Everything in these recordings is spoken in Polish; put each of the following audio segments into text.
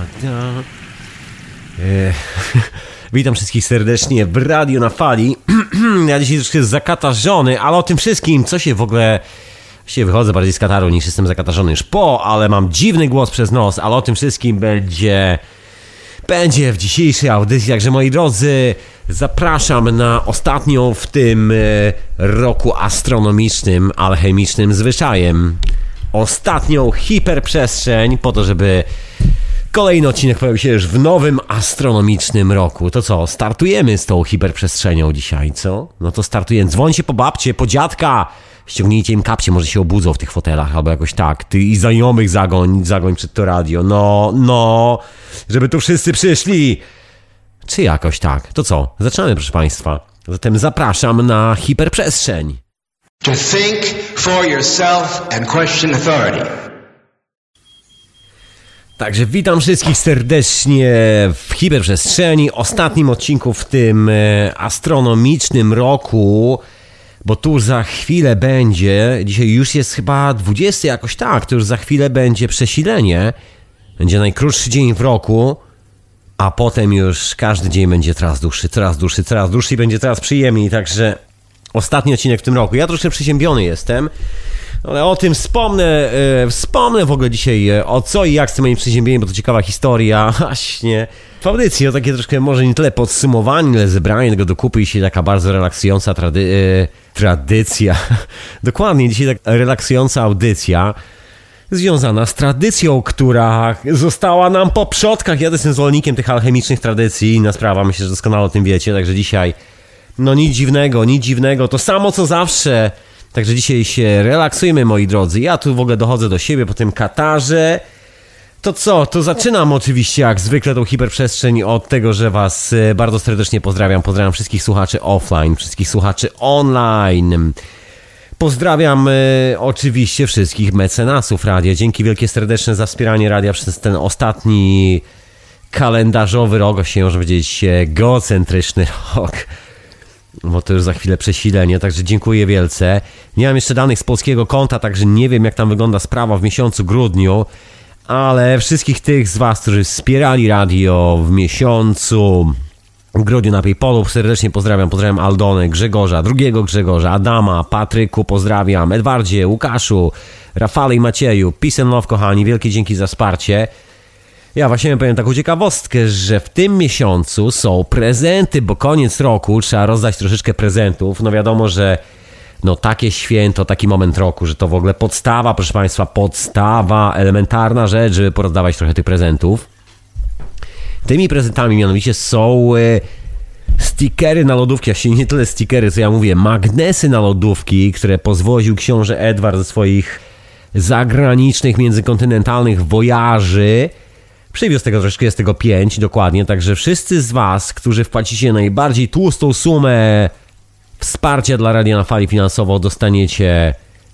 Witam wszystkich serdecznie w Radio na Fali. Ja dzisiaj troszkę zakatarzony, ale o tym wszystkim, co się w ogóle... Właściwie wychodzę bardziej z kataru niż jestem zakatarzony już ale mam dziwny głos przez nos, ale o tym wszystkim będzie w dzisiejszej audycji. Także moi drodzy, zapraszam na ostatnią w tym roku astronomicznym, alchemicznym zwyczajem. Ostatnią hiperprzestrzeń po to, żeby kolejny odcinek pojawił się już w nowym astronomicznym roku. To co, startujemy z tą hiperprzestrzenią dzisiaj, co? No to startujemy. Dzwońcie po babcie, po dziadka. Ściągnijcie im kapcie, może się obudzą w tych fotelach, albo jakoś tak. Ty i znajomych zagoń przed to radio. No, żeby tu wszyscy przyszli. Czy jakoś tak. To co? Zaczynamy, proszę Państwa. Zatem zapraszam na hiperprzestrzeń. To think for yourself and question authority. Także witam wszystkich serdecznie w hiperprzestrzeni, ostatnim odcinku w tym astronomicznym roku, bo tu za chwilę będzie, dzisiaj już jest chyba 20 jakoś tak, to już za chwilę będzie przesilenie, będzie najkrótszy dzień w roku, a potem już każdy dzień będzie coraz dłuższy i będzie coraz przyjemniej, także ostatni odcinek w tym roku. Ja troszkę przeziębiony jestem, ale o tym wspomnę w ogóle dzisiaj o co i jak z tym moim przeziębieniem, bo to ciekawa historia, właśnie. W audycji, takie troszkę może nie tyle podsumowanie, ale zebranie tego do kupy i się taka bardzo relaksująca tradycja. Dokładnie, dzisiaj tak relaksująca audycja związana z tradycją, która została nam po przodkach. Ja jestem zwolennikiem tych alchemicznych tradycji, inna sprawa, myślę, że doskonale o tym wiecie, także dzisiaj nic dziwnego, to samo co zawsze. Także dzisiaj się relaksujmy, moi drodzy. Ja tu w ogóle dochodzę do siebie po tym katarze. To co? To zaczynam oczywiście jak zwykle tą hiperprzestrzeń od tego, że was bardzo serdecznie pozdrawiam. Pozdrawiam wszystkich słuchaczy offline, wszystkich słuchaczy online. Pozdrawiam oczywiście wszystkich mecenasów radia. Dzięki wielkie serdeczne za wspieranie radia przez ten ostatni kalendarzowy rok, można powiedzieć geocentryczny rok. Bo to już za chwilę przesilenie, także dziękuję wielce. Nie mam jeszcze danych z polskiego konta, także nie wiem jak tam wygląda sprawa w miesiącu grudniu, ale wszystkich tych z was, którzy wspierali radio w miesiącu grudniu na PayPalu, serdecznie pozdrawiam. Pozdrawiam Aldonę, Grzegorza, drugiego Grzegorza, Adama, Patryku, pozdrawiam, Edwardzie, Łukaszu, Rafale i Macieju. Peace and love, kochani, wielkie dzięki za wsparcie. Ja właśnie powiem taką ciekawostkę, że w tym miesiącu są prezenty, bo koniec roku, trzeba rozdać troszeczkę prezentów. No wiadomo, że takie święto, taki moment roku, że to w ogóle podstawa, proszę Państwa, elementarna rzecz, żeby porozdawać trochę tych prezentów. Tymi prezentami mianowicie są stickery na lodówki, właściwie nie tyle stickery, co ja mówię, magnesy na lodówki, które pozwoził książę Edward ze swoich zagranicznych, międzykontynentalnych wojaży. Przywiózł tego troszeczkę, jest tego 5 dokładnie, także wszyscy z was, którzy wpłacicie najbardziej tłustą sumę wsparcia dla Radia na Fali finansowo, dostaniecie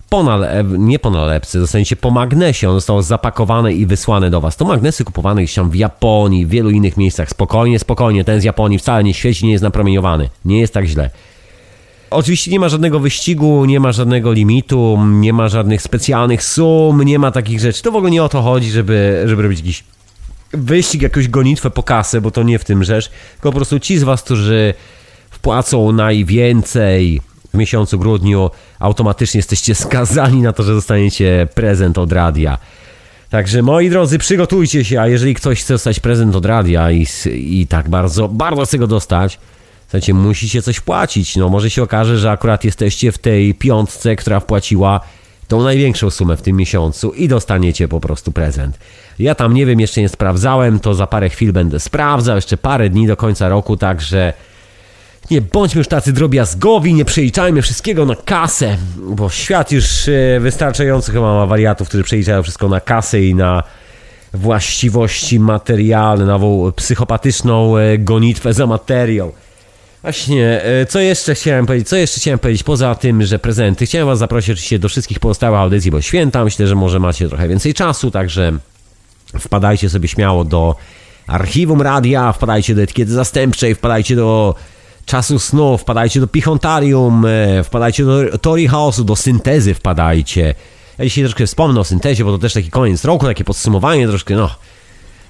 nie po nalepce, dostaniecie po magnesie. On został zapakowany i wysłany do was. To magnesy kupowane gdzieś tam w Japonii, w wielu innych miejscach. Spokojnie, ten z Japonii wcale nie świeci, nie jest napromieniowany. Nie jest tak źle. Oczywiście nie ma żadnego wyścigu, nie ma żadnego limitu, nie ma żadnych specjalnych sum, nie ma takich rzeczy. To w ogóle nie o to chodzi, żeby robić jakiś wyścig, jakąś gonitwę po kasę, bo to nie w tym rzecz, tylko po prostu ci z was, którzy wpłacą najwięcej w miesiącu grudniu, automatycznie jesteście skazani na to, że dostaniecie prezent od radia. Także moi drodzy, przygotujcie się, a jeżeli ktoś chce dostać prezent od radia i tak bardzo chce go dostać, słuchajcie, musicie coś płacić. Może się okaże, że akurat jesteście w tej piątce, która wpłaciła tą największą sumę w tym miesiącu i dostaniecie po prostu prezent. Ja tam nie wiem, jeszcze nie sprawdzałem, to za parę chwil będę sprawdzał, jeszcze parę dni do końca roku, także nie bądźmy już tacy drobiazgowi, nie przeliczajmy wszystkiego na kasę, bo świat już wystarczająco chyba ma wariatów, którzy przeliczają wszystko na kasę i na właściwości materialne, nową psychopatyczną gonitwę za materią. Właśnie, co jeszcze chciałem powiedzieć, poza tym, że prezenty, chciałem was zaprosić oczywiście do wszystkich pozostałych audycji, bo święta, myślę, że może macie trochę więcej czasu, także wpadajcie sobie śmiało do archiwum radia, wpadajcie do etykiety zastępczej, wpadajcie do Czasu Snu, wpadajcie do Pichontarium, wpadajcie do Tori Chaosu, do Syntezy wpadajcie. Ja dzisiaj troszkę wspomnę o Syntezie, bo to też taki koniec roku, takie podsumowanie troszkę,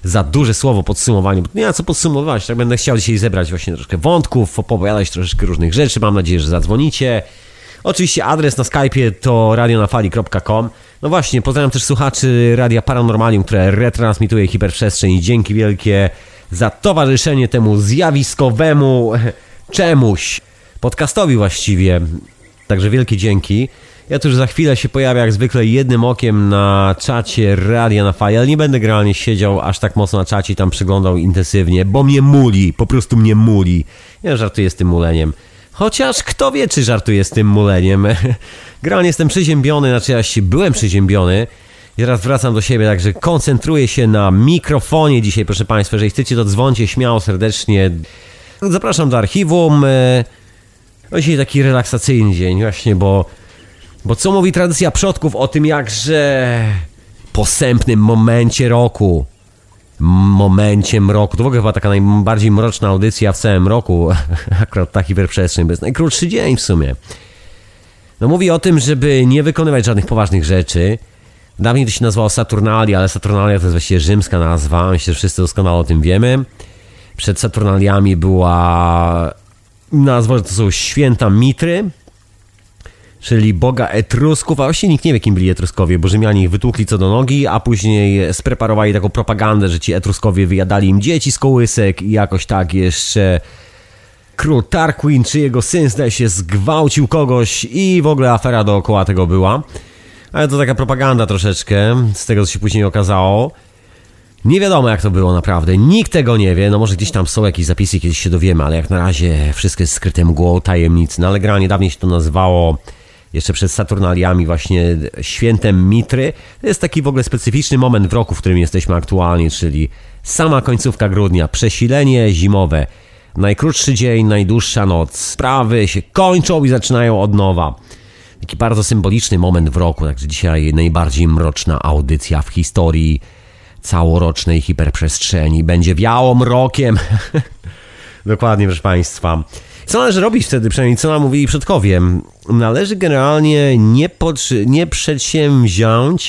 za duże słowo podsumowaniu. Nie ma co podsumować, tak będę chciał dzisiaj zebrać właśnie troszkę wątków, opowiadać troszeczkę różnych rzeczy, mam nadzieję, że zadzwonicie. Oczywiście adres na Skype'ie to radionafali.com. No właśnie, pozdrawiam też słuchaczy Radia Paranormalium, które retransmituje hiperprzestrzeń i dzięki wielkie za towarzyszenie temu zjawiskowemu czemuś, podcastowi właściwie. Także wielkie dzięki. Ja tu już za chwilę się pojawię jak zwykle jednym okiem na czacie Radia na Fali, ale nie będę generalnie siedział aż tak mocno na czacie i tam przyglądał intensywnie, bo mnie muli, po prostu mnie muli. Ja żartuję z tym muleniem. Chociaż kto wie, czy żartuję z tym muleniem. Generalnie jestem przeziębiony, znaczy ja byłem przeziębiony. I teraz wracam do siebie, także koncentruję się na mikrofonie dzisiaj, proszę Państwa. Jeżeli chcecie, to dzwońcie śmiało, serdecznie. Zapraszam do archiwum. No dzisiaj taki relaksacyjny dzień właśnie, bo co mówi tradycja przodków o tym jakże posępnym momencie roku. Momencie mroku. To w ogóle chyba taka najbardziej mroczna audycja w całym roku. Akurat ta hiperprzestrzeń, bo jest najkrótszy dzień w sumie. No mówi o tym, żeby nie wykonywać żadnych poważnych rzeczy. Dawniej to się nazywało Saturnalia, ale Saturnalia to jest właściwie rzymska nazwa. Myślę, że wszyscy doskonale o tym wiemy. Przed Saturnaliami była nazwa, że to są święta Mitry, czyli boga Etrusków, a właściwie nikt nie wie, kim byli Etruskowie, bo Rzymianie ich wytłukli co do nogi, a później spreparowali taką propagandę, że ci Etruskowie wyjadali im dzieci z kołysek i jakoś tak jeszcze król Tarquin czy jego syn, zdaje się, zgwałcił kogoś i w ogóle afera dookoła tego była. Ale to taka propaganda troszeczkę, z tego co się później okazało. Nie wiadomo jak to było naprawdę, nikt tego nie wie, no może gdzieś tam są jakieś zapisy, kiedyś się dowiemy, ale jak na razie wszystko jest skryte mgłą tajemnicy. No ale generalnie dawniej się to nazywało, jeszcze przed Saturnaliami, właśnie świętem Mitry. To jest taki w ogóle specyficzny moment w roku, w którym jesteśmy aktualnie, czyli sama końcówka grudnia, przesilenie zimowe, najkrótszy dzień, najdłuższa noc, sprawy się kończą i zaczynają od nowa. Taki bardzo symboliczny moment w roku, także dzisiaj najbardziej mroczna audycja w historii całorocznej hiperprzestrzeni. Będzie wiało mrokiem. Dokładnie, proszę Państwa. Co należy robić wtedy, przynajmniej co nam mówili przodkowie? Należy generalnie nie przedsięwziąć.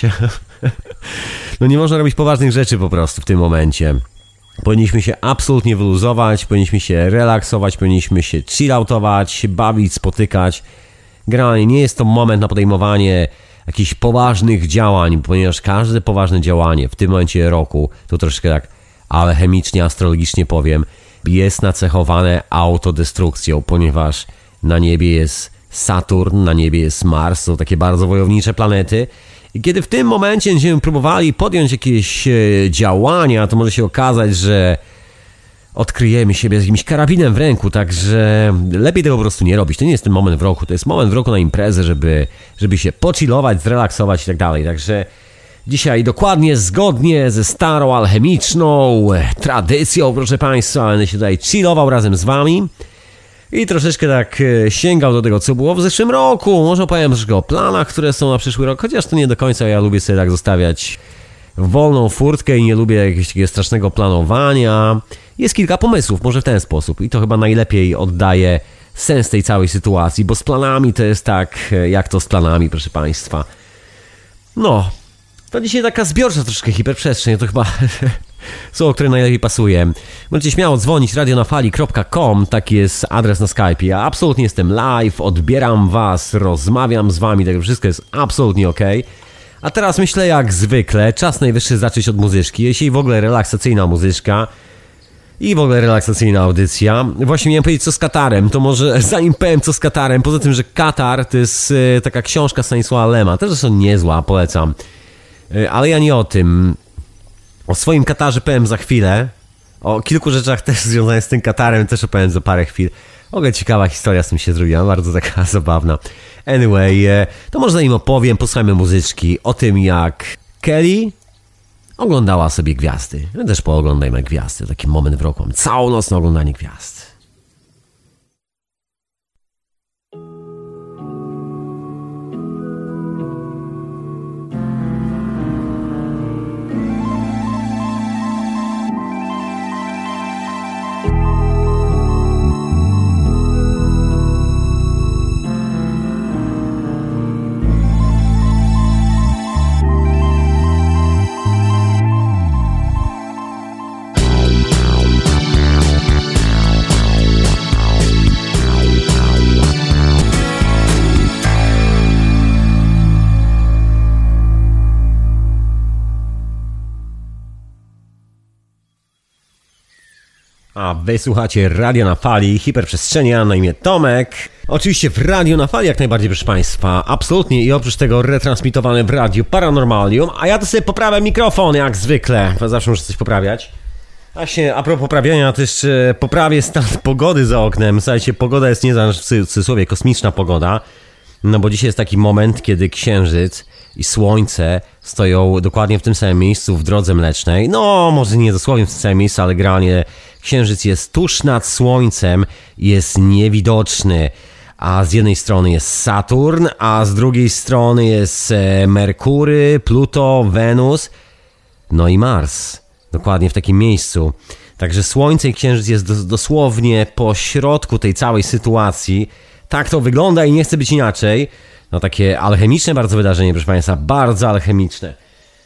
No nie można robić poważnych rzeczy po prostu w tym momencie. Powinniśmy się absolutnie wyluzować, powinniśmy się relaksować, powinniśmy się chilloutować, bawić, spotykać. Generalnie nie jest to moment na podejmowanie jakichś poważnych działań, ponieważ każde poważne działanie w tym momencie roku, to troszeczkę tak alchemicznie, astrologicznie powiem, jest nacechowane autodestrukcją, ponieważ na niebie jest Saturn, na niebie jest Mars, są takie bardzo wojownicze planety. I kiedy w tym momencie będziemy próbowali podjąć jakieś działania, to może się okazać, że odkryjemy siebie z jakimś karabinem w ręku, także lepiej tego po prostu nie robić. To nie jest ten moment w roku, to jest moment w roku na imprezę, żeby się pochillować, zrelaksować i tak dalej. Także dzisiaj dokładnie zgodnie ze starą alchemiczną tradycją, proszę Państwa, będę się tutaj chillował razem z Wami i troszeczkę tak sięgał do tego, co było w zeszłym roku. Może opowiem troszkę o planach, które są na przyszły rok, chociaż to nie do końca ja lubię sobie tak zostawiać wolną furtkę i nie lubię jakiegoś takiego strasznego planowania. Jest kilka pomysłów, może w ten sposób i to chyba najlepiej oddaje sens tej całej sytuacji, bo z planami to jest tak, jak to z planami, proszę Państwa. No, to dzisiaj taka zbiorcza troszkę hiperprzestrzeń, to chyba słowo, które najlepiej pasuje. Możecie śmiało dzwonić radionafali.com, taki jest adres na Skype. Ja absolutnie jestem live, odbieram Was, rozmawiam z Wami, tak wszystko jest absolutnie okej. A teraz myślę jak zwykle, czas najwyższy zacząć od muzyczki, jeśli w ogóle relaksacyjna muzyczka i w ogóle relaksacyjna audycja. Właśnie miałem powiedzieć co z Katarem, to może zanim powiem co z Katarem, poza tym, że Katar to jest taka książka Stanisława Lema, też są niezła, polecam. Ale ja nie o tym. O swoim Katarze powiem za chwilę. O kilku rzeczach też związanych z tym Katarem też opowiem za parę chwil. W ogóle ciekawa historia z tym się zrobiła, bardzo taka zabawna. Anyway, to może zanim opowiem, posłuchajmy muzyczki o tym jak Kelly oglądała sobie gwiazdy. My też pooglądajmy gwiazdy, taki moment w roku. Mamy całą noc na oglądanie gwiazd. A wy słuchacie Radio na Fali, hiperprzestrzeni, ja na imię Tomek. Oczywiście w Radio na Fali jak najbardziej, proszę Państwa, absolutnie, i oprócz tego retransmitowane w Radiu Paranormalium, a ja to sobie poprawię mikrofon jak zwykle, bo zawsze muszę coś poprawiać. Właśnie, a propos poprawiania, to jeszcze poprawię stan pogody za oknem. Słuchajcie, pogoda jest nie w cudzysłowie kosmiczna pogoda, no bo dzisiaj jest taki moment, kiedy Księżyc i Słońce stoją dokładnie w tym samym miejscu w Drodze Mlecznej. No, może nie dosłownie w tym samym miejscu, ale generalnie Księżyc jest tuż nad Słońcem i jest niewidoczny. A z jednej strony jest Saturn, a z drugiej strony jest Merkury, Pluto, Wenus, no i Mars. Dokładnie w takim miejscu. Także Słońce i Księżyc jest dosłownie po środku tej całej sytuacji. Tak to wygląda i nie chce być inaczej. No takie alchemiczne bardzo wydarzenie, proszę Państwa, bardzo alchemiczne.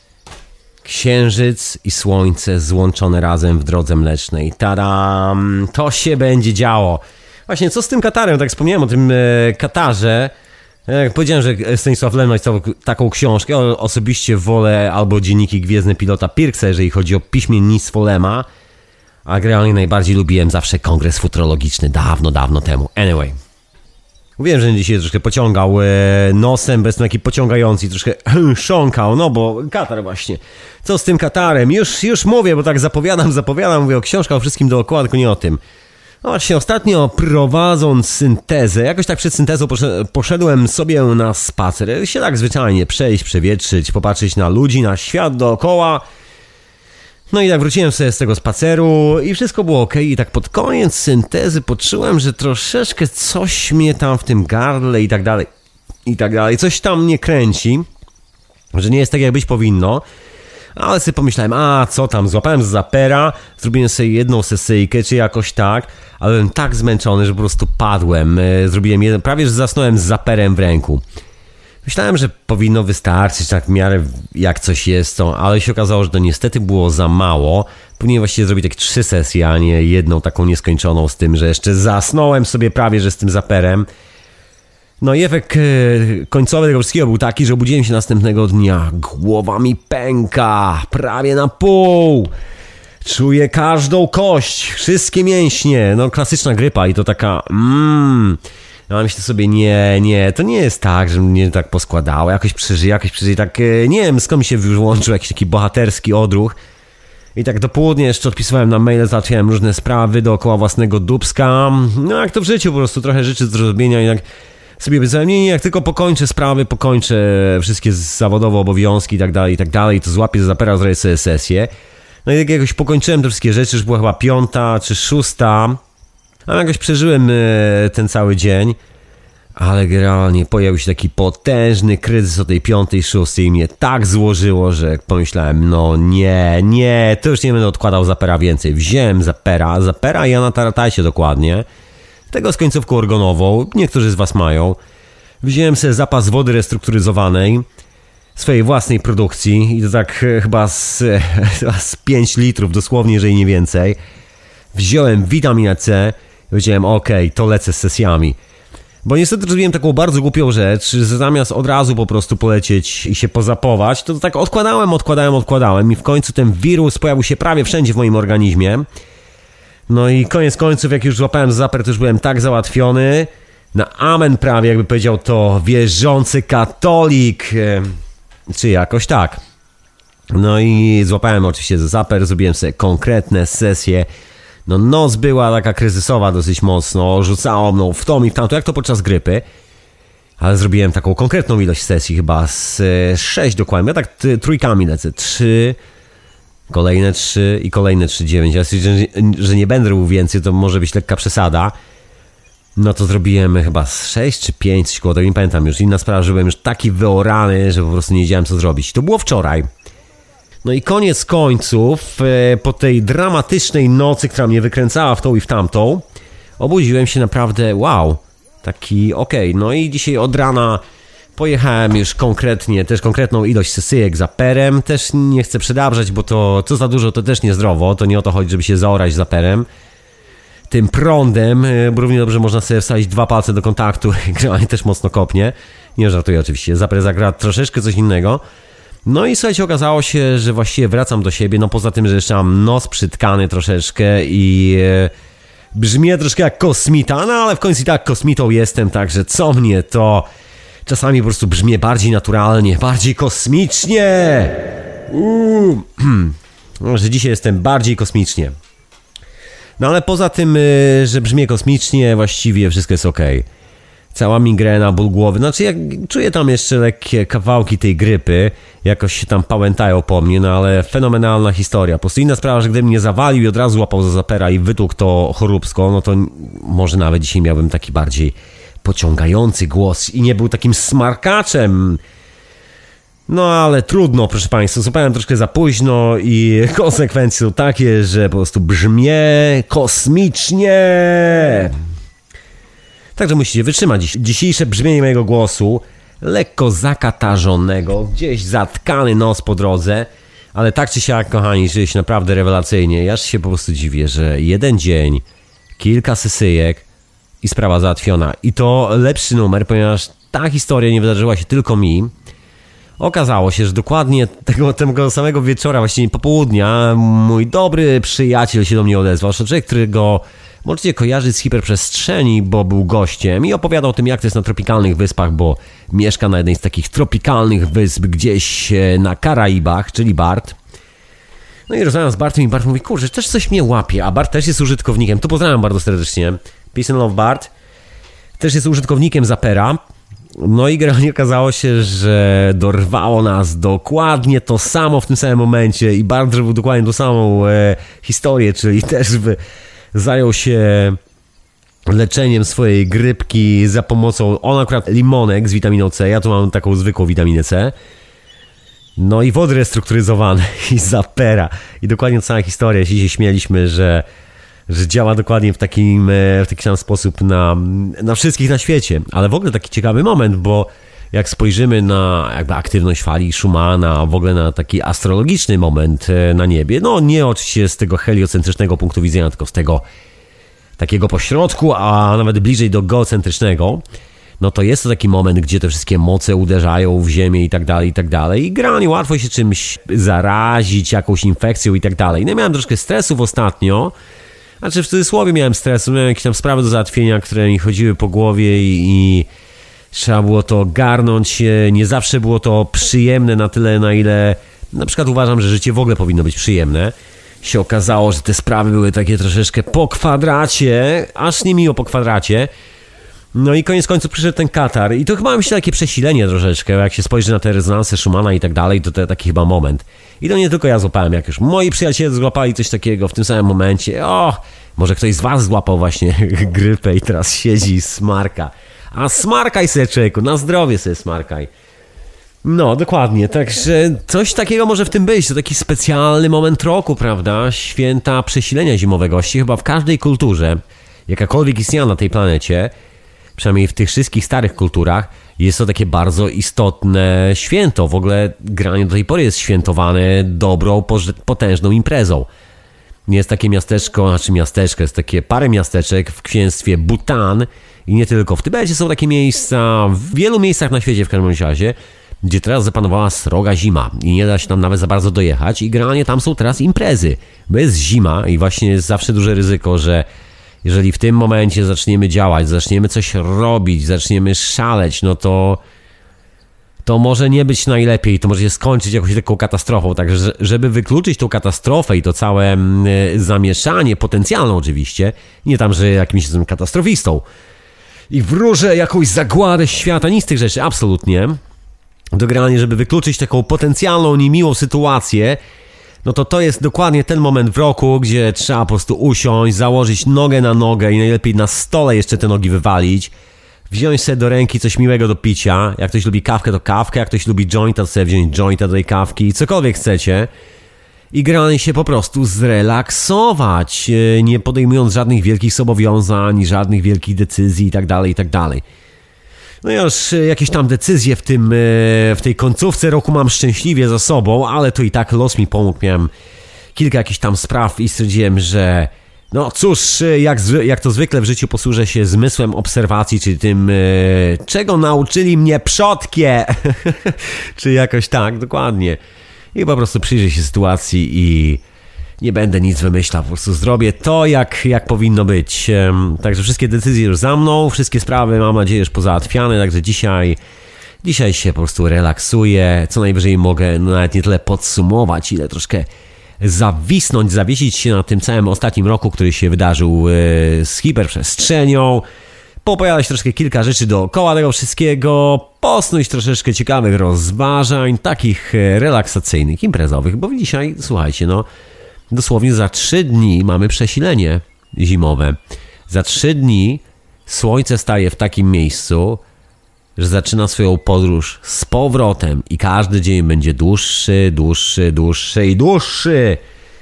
Księżyc i Słońce złączone razem w Drodze Mlecznej. Tadam! To się będzie działo. Właśnie, co z tym Katarem? Tak wspomniałem o tym Katarze. Jak powiedziałem, że Stanisław Lem napisał taką książkę. Osobiście wolę albo Dzienniki Gwiezdne pilota Pirksa, jeżeli chodzi o piśmiennictwo Lema. A generalnie najbardziej lubiłem zawsze Kongres Futurologiczny dawno temu. Anyway. Mówiłem, że dzisiaj troszkę pociągał nosem, bez taki pociągający, troszkę chrząkał, no bo Katar właśnie. Co z tym Katarem? Już mówię, bo tak zapowiadam, mówię o książkach, o wszystkim dookoła, tylko nie o tym. No właśnie, ostatnio prowadząc syntezę, jakoś tak przed syntezą poszedłem sobie na spacer, się tak zwyczajnie przejść, przewietrzyć, popatrzeć na ludzi, na świat dookoła. No i tak wróciłem sobie z tego spaceru i wszystko było okej. I tak pod koniec syntezy poczułem, że troszeczkę coś mnie tam w tym gardle i tak dalej, coś tam mnie kręci, że nie jest tak jak być powinno. Ale sobie pomyślałem, co tam, złapałem z zapera, zrobiłem sobie jedną sesyjkę, czy jakoś tak, ale byłem tak zmęczony, że po prostu padłem, prawie że zasnąłem z zaperem w ręku. Myślałem, że powinno wystarczyć tak w miarę jak coś jest, ale się okazało, że to niestety było za mało. Powinienem właściwie zrobić tak 3 sesje, a nie jedną taką nieskończoną z tym, że jeszcze zasnąłem sobie prawie że z tym zaperem. No i efekt końcowy tego wszystkiego był taki, że obudziłem się następnego dnia. Głowa mi pęka, prawie na pół. Czuję każdą kość, wszystkie mięśnie. No klasyczna grypa i to taka... No myślę sobie, nie, to nie jest tak, że mnie tak poskładało, jakoś przeżyję, tak, nie wiem skąd mi się wyłączył jakiś taki bohaterski odruch. I tak do południa jeszcze odpisywałem na maile, załatwiałem różne sprawy dookoła własnego dupska. No jak to w życiu, po prostu trochę rzeczy do zrobienia i tak sobie obiecałem, nie, jak tylko pokończę sprawy, pokończę wszystkie zawodowe obowiązki i tak dalej, to złapię za zapera, zrobię sobie sesję. No i tak jakoś pokończyłem te wszystkie rzeczy, już była chyba 5. czy 6. A jakoś przeżyłem ten cały dzień, ale generalnie pojawił się taki potężny kryzys o tej 5., 6. i mnie tak złożyło, że pomyślałem, no nie, to już nie będę odkładał zapera więcej. Wziąłem zapera i ja na taratajsie dokładnie, tego z końcówką organową, niektórzy z was mają. Wziąłem sobie zapas wody restrukturyzowanej, swojej własnej produkcji i to tak chyba z 5 litrów dosłownie, jeżeli nie więcej. Wziąłem witaminę C i powiedziałem, okej, to lecę z sesjami. Bo niestety zrobiłem taką bardzo głupią rzecz, że zamiast od razu po prostu polecieć i się pozapować, to tak odkładałem i w końcu ten wirus pojawił się prawie wszędzie w moim organizmie. No i koniec końców, jak już złapałem zaper, to już byłem tak załatwiony, na amen prawie, jakby powiedział to wierzący katolik, czy jakoś tak. No i złapałem oczywiście zaper, zrobiłem sobie konkretne sesje. No noc była taka kryzysowa dosyć mocno, rzucało mną w tom i w tamto, jak to podczas grypy. Ale zrobiłem taką konkretną ilość sesji, chyba z 6 dokładnie. Ja tak trójkami lecę, 3, kolejne 3 i kolejne 3, 9. Ja stwierdziłem, że nie będę robił więcej, to może być lekka przesada. No to zrobiłem chyba z 6 czy 5, coś koło tego, nie pamiętam już. Inna sprawa, że byłem już taki wyorany, że po prostu nie wiedziałem co zrobić. To było wczoraj. No i koniec końców, po tej dramatycznej nocy, która mnie wykręcała w tą i w tamtą, obudziłem się naprawdę, wow, taki okej. No i dzisiaj od rana pojechałem już konkretną ilość sesyjek zaperem. Też nie chcę przedabrzać, bo to co za dużo to też niezdrowo. To nie o to chodzi, żeby się zaorać zaperem. Tym prądem, bo równie dobrze można sobie wstawić 2 palce do kontaktu, generalnie też mocno kopnie. Nie żartuję oczywiście, zaper zagra troszeczkę coś innego. No i słuchajcie, okazało się, że właściwie wracam do siebie, no poza tym, że jeszcze mam nos przytkany troszeczkę i brzmię troszkę jak kosmita, no ale w końcu i tak kosmitą jestem, także co mnie to czasami po prostu brzmię bardziej naturalnie, bardziej kosmicznie. Że dzisiaj jestem bardziej kosmicznie. No ale poza tym, że brzmię kosmicznie, właściwie wszystko jest okej. Cała migrena, ból głowy, znaczy ja czuję tam jeszcze lekkie kawałki tej grypy, jakoś się tam pałętają po mnie, no ale fenomenalna historia. Po prostu inna sprawa, że gdybym mnie zawalił i od razu łapał za zapera i wytłukł to choróbsko, no to może nawet dzisiaj miałbym taki bardziej pociągający głos i nie był takim smarkaczem. No ale trudno, proszę Państwa, zupełnie troszkę za późno i konsekwencje są takie, że po prostu brzmię kosmicznie. Także musicie wytrzymać dzisiejsze brzmienie mojego głosu, lekko zakatarzonego, gdzieś zatkany nos po drodze, ale tak czy siak, kochani, żyje się naprawdę rewelacyjnie. Ja się po prostu dziwię, że jeden dzień, kilka sesyjek i sprawa załatwiona. I to lepszy numer, ponieważ ta historia nie wydarzyła się tylko mi. Okazało się, że dokładnie tego samego wieczora, właściwie popołudnia, mój dobry przyjaciel się do mnie odezwał. To człowiek, którego możecie kojarzyć z hiperprzestrzeni, bo był gościem i opowiadał o tym, jak to jest na tropikalnych wyspach, bo mieszka na jednej z takich tropikalnych wysp gdzieś na Karaibach, czyli Bart. No i rozmawiam z Bartem i Bart mówi, kurczę, też coś mnie łapie, a Bart też jest użytkownikiem. Tu pozdrawiam bardzo serdecznie. Peace and love, Bart. Też jest użytkownikiem Zapera. No i generalnie okazało się, że dorwało nas dokładnie to samo w tym samym momencie i Bart zrobił dokładnie tą samą historię, czyli też zajął się leczeniem swojej grypki za pomocą, on akurat limonek z witaminą C, ja tu mam taką zwykłą witaminę C, no i wody restrukturyzowane i Zapera i dokładnie ta sama historia, jeśli się śmieliśmy, że działa dokładnie w taki sam sposób na wszystkich na świecie. Ale w ogóle taki ciekawy moment, bo jak spojrzymy na jakby aktywność fali Schumana, w ogóle na taki astrologiczny moment na niebie, no nie oczywiście z tego heliocentrycznego punktu widzenia, tylko z tego takiego pośrodku, a nawet bliżej do geocentrycznego, no to jest to taki moment, gdzie te wszystkie moce uderzają w ziemię i tak dalej i generalnie łatwo się czymś zarazić, jakąś infekcją i tak dalej. No miałem troszkę stresów ostatnio. Znaczy w cudzysłowie miałem stres, miałem jakieś tam sprawy do załatwienia, które mi chodziły po głowie i trzeba było to garnąć. Nie zawsze było to przyjemne na tyle, na ile na przykład uważam, że życie w ogóle powinno być przyjemne. Się okazało, że te sprawy były takie troszeczkę po kwadracie, aż nie miło po kwadracie. No i koniec końców przyszedł ten katar i to chyba myślę takie przesilenie troszeczkę, jak się spojrzy na te rezonanse Schumana i tak dalej, to taki chyba moment. I to nie tylko ja złapałem, jak już moi przyjaciele złapali coś takiego w tym samym momencie. Może ktoś z was złapał właśnie grypę i teraz siedzi i smarka. A smarkaj sobie, człowieku, na zdrowie sobie smarkaj. No, dokładnie, także coś takiego może w tym być, to taki specjalny moment roku, prawda? Święta przesilenia zimowego, właściwie chyba w każdej kulturze, jakakolwiek istniała na tej planecie, przynajmniej w tych wszystkich starych kulturach, jest to takie bardzo istotne święto. W ogóle granie do tej pory jest świętowane dobrą, potężną imprezą. Jest takie miasteczko, jest takie parę miasteczek w księstwie Bhutan i nie tylko. W Tybecie są takie miejsca, w wielu miejscach na świecie w każdym razie, gdzie teraz zapanowała sroga zima i nie da się tam nawet za bardzo dojechać i generalnie tam są teraz imprezy, bo jest zima i właśnie jest zawsze duże ryzyko, że jeżeli w tym momencie zaczniemy działać, zaczniemy coś robić, zaczniemy szaleć, no to może nie być najlepiej, to może się skończyć jakąś taką katastrofą. Także żeby wykluczyć tą katastrofę i to całe zamieszanie, potencjalne oczywiście, nie tam, że jakimś jestem katastrofistą i wróżę jakąś zagładę świata, nic z tych rzeczy, absolutnie. To generalnie, żeby wykluczyć taką potencjalną, niemiłą sytuację, no to jest dokładnie ten moment w roku, gdzie trzeba po prostu usiąść, założyć nogę na nogę i najlepiej na stole jeszcze te nogi wywalić, wziąć sobie do ręki coś miłego do picia, jak ktoś lubi kawkę, to kawkę, jak ktoś lubi jointa, to sobie wziąć jointa do tej kawki, cokolwiek chcecie i generalnie się po prostu zrelaksować, nie podejmując żadnych wielkich zobowiązań, żadnych wielkich decyzji i tak dalej. No już jakieś tam decyzje w tej końcówce roku mam szczęśliwie za sobą, ale to i tak los mi pomógł. Miałem kilka jakichś tam spraw i stwierdziłem, że No cóż, jak to zwykle w życiu posłużę się zmysłem obserwacji, czyli tym, czego nauczyli mnie przodkie, czy jakoś tak, dokładnie. I po prostu przyjrzę się sytuacji i nie będę nic wymyślał, po prostu zrobię to, jak powinno być. Także wszystkie decyzje już za mną, wszystkie sprawy mam nadzieję już pozałatwiane, także dzisiaj się po prostu relaksuję. Co najwyżej mogę nawet nie tyle podsumować, ile troszkę zawiesić się na tym całym ostatnim roku, który się wydarzył z hiperprzestrzenią, popowiadać troszkę kilka rzeczy dookoła tego wszystkiego, posnuć troszeczkę ciekawych rozważań, takich relaksacyjnych, imprezowych, bo dzisiaj, słuchajcie, dosłownie za 3 dni mamy przesilenie zimowe. Za 3 dni słońce staje w takim miejscu, że zaczyna swoją podróż z powrotem i każdy dzień będzie dłuższy i dłuższy.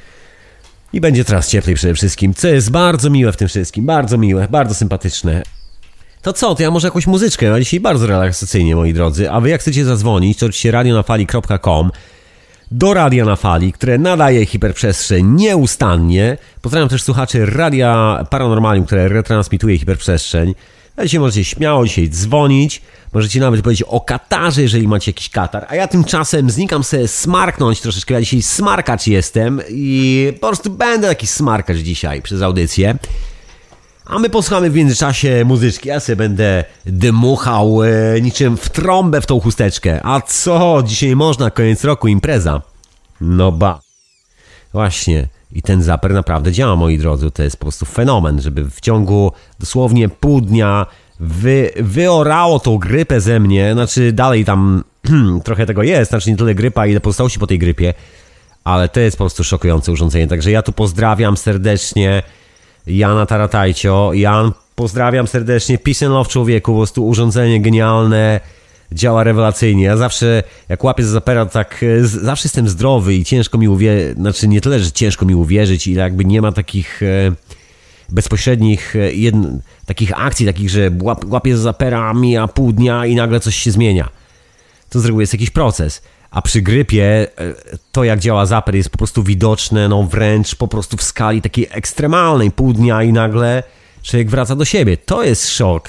I będzie coraz cieplej przede wszystkim, co jest bardzo miłe w tym wszystkim, bardzo miłe, bardzo sympatyczne. To co, to ja może jakąś muzyczkę, ja dzisiaj bardzo relaksacyjnie, moi drodzy, a wy jak chcecie zadzwonić, to oczywiście radionafali.com do Radia na Fali, które nadaje hiperprzestrzeń nieustannie. Pozdrawiam też słuchaczy Radia Paranormalium, które retransmituje hiperprzestrzeń. A dzisiaj możecie śmiało dzwonić, możecie nawet powiedzieć o katarze, jeżeli macie jakiś katar, a ja tymczasem znikam sobie smarknąć troszeczkę, ja dzisiaj smarkacz jestem i po prostu będę taki smarkacz dzisiaj przez audycję. A my posłuchamy w międzyczasie muzyczki, ja sobie będę dmuchał niczym w trąbę w tą chusteczkę. A co? Dzisiaj można, koniec roku, impreza. No ba. Właśnie. I ten zaper naprawdę działa, moi drodzy. To jest po prostu fenomen, żeby w ciągu dosłownie pół dnia wyorało tą grypę ze mnie. Znaczy dalej tam trochę tego jest, znaczy nie tyle grypa, ile pozostałości po tej grypie. Ale to jest po prostu szokujące urządzenie. Także ja tu pozdrawiam serdecznie Jana Taratajcio. Jan, pozdrawiam serdecznie. Peace and love, człowieku. Po prostu urządzenie genialne. Działa rewelacyjnie. Ja zawsze, jak łapię za zapera, tak zawsze jestem zdrowy i ciężko mi uwierzyć, znaczy nie tyle, że ciężko mi uwierzyć, ile jakby nie ma takich bezpośrednich takich akcji, takich, że łapię za zapera, mija pół dnia i nagle coś się zmienia. To z reguły jest jakiś proces. A przy grypie to, jak działa zaper, jest po prostu widoczne, wręcz po prostu w skali takiej ekstremalnej. Pół dnia i nagle człowiek wraca do siebie. To jest szok.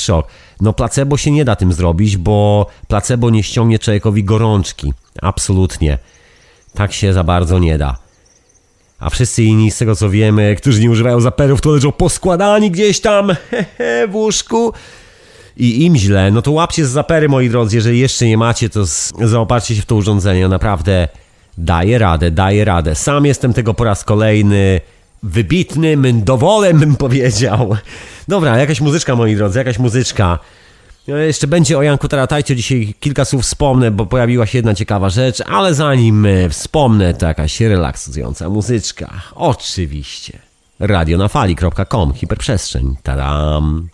Placebo się nie da tym zrobić, bo placebo nie ściągnie człowiekowi gorączki. Absolutnie. Tak się za bardzo nie da. A wszyscy inni, z tego co wiemy, którzy nie używają zaperów, to leżą poskładani gdzieś tam w łóżku i im źle. To łapcie z zapery, moi drodzy. Jeżeli jeszcze nie macie, to zaopatrzcie się w to urządzenie. Naprawdę daje radę. Sam jestem tego po raz kolejny wybitnym dowolem, bym powiedział. Dobra, jakaś muzyczka, moi drodzy, Jeszcze będzie o Janku Taratajcio, dzisiaj kilka słów wspomnę, bo pojawiła się jedna ciekawa rzecz, ale zanim wspomnę, to jakaś relaksująca muzyczka. Oczywiście. radionafali.com, hiperprzestrzeń. Tadam!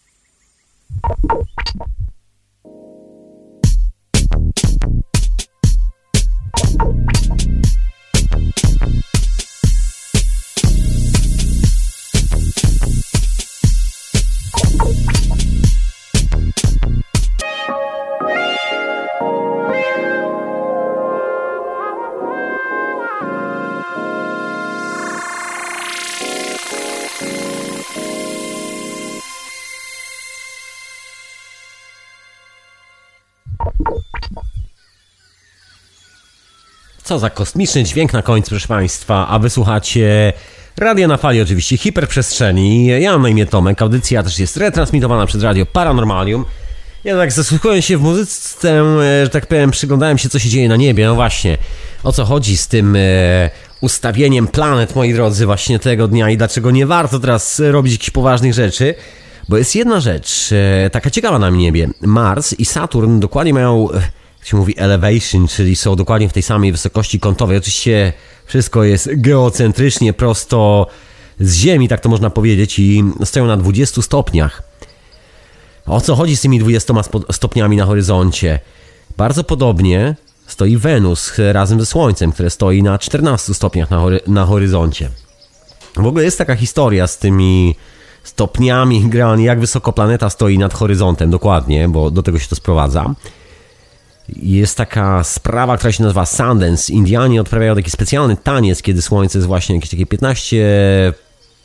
Co za kosmiczny dźwięk na końcu, proszę Państwa, a wysłuchacie Radia na Fali, oczywiście, hiperprzestrzeni. Ja mam na imię Tomek, audycja też jest retransmitowana przez Radio Paranormalium. Ja tak zasłuchuję się w muzyce, że tak powiem, przyglądałem się, co się dzieje na niebie. No właśnie, o co chodzi z tym ustawieniem planet, moi drodzy, właśnie tego dnia i dlaczego nie warto teraz robić jakichś poważnych rzeczy. Bo jest jedna rzecz, taka ciekawa na niebie. Mars i Saturn dokładnie mają, jak się mówi, elevation, czyli są dokładnie w tej samej wysokości kątowej. Oczywiście wszystko jest geocentrycznie, prosto z Ziemi, tak to można powiedzieć, i stoją na 20 stopniach. O co chodzi z tymi 20 stopniami na horyzoncie? Bardzo podobnie stoi Wenus razem ze Słońcem, które stoi na 14 stopniach na horyzoncie. W ogóle jest taka historia z tymi stopniami, jak wysoko planeta stoi nad horyzontem, dokładnie, bo do tego się to sprowadza. Jest taka sprawa, która się nazywa Sundance. Indianie odprawiają taki specjalny taniec, kiedy Słońce jest właśnie jakieś takie 15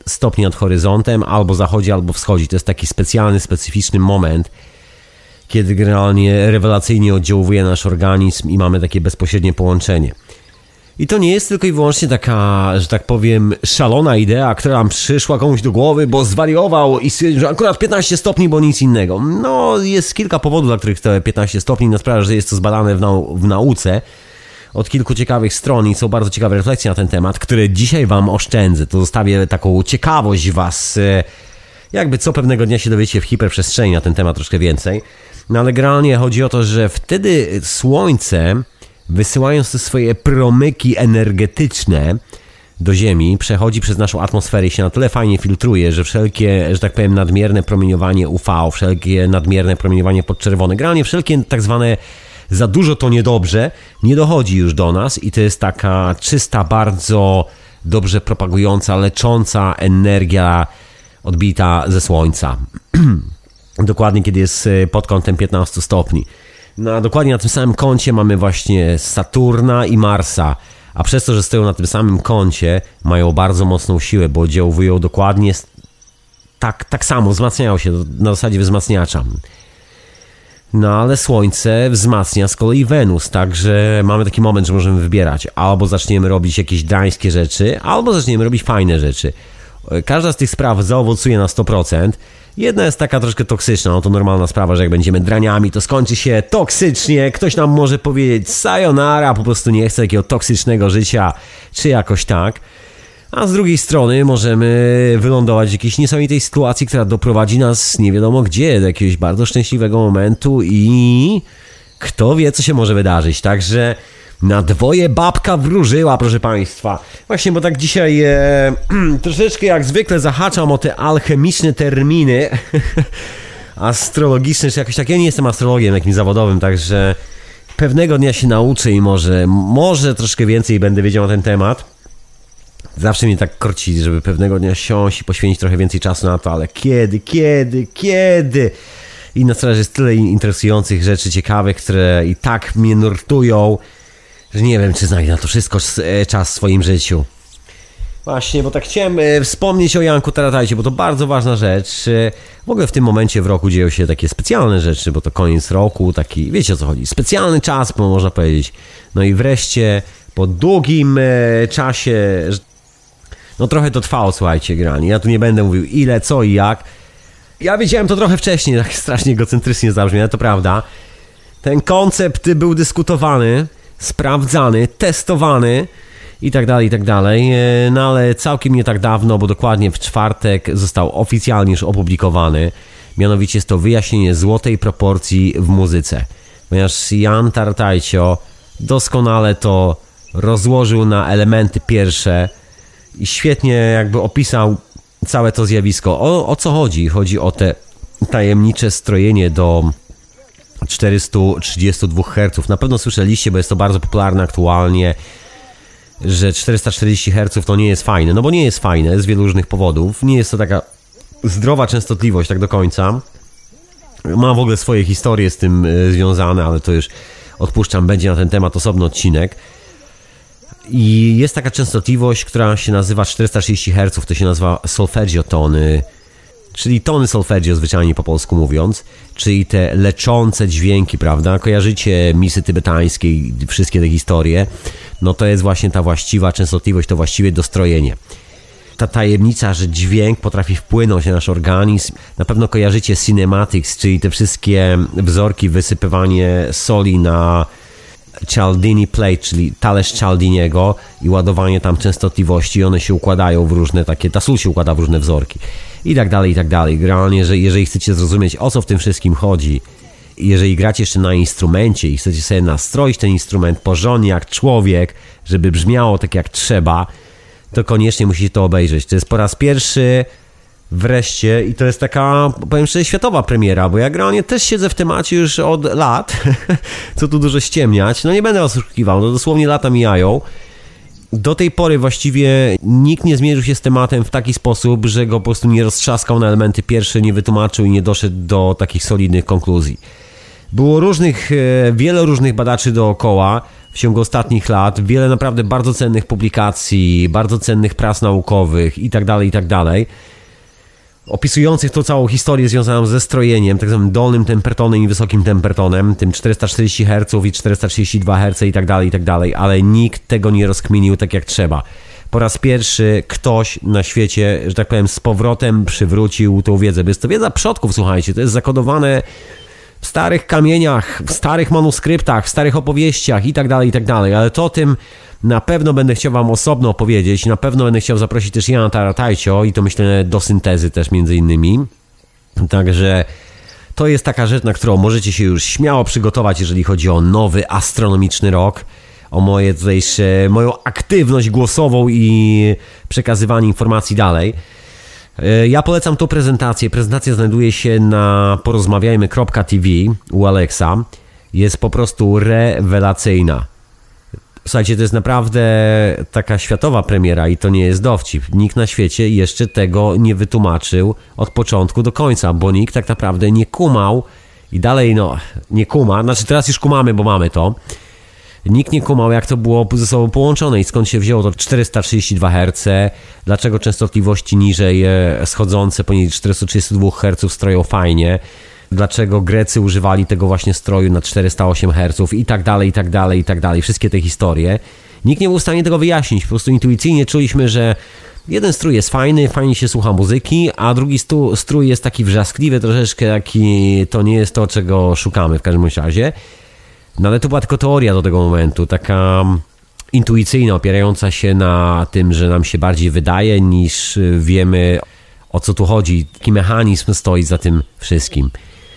stopni nad horyzontem, albo zachodzi, albo wschodzi. To jest taki specjalny, specyficzny moment, kiedy generalnie rewelacyjnie oddziałuje nasz organizm i mamy takie bezpośrednie połączenie. I to nie jest tylko i wyłącznie taka, że tak powiem, szalona idea, która nam przyszła komuś do głowy, bo zwariował i stwierdził, że akurat 15 stopni, bo nic innego. No, jest kilka powodów, dla których te 15 stopni sprawia, że jest to zbadane w nauce od kilku ciekawych stron i są bardzo ciekawe refleksje na ten temat, które dzisiaj wam oszczędzę. To zostawię taką ciekawość was, jakby co pewnego dnia się dowiecie w hiperprzestrzeni na ten temat troszkę więcej. No ale generalnie chodzi o to, że wtedy Słońce, wysyłając te swoje promyki energetyczne do Ziemi, przechodzi przez naszą atmosferę i się na tyle fajnie filtruje, że wszelkie, że tak powiem, nadmierne promieniowanie UV, wszelkie nadmierne promieniowanie podczerwone, generalnie wszelkie tak zwane za dużo to niedobrze, nie dochodzi już do nas i to jest taka czysta, bardzo dobrze propagująca, lecząca energia odbita ze Słońca. Dokładnie kiedy jest pod kątem 15 stopni. No a dokładnie na tym samym kącie mamy właśnie Saturna i Marsa, a przez to, że stoją na tym samym kącie, mają bardzo mocną siłę, bo oddziałują dokładnie tak samo, wzmacniają się na zasadzie wzmacniacza. No ale Słońce wzmacnia z kolei Wenus, także mamy taki moment, że możemy wybierać. Albo zaczniemy robić jakieś drańskie rzeczy, albo zaczniemy robić fajne rzeczy. Każda z tych spraw zaowocuje na 100%. Jedna jest taka troszkę toksyczna, no to normalna sprawa, że jak będziemy draniami, to skończy się toksycznie. Ktoś nam może powiedzieć sayonara, po prostu nie chce takiego toksycznego życia, czy jakoś tak. A z drugiej strony możemy wylądować w jakiejś niesamowitej sytuacji, która doprowadzi nas nie wiadomo gdzie, do jakiegoś bardzo szczęśliwego momentu i kto wie, co się może wydarzyć. Także na dwoje babka wróżyła, proszę Państwa. Właśnie, bo tak dzisiaj troszeczkę jak zwykle zahaczam o te alchemiczne terminy astrologiczne, czy jakoś tak. Ja nie jestem astrologiem jakimś zawodowym, także pewnego dnia się nauczę i może troszkę więcej będę wiedział na ten temat. Zawsze mnie tak korci, żeby pewnego dnia siąść i poświęcić trochę więcej czasu na to, ale kiedy? I na straży jest tyle interesujących rzeczy ciekawych, które i tak mnie nurtują, że nie wiem, czy znajdę na to wszystko czas w swoim życiu. Właśnie, bo tak chciałem wspomnieć o Janku Taratajcie, bo to bardzo ważna rzecz. W ogóle w tym momencie w roku dzieją się takie specjalne rzeczy, bo to koniec roku, taki, wiecie o co chodzi, specjalny czas, można powiedzieć. No i wreszcie po długim czasie, no trochę to trwało, słuchajcie, granie. Ja tu nie będę mówił ile, co i jak. Ja wiedziałem to trochę wcześniej, tak strasznie egocentrycznie zabrzmi, ale to prawda. Ten koncept był dyskutowany, sprawdzany, testowany i tak dalej, no ale całkiem nie tak dawno, bo dokładnie w czwartek został oficjalnie już opublikowany. Mianowicie jest to wyjaśnienie złotej proporcji w muzyce. Ponieważ Jan Taratajcio doskonale to rozłożył na elementy pierwsze i świetnie jakby opisał całe to zjawisko. O co chodzi? Chodzi o te tajemnicze strojenie do 432 Hz. Na pewno słyszeliście, bo jest to bardzo popularne aktualnie, że 440 Hz to nie jest fajne. No bo nie jest fajne z wielu różnych powodów. Nie jest to taka zdrowa częstotliwość tak do końca. Ma w ogóle swoje historie z tym związane, ale to już odpuszczam, będzie na ten temat osobny odcinek. I jest taka częstotliwość, która się nazywa 430 Hz, to się nazywa solfeggio tony, czyli tony solfeggio zwyczajnie po polsku mówiąc, czyli te leczące dźwięki, prawda? Kojarzycie misy tybetańskie i wszystkie te historie, no to jest właśnie ta właściwa częstotliwość, to właściwie dostrojenie. Ta tajemnica, że dźwięk potrafi wpłynąć na nasz organizm. Na pewno kojarzycie cinematics, czyli te wszystkie wzorki, wysypywanie soli na Cialdini plate, czyli talerz Cialdiniego i ładowanie tam częstotliwości, one się układają w różne takie, ta sól się układa w różne wzorki i tak dalej. Generalnie, że jeżeli chcecie zrozumieć, o co w tym wszystkim chodzi, jeżeli gracie jeszcze na instrumencie i chcecie sobie nastroić ten instrument porządnie jak człowiek, żeby brzmiało tak jak trzeba, to koniecznie musicie to obejrzeć. To jest po raz pierwszy wreszcie i to jest taka, powiem szczerze, światowa premiera, bo ja generalnie też siedzę w temacie już od lat, co tu dużo ściemniać, no nie będę was oszukiwał, no dosłownie lata mijają. Do tej pory właściwie nikt nie zmierzył się z tematem w taki sposób, że go po prostu nie roztrzaskał na elementy pierwsze, nie wytłumaczył i nie doszedł do takich solidnych konkluzji. Było wiele różnych badaczy dookoła, w ciągu ostatnich lat, wiele naprawdę bardzo cennych publikacji, bardzo cennych prac naukowych i tak dalej, opisujących tą całą historię związaną ze strojeniem, tak zwanym dolnym tempertonem i wysokim tempertonem, tym 440 Hz i 432 Hz i tak dalej, ale nikt tego nie rozkminił tak jak trzeba. Po raz pierwszy ktoś na świecie, że tak powiem, z powrotem przywrócił tą wiedzę. Bo jest to wiedza przodków, słuchajcie, to jest zakodowane w starych kamieniach, w starych manuskryptach, w starych opowieściach i tak dalej, ale to o tym na pewno będę chciał wam osobno opowiedzieć, na pewno będę chciał zaprosić też Jana Taratajcio i to myślę do syntezy też między innymi. Także to jest taka rzecz, na którą możecie się już śmiało przygotować, jeżeli chodzi o nowy astronomiczny rok, o moją aktywność głosową i przekazywanie informacji dalej. Ja polecam tą prezentację. Prezentacja znajduje się na porozmawiajmy.tv u Alexa. Jest po prostu rewelacyjna. Słuchajcie, to jest naprawdę taka światowa premiera i to nie jest dowcip. Nikt na świecie jeszcze tego nie wytłumaczył od początku do końca, bo nikt tak naprawdę nie kumał i dalej nie kuma. Znaczy teraz już kumamy, bo mamy to. Nikt nie kumał, jak to było ze sobą połączone i skąd się wzięło to 432 Hz, dlaczego częstotliwości niżej schodzące poniżej 432 Hz stroją fajnie, dlaczego Grecy używali tego właśnie stroju na 408 Hz i tak dalej, wszystkie te historie. Nikt nie był w stanie tego wyjaśnić, po prostu intuicyjnie czuliśmy, że jeden strój jest fajny, fajnie się słucha muzyki, a drugi strój jest taki wrzaskliwy troszeczkę, to nie jest to, czego szukamy w każdym razie. No ale to była tylko teoria do tego momentu, taka intuicyjna, opierająca się na tym, że nam się bardziej wydaje, niż wiemy, o co tu chodzi, jaki mechanizm stoi za tym wszystkim.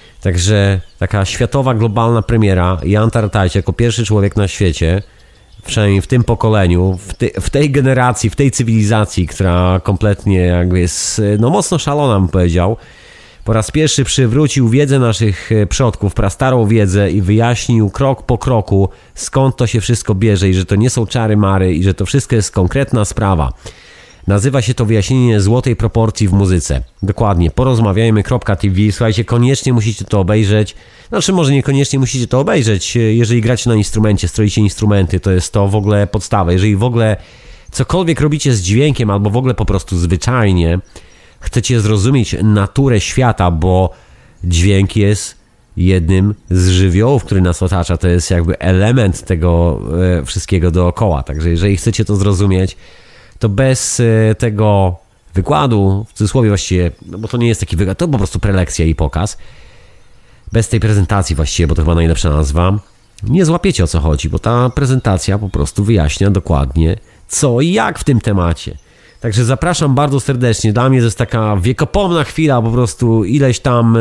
Także taka światowa, globalna premiera. Jan Taratajcio jako pierwszy człowiek na świecie, przynajmniej w tym pokoleniu, w tej generacji, w tej cywilizacji, która kompletnie jakby jest mocno szalona, bym powiedział, po raz pierwszy przywrócił wiedzę naszych przodków, prastarą wiedzę i wyjaśnił krok po kroku, skąd to się wszystko bierze i że to nie są czary-mary i że to wszystko jest konkretna sprawa. Nazywa się to wyjaśnienie złotej proporcji w muzyce. Dokładnie, porozmawiajmy.tv. Słuchajcie, koniecznie musicie to obejrzeć. Znaczy może niekoniecznie musicie to obejrzeć. Jeżeli gracie na instrumencie, stroicie instrumenty, to jest to w ogóle podstawa. Jeżeli w ogóle cokolwiek robicie z dźwiękiem albo w ogóle po prostu zwyczajnie chcecie zrozumieć naturę świata, bo dźwięk jest jednym z żywiołów, który nas otacza. To jest jakby element tego wszystkiego dookoła. Także jeżeli chcecie to zrozumieć, to bez tego wykładu, w cudzysłowie właściwie, bo to nie jest taki wykład, to po prostu prelekcja i pokaz, bez tej prezentacji właściwie, bo to chyba najlepsza nazwa, nie złapiecie, o co chodzi, bo ta prezentacja po prostu wyjaśnia dokładnie co i jak w tym temacie. Także zapraszam bardzo serdecznie. Dla mnie to jest taka wiekopomna chwila, po prostu ileś tam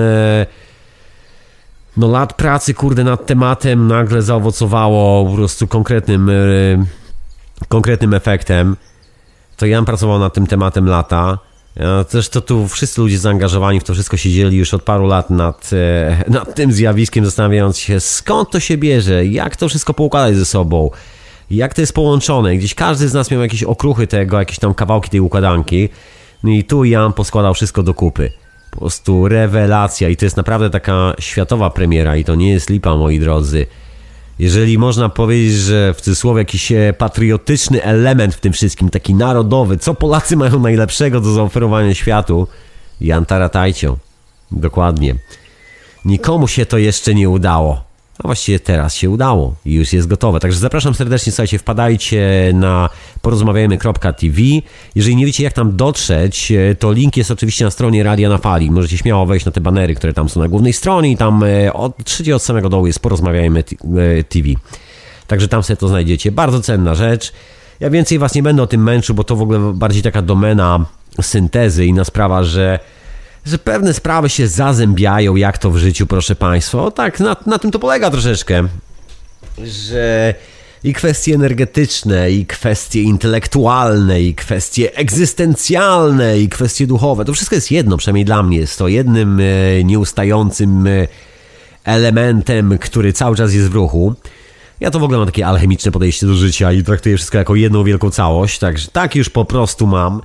lat pracy, nad tematem nagle zaowocowało po prostu konkretnym efektem. To Jan pracował nad tym tematem lata. Też to tu wszyscy ludzie zaangażowani w to wszystko siedzieli już od paru lat nad tym zjawiskiem, zastanawiając się, skąd to się bierze, jak to wszystko poukładać ze sobą, jak to jest połączone. Gdzieś każdy z nas miał jakieś okruchy tego, jakieś tam kawałki tej układanki. No i tu Jan poskładał wszystko do kupy. Po prostu rewelacja i to jest naprawdę taka światowa premiera i to nie jest lipa, moi drodzy. Jeżeli można powiedzieć, że w cudzysłowie jakiś patriotyczny element w tym wszystkim, taki narodowy, co Polacy mają najlepszego do zaoferowania światu? Jan Taratajcio. Dokładnie. Nikomu się to jeszcze nie udało. A właściwie teraz się udało i już jest gotowe. Także zapraszam serdecznie, słuchajcie, wpadajcie na porozmawiajmy.tv. Jeżeli nie wiecie, jak tam dotrzeć, to link jest oczywiście na stronie Radia na Fali. Możecie śmiało wejść na te banery, które tam są na głównej stronie i tam trzecie od samego dołu jest Porozmawiajmy TV. Także tam sobie to znajdziecie. Bardzo cenna rzecz. Ja więcej was nie będę o tym męczył, bo to w ogóle bardziej taka domena syntezy, inna sprawa, że pewne sprawy się zazębiają, jak to w życiu, proszę państwa. O tak, na tym to polega troszeczkę, że i kwestie energetyczne, i kwestie intelektualne, i kwestie egzystencjalne, i kwestie duchowe, to wszystko jest jedno, przynajmniej dla mnie jest to jednym nieustającym elementem, który cały czas jest w ruchu. Ja to w ogóle mam takie alchemiczne podejście do życia i traktuję wszystko jako jedną wielką całość, także tak już po prostu mam.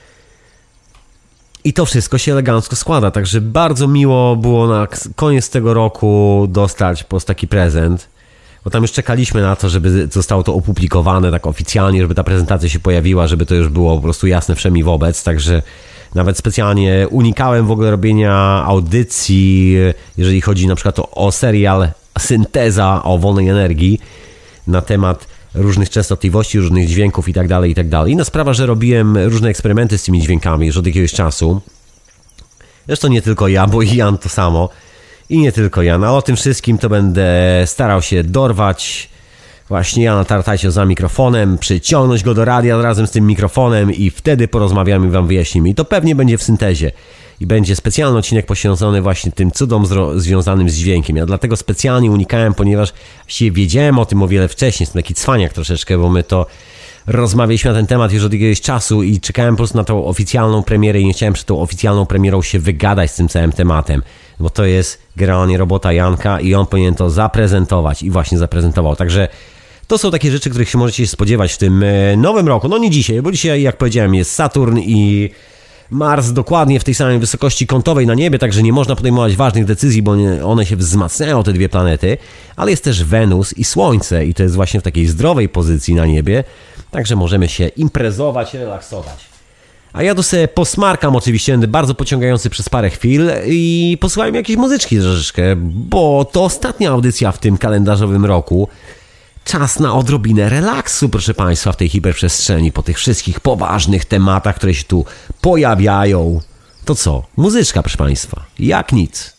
I to wszystko się elegancko składa, także bardzo miło było na koniec tego roku dostać po prostu taki prezent. bo tam już czekaliśmy na to, żeby zostało to opublikowane tak oficjalnie, żeby ta prezentacja się pojawiła, żeby to już było po prostu jasne wszemi wobec, także nawet specjalnie unikałem w ogóle robienia audycji, jeżeli chodzi na przykład o serial Synteza o wolnej energii na temat różnych częstotliwości, różnych dźwięków i tak dalej, i tak dalej. Inna sprawa, że robiłem różne eksperymenty z tymi dźwiękami już od jakiegoś czasu. Zresztą nie tylko ja, bo i Jan to samo. I nie tylko ja, no ale o tym wszystkim to będę starał się dorwać właśnie Jana Taratajcio za mikrofonem, przyciągnąć go do radia razem z tym mikrofonem i wtedy porozmawiamy i wam wyjaśnimy. I to pewnie będzie w syntezie. I będzie specjalny odcinek poświęcony właśnie tym cudom związanym z dźwiękiem. Ja dlatego specjalnie unikałem, ponieważ właściwie wiedziałem o tym o wiele wcześniej. Jestem taki cwaniak troszeczkę, bo my to rozmawialiśmy na ten temat już od jakiegoś czasu i czekałem po prostu na tą oficjalną premierę i nie chciałem przed tą oficjalną premierą się wygadać z tym całym tematem, bo to jest generalnie robota Janka i on powinien to zaprezentować i właśnie zaprezentował. Także to są takie rzeczy, których się możecie spodziewać w tym nowym roku. No nie dzisiaj, bo dzisiaj, jak powiedziałem, jest Saturn i Mars dokładnie w tej samej wysokości kątowej na niebie, także nie można podejmować ważnych decyzji, bo one się wzmacniają, te dwie planety, ale jest też Wenus i Słońce i to jest właśnie w takiej zdrowej pozycji na niebie, także możemy się imprezować, relaksować. A ja tu sobie posmarkam oczywiście, będę bardzo pociągający przez parę chwil i posłuchajmy jakieś muzyczki troszeczkę, bo to ostatnia audycja w tym kalendarzowym roku. Czas na odrobinę relaksu, proszę Państwa, w tej hiperprzestrzeni, po tych wszystkich poważnych tematach, które się tu pojawiają. To co? Muzyczka, proszę Państwa. Jak nic.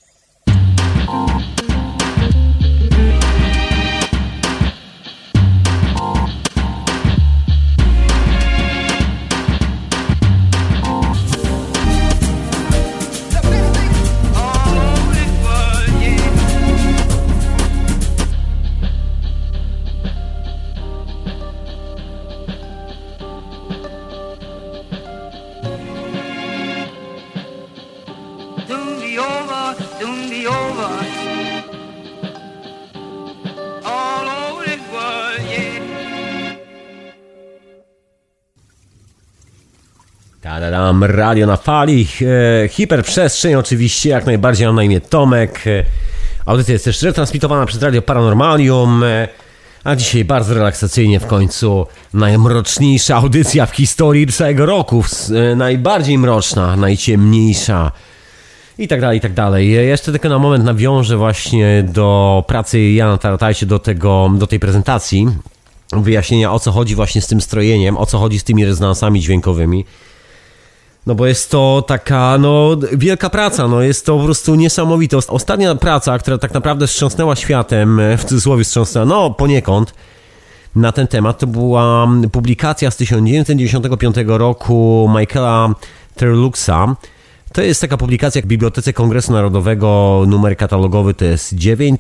Radio na fali, hiperprzestrzeń oczywiście, jak najbardziej, mam na imię Tomek. Audycja jest też retransmitowana przez Radio Paranormalium, a dzisiaj bardzo relaksacyjnie w końcu najmroczniejsza audycja w historii całego roku, najbardziej mroczna, najciemniejsza i tak dalej, i tak dalej. Jeszcze tylko na moment nawiążę właśnie do pracy Jana Taratajcio, do tej prezentacji, wyjaśnienia o co chodzi właśnie z tym strojeniem, o co chodzi z tymi rezonansami dźwiękowymi. No bo jest to taka, wielka praca, jest to po prostu niesamowite. Ostatnia praca, która tak naprawdę wstrząsnęła światem, w cudzysłowie wstrząsnęła, poniekąd, na ten temat, to była publikacja z 1995 roku Michaela Terluxa. To jest taka publikacja w Bibliotece Kongresu Narodowego, numer katalogowy to jest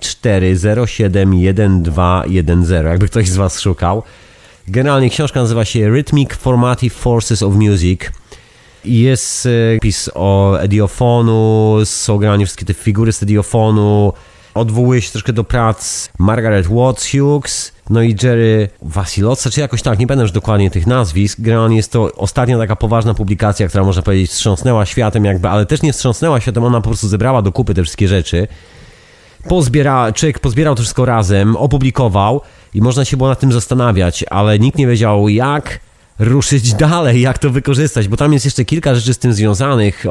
94071210, jakby ktoś z Was szukał. Generalnie książka nazywa się Rhythmic Formative Forces of Music. Jest opis o ediofonu, są generalnie wszystkie te figury z ediofonu. Odwołuje się troszkę do prac Margaret Watts Hughes, i Jerry Vasilotsa, czy jakoś tak, nie będę już dokładnie tych nazwisk. Generalnie jest to ostatnia taka poważna publikacja, która można powiedzieć wstrząsnęła światem ale też nie wstrząsnęła światem, ona po prostu zebrała do kupy te wszystkie rzeczy. Człowiek pozbierał to wszystko razem, opublikował i można się było nad tym zastanawiać, ale nikt nie wiedział jak ruszyć dalej, jak to wykorzystać, bo tam jest jeszcze kilka rzeczy z tym związanych,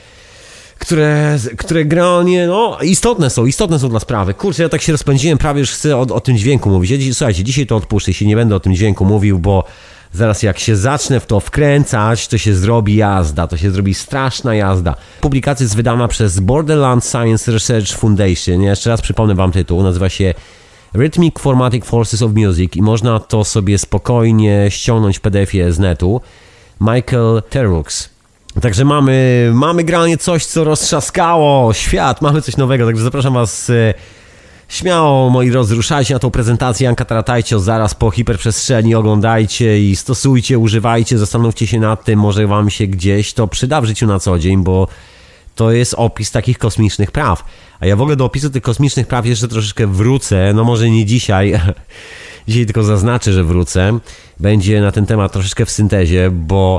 które generalnie, istotne są dla sprawy. Kurczę, ja tak się rozpędziłem, prawie już chcę o tym dźwięku mówić. Słuchajcie, dzisiaj to odpuszczę się, nie będę o tym dźwięku mówił, bo zaraz jak się zacznę w to wkręcać, to się zrobi jazda, to się zrobi straszna jazda. Publikacja jest wydana przez Borderland Science Research Foundation. Ja jeszcze raz przypomnę wam tytuł, nazywa się Rhythmic Formatic Forces of Music i można to sobie spokojnie ściągnąć w PDF-ie z netu. Michael Terlux. Także mamy generalnie coś, co roztrzaskało świat, mamy coś nowego, także zapraszam was śmiało, moi drodzy, ruszajcie na tą prezentację Janka Taratajcio zaraz po hiperprzestrzeni, oglądajcie i stosujcie, używajcie, zastanówcie się nad tym, może wam się gdzieś to przyda w życiu na co dzień, bo to jest opis takich kosmicznych praw. A ja w ogóle do opisu tych kosmicznych praw jeszcze troszeczkę wrócę, może nie dzisiaj, dzisiaj tylko zaznaczę, że wrócę. Będzie na ten temat troszeczkę w syntezie, bo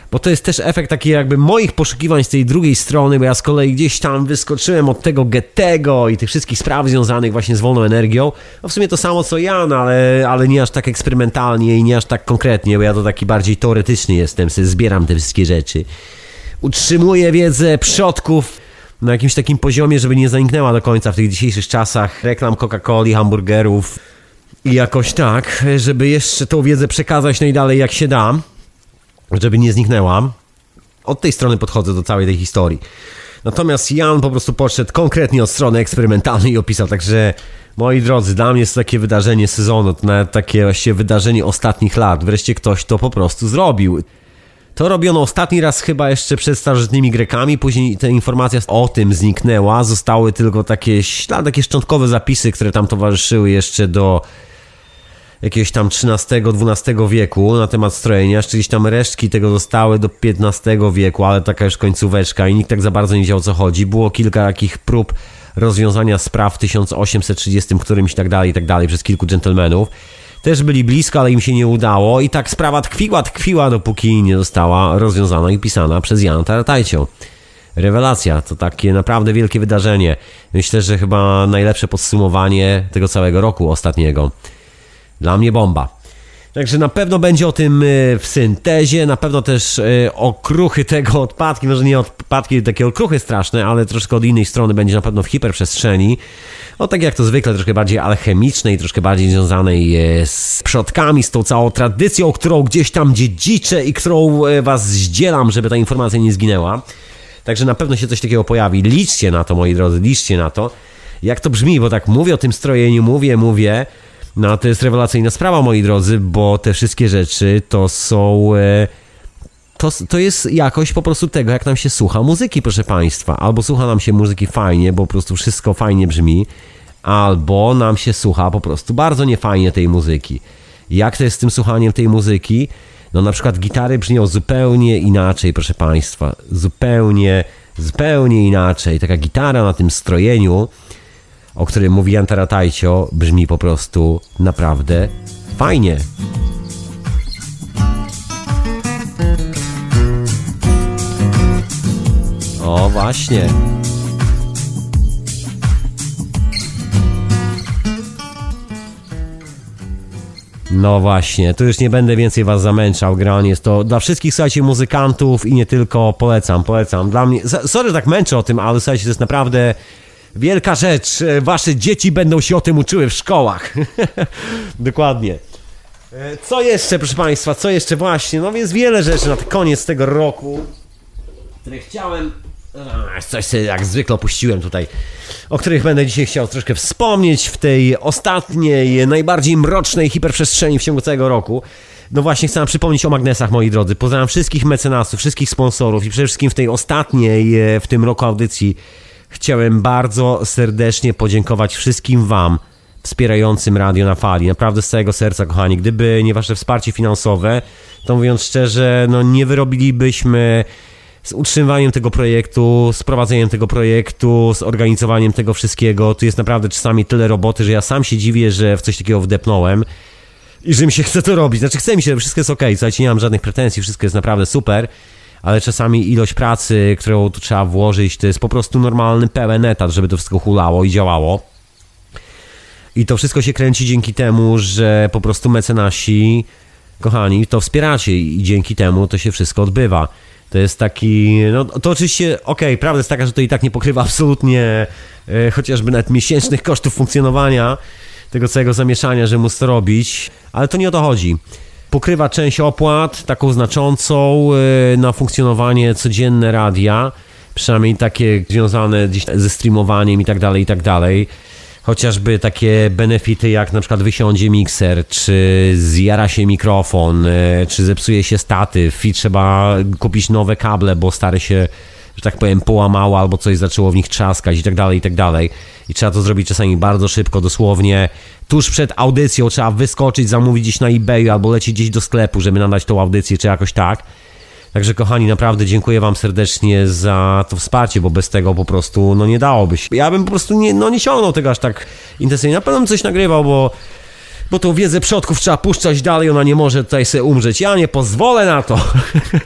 Bo to jest też efekt taki jakby moich poszukiwań z tej drugiej strony, bo ja z kolei gdzieś tam wyskoczyłem od tego Goethego i tych wszystkich spraw związanych właśnie z wolną energią. No w sumie to samo co Jan, ale nie aż tak eksperymentalnie i nie aż tak konkretnie, bo ja to taki bardziej teoretyczny jestem, sobie zbieram te wszystkie rzeczy. Utrzymuję wiedzę przodków na jakimś takim poziomie, żeby nie zaniknęła do końca w tych dzisiejszych czasach reklam Coca-Coli, hamburgerów i jakoś tak, żeby jeszcze tą wiedzę przekazać najdalej jak się da, żeby nie zniknęła. Od tej strony podchodzę do całej tej historii. Natomiast Jan po prostu podszedł konkretnie od strony eksperymentalnej i opisał, także moi drodzy, dla mnie jest to takie wydarzenie sezonu, to nawet takie właściwie wydarzenie ostatnich lat. Wreszcie ktoś to po prostu zrobił. To robiono ostatni raz chyba jeszcze przed starożytnymi Grekami, później ta informacja o tym zniknęła, zostały tylko takie szczątkowe zapisy, które tam towarzyszyły jeszcze do jakiegoś tam XIII-XII wieku na temat strojenia, jeszcze gdzieś tam resztki tego zostały do XV wieku, ale taka już końcóweczka i nikt tak za bardzo nie wiedział o co chodzi. Było kilka takich prób rozwiązania spraw w 1830 którymś i tak dalej przez kilku dżentelmenów. Też byli blisko, ale im się nie udało i tak sprawa tkwiła, dopóki nie została rozwiązana i pisana przez Jana Taratajcio. Rewelacja, to takie naprawdę wielkie wydarzenie. Myślę, że chyba najlepsze podsumowanie tego całego roku ostatniego. Dla mnie bomba. Także na pewno będzie o tym w syntezie, na pewno też okruchy tego odpadki, może nie odpadki, takie okruchy straszne, ale troszkę od innej strony będzie na pewno w hiperprzestrzeni. No tak jak to zwykle, troszkę bardziej alchemicznej, troszkę bardziej związanej z przodkami, z tą całą tradycją, którą gdzieś tam dziedziczę i którą was zdzielam, żeby ta informacja nie zginęła. Także na pewno się coś takiego pojawi. Liczcie na to, moi drodzy, liczcie na to. Jak to brzmi, bo tak mówię o tym strojeniu, mówię. No to jest rewelacyjna sprawa, moi drodzy, bo te wszystkie rzeczy to są... To jest jakość po prostu tego, jak nam się słucha muzyki, proszę Państwa. Albo słucha nam się muzyki fajnie, bo po prostu wszystko fajnie brzmi, albo nam się słucha po prostu bardzo niefajnie tej muzyki. Jak to jest z tym słuchaniem tej muzyki? No na przykład gitary brzmią zupełnie inaczej, proszę Państwa. Zupełnie inaczej. Taka gitara na tym strojeniu, o którym mówi Jan Taratajcio, brzmi po prostu naprawdę fajnie. O, właśnie. No właśnie, tu już nie będę więcej was zamęczał, granie jest to dla wszystkich, słuchajcie, muzykantów i nie tylko, polecam. Dla mnie, sorry, że tak męczę o tym, ale słuchajcie, to jest naprawdę wielka rzecz. Wasze dzieci będą się o tym uczyły w szkołach. Dokładnie. Co jeszcze, proszę Państwa, co jeszcze właśnie? No więc wiele rzeczy na koniec tego roku, które chciałem... Coś sobie jak zwykle opuściłem tutaj, o których będę dzisiaj chciał troszkę wspomnieć w tej ostatniej, najbardziej mrocznej hiperprzestrzeni w ciągu całego roku. No właśnie, chcę przypomnieć o magnesach, moi drodzy. Pozdrawiam wszystkich mecenasów, wszystkich sponsorów i przede wszystkim w tej ostatniej w tym roku audycji chciałem bardzo serdecznie podziękować wszystkim wam wspierającym Radio na Fali. Naprawdę z całego serca, kochani. Gdyby nie wasze wsparcie finansowe, to mówiąc szczerze, no nie wyrobilibyśmy z utrzymywaniem tego projektu, z prowadzeniem tego projektu, z organizowaniem tego wszystkiego. Tu jest naprawdę czasami tyle roboty, że ja sam się dziwię, że w coś takiego wdepnąłem i że mi się chce to robić. Znaczy chce mi się, wszystko jest okej, słuchajcie, nie mam żadnych pretensji, wszystko jest naprawdę super, ale czasami ilość pracy, którą tu trzeba włożyć, to jest po prostu normalny, pełen etat, żeby to wszystko hulało i działało. I to wszystko się kręci dzięki temu, że po prostu mecenasi, kochani, to wspieracie i dzięki temu to się wszystko odbywa. To jest taki, no to oczywiście, prawda jest taka, że to i tak nie pokrywa absolutnie chociażby nawet miesięcznych kosztów funkcjonowania tego całego zamieszania, że móc to robić, ale to nie o to chodzi. Pokrywa część opłat, taką znaczącą na funkcjonowanie codzienne radia, przynajmniej takie związane gdzieś ze streamowaniem i tak dalej. Chociażby takie benefity jak na przykład wysiądzie mikser, czy zjara się mikrofon, czy zepsuje się statyw i trzeba kupić nowe kable, bo stare się, że tak powiem, połamało albo coś zaczęło w nich trzaskać i tak dalej. I trzeba to zrobić czasami bardzo szybko, dosłownie tuż przed audycją trzeba wyskoczyć, zamówić gdzieś na eBayu albo lecieć gdzieś do sklepu, żeby nadać tą audycję, czy jakoś tak. Także kochani, naprawdę dziękuję wam serdecznie za to wsparcie, bo bez tego po prostu no nie dałoby się. Ja bym po prostu nie ciągnął tego aż tak intensywnie. Na pewno bym coś nagrywał, bo tą wiedzę przodków trzeba puszczać dalej, ona nie może tutaj sobie umrzeć. Ja nie pozwolę na to.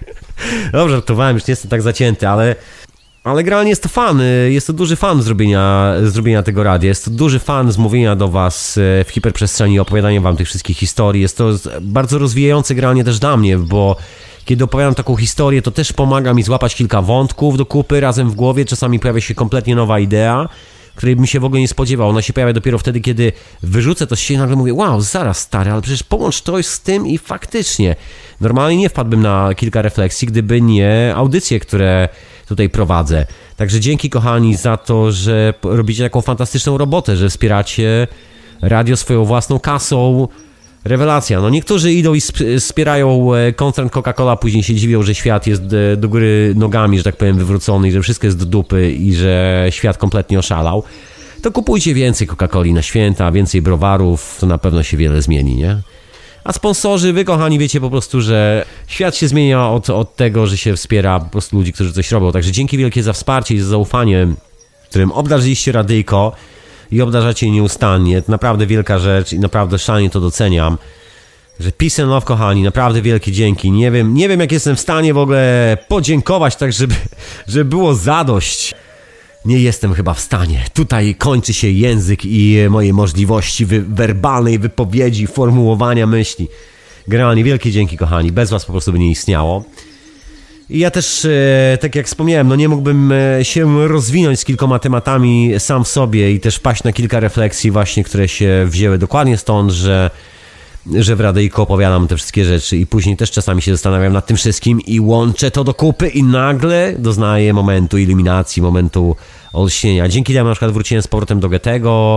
Dobrze, żartowałem, już nie jestem tak zacięty, ale generalnie jest to fan, jest to duży fan zrobienia tego radia, jest to duży fan z mówienia do was w hiperprzestrzeni, opowiadania wam tych wszystkich historii, jest to bardzo rozwijające generalnie też dla mnie, bo kiedy opowiadam taką historię, to też pomaga mi złapać kilka wątków do kupy razem w głowie, czasami pojawia się kompletnie nowa idea, której bym się w ogóle nie spodziewał. Ona się pojawia dopiero wtedy, kiedy wyrzucę to z siebie i nagle mówię, wow, zaraz stary, ale przecież połącz to z tym i faktycznie. Normalnie nie wpadłbym na kilka refleksji, gdyby nie audycje, które tutaj prowadzę. Także dzięki kochani za to, że robicie taką fantastyczną robotę, że wspieracie radio swoją własną kasą. Rewelacja. No niektórzy idą i wspierają koncern Coca-Cola, później się dziwią, że świat jest do góry nogami, że tak powiem, wywrócony i że wszystko jest do dupy i że świat kompletnie oszalał. To kupujcie więcej Coca-Coli na święta, więcej browarów, to na pewno się wiele zmieni, nie? A sponsorzy, wy kochani wiecie po prostu, że świat się zmienia od tego, że się wspiera po prostu ludzi, którzy coś robią. Także dzięki wielkie za wsparcie i za zaufanie, którym obdarzyliście radyjko i obdarzacie nieustannie. To naprawdę wielka rzecz i naprawdę szalenie to doceniam. Że peace and love, kochani, naprawdę wielkie dzięki. Nie wiem jak jestem w stanie w ogóle podziękować tak, żeby było zadość. Nie jestem chyba w stanie. Tutaj kończy się język i moje możliwości werbalnej wypowiedzi, formułowania myśli. Generalnie wielkie dzięki, kochani. Bez was po prostu by nie istniało. I ja też, tak jak wspomniałem, no nie mógłbym się rozwinąć z kilkoma tematami sam w sobie i też wpaść na kilka refleksji właśnie, które się wzięły dokładnie stąd, że w radyjku opowiadam te wszystkie rzeczy i później też czasami się zastanawiam nad tym wszystkim i łączę to do kupy i nagle doznaję momentu iluminacji, momentu olśnienia. Dzięki temu na przykład wróciłem z powrotem do Goethego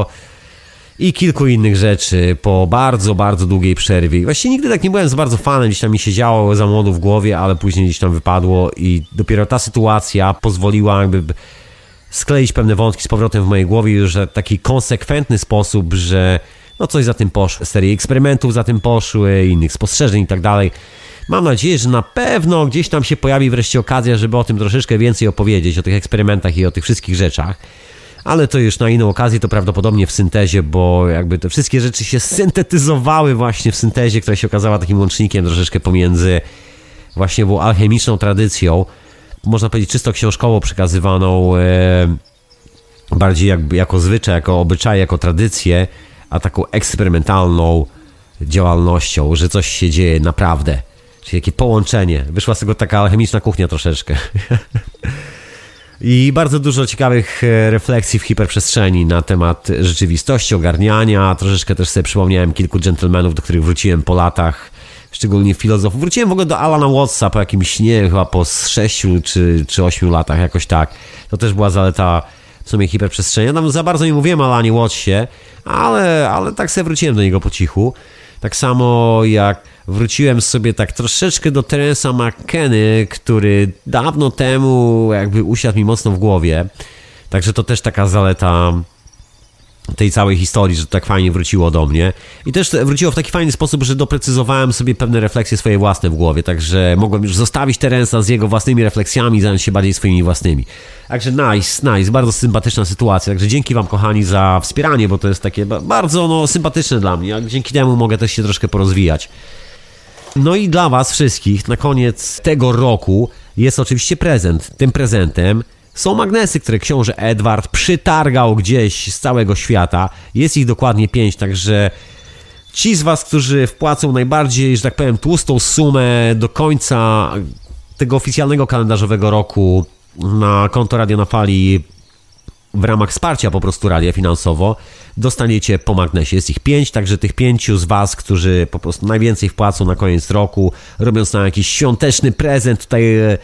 i kilku innych rzeczy po bardzo, bardzo długiej przerwie. Właściwie nigdy tak nie byłem za bardzo fanem, gdzieś tam mi się działo za młodu w głowie, ale później gdzieś tam wypadło i dopiero ta sytuacja pozwoliła jakby skleić pewne wątki z powrotem w mojej głowie już w taki konsekwentny sposób, że no coś za tym poszło. Serie eksperymentów za tym poszły, innych spostrzeżeń i tak dalej. Mam nadzieję, że na pewno gdzieś tam się pojawi wreszcie okazja, żeby o tym troszeczkę więcej opowiedzieć, o tych eksperymentach i o tych wszystkich rzeczach. Ale to już na inną okazję, to prawdopodobnie w syntezie, bo jakby te wszystkie rzeczy się syntetyzowały właśnie w syntezie, która się okazała takim łącznikiem troszeczkę pomiędzy właśnie było alchemiczną tradycją, można powiedzieć czysto książkowo przekazywaną, bardziej jako zwyczaj, jako obyczaj, jako tradycję, a taką eksperymentalną działalnością, że coś się dzieje naprawdę. Czyli takie połączenie. Wyszła z tego taka alchemiczna kuchnia troszeczkę. I bardzo dużo ciekawych refleksji w hiperprzestrzeni na temat rzeczywistości, ogarniania. Troszeczkę też sobie przypomniałem kilku dżentelmenów, do których wróciłem po latach, szczególnie filozofów. Wróciłem w ogóle do Alana Wattsa po jakimś, nie wiem, chyba po 6 czy 8 latach, jakoś tak. To też była zaleta w sumie hiperprzestrzeni. Ja tam za bardzo nie mówiłem o Alanie Wattsie, ale tak sobie wróciłem do niego po cichu. Tak samo jak wróciłem sobie tak troszeczkę do Terence'a McKenny, który dawno temu jakby usiadł mi mocno w głowie. Także to też taka zaleta tej całej historii, że to tak fajnie wróciło do mnie. I też wróciło w taki fajny sposób, że doprecyzowałem sobie pewne refleksje swoje własne w głowie. Także mogłem już zostawić Terence'a z jego własnymi refleksjami i zająć się bardziej swoimi własnymi. Także nice, bardzo sympatyczna sytuacja. Także dzięki wam, kochani, za wspieranie, bo to jest takie bardzo sympatyczne dla mnie. Dzięki temu mogę też się troszkę porozwijać. No i dla was wszystkich na koniec tego roku jest oczywiście prezent. Tym prezentem są magnesy, które książę Edward przytargał gdzieś z całego świata. Jest ich dokładnie 5, także ci z was, którzy wpłacą najbardziej, że tak powiem, tłustą sumę do końca tego oficjalnego kalendarzowego roku na konto Radio na Fali w ramach wsparcia po prostu radia finansowo, dostaniecie po magnesie. Jest ich 5, także tych 5 z was, którzy po prostu najwięcej wpłacą na koniec roku, robiąc nam jakiś świąteczny prezent tutaj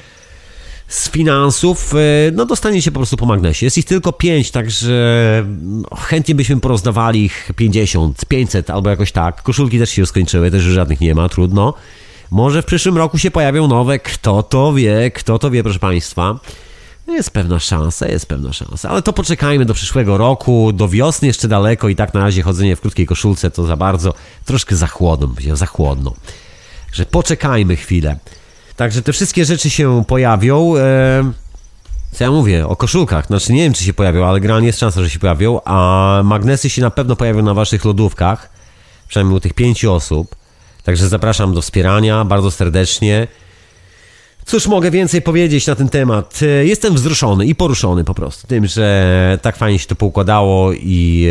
z finansów, no dostaniecie po prostu po magnesie. Jest ich tylko 5, także chętnie byśmy porozdawali ich 50, 500 albo jakoś tak. Koszulki też się już skończyły, też już żadnych nie ma, trudno. Może w przyszłym roku się pojawią nowe, kto to wie, proszę państwa. Jest pewna szansa, ale to poczekajmy do przyszłego roku, do wiosny jeszcze daleko i tak na razie chodzenie w krótkiej koszulce to za bardzo, troszkę za chłodno. Że poczekajmy chwilę. Także te wszystkie rzeczy się pojawią. Co ja mówię? O koszulkach. Znaczy nie wiem, czy się pojawią, ale generalnie jest szansa, że się pojawią. A magnesy się na pewno pojawią na waszych lodówkach. Przynajmniej u tych 5 osób. Także zapraszam do wspierania bardzo serdecznie. Cóż mogę więcej powiedzieć na ten temat? Jestem wzruszony i poruszony po prostu tym, że tak fajnie się to poukładało i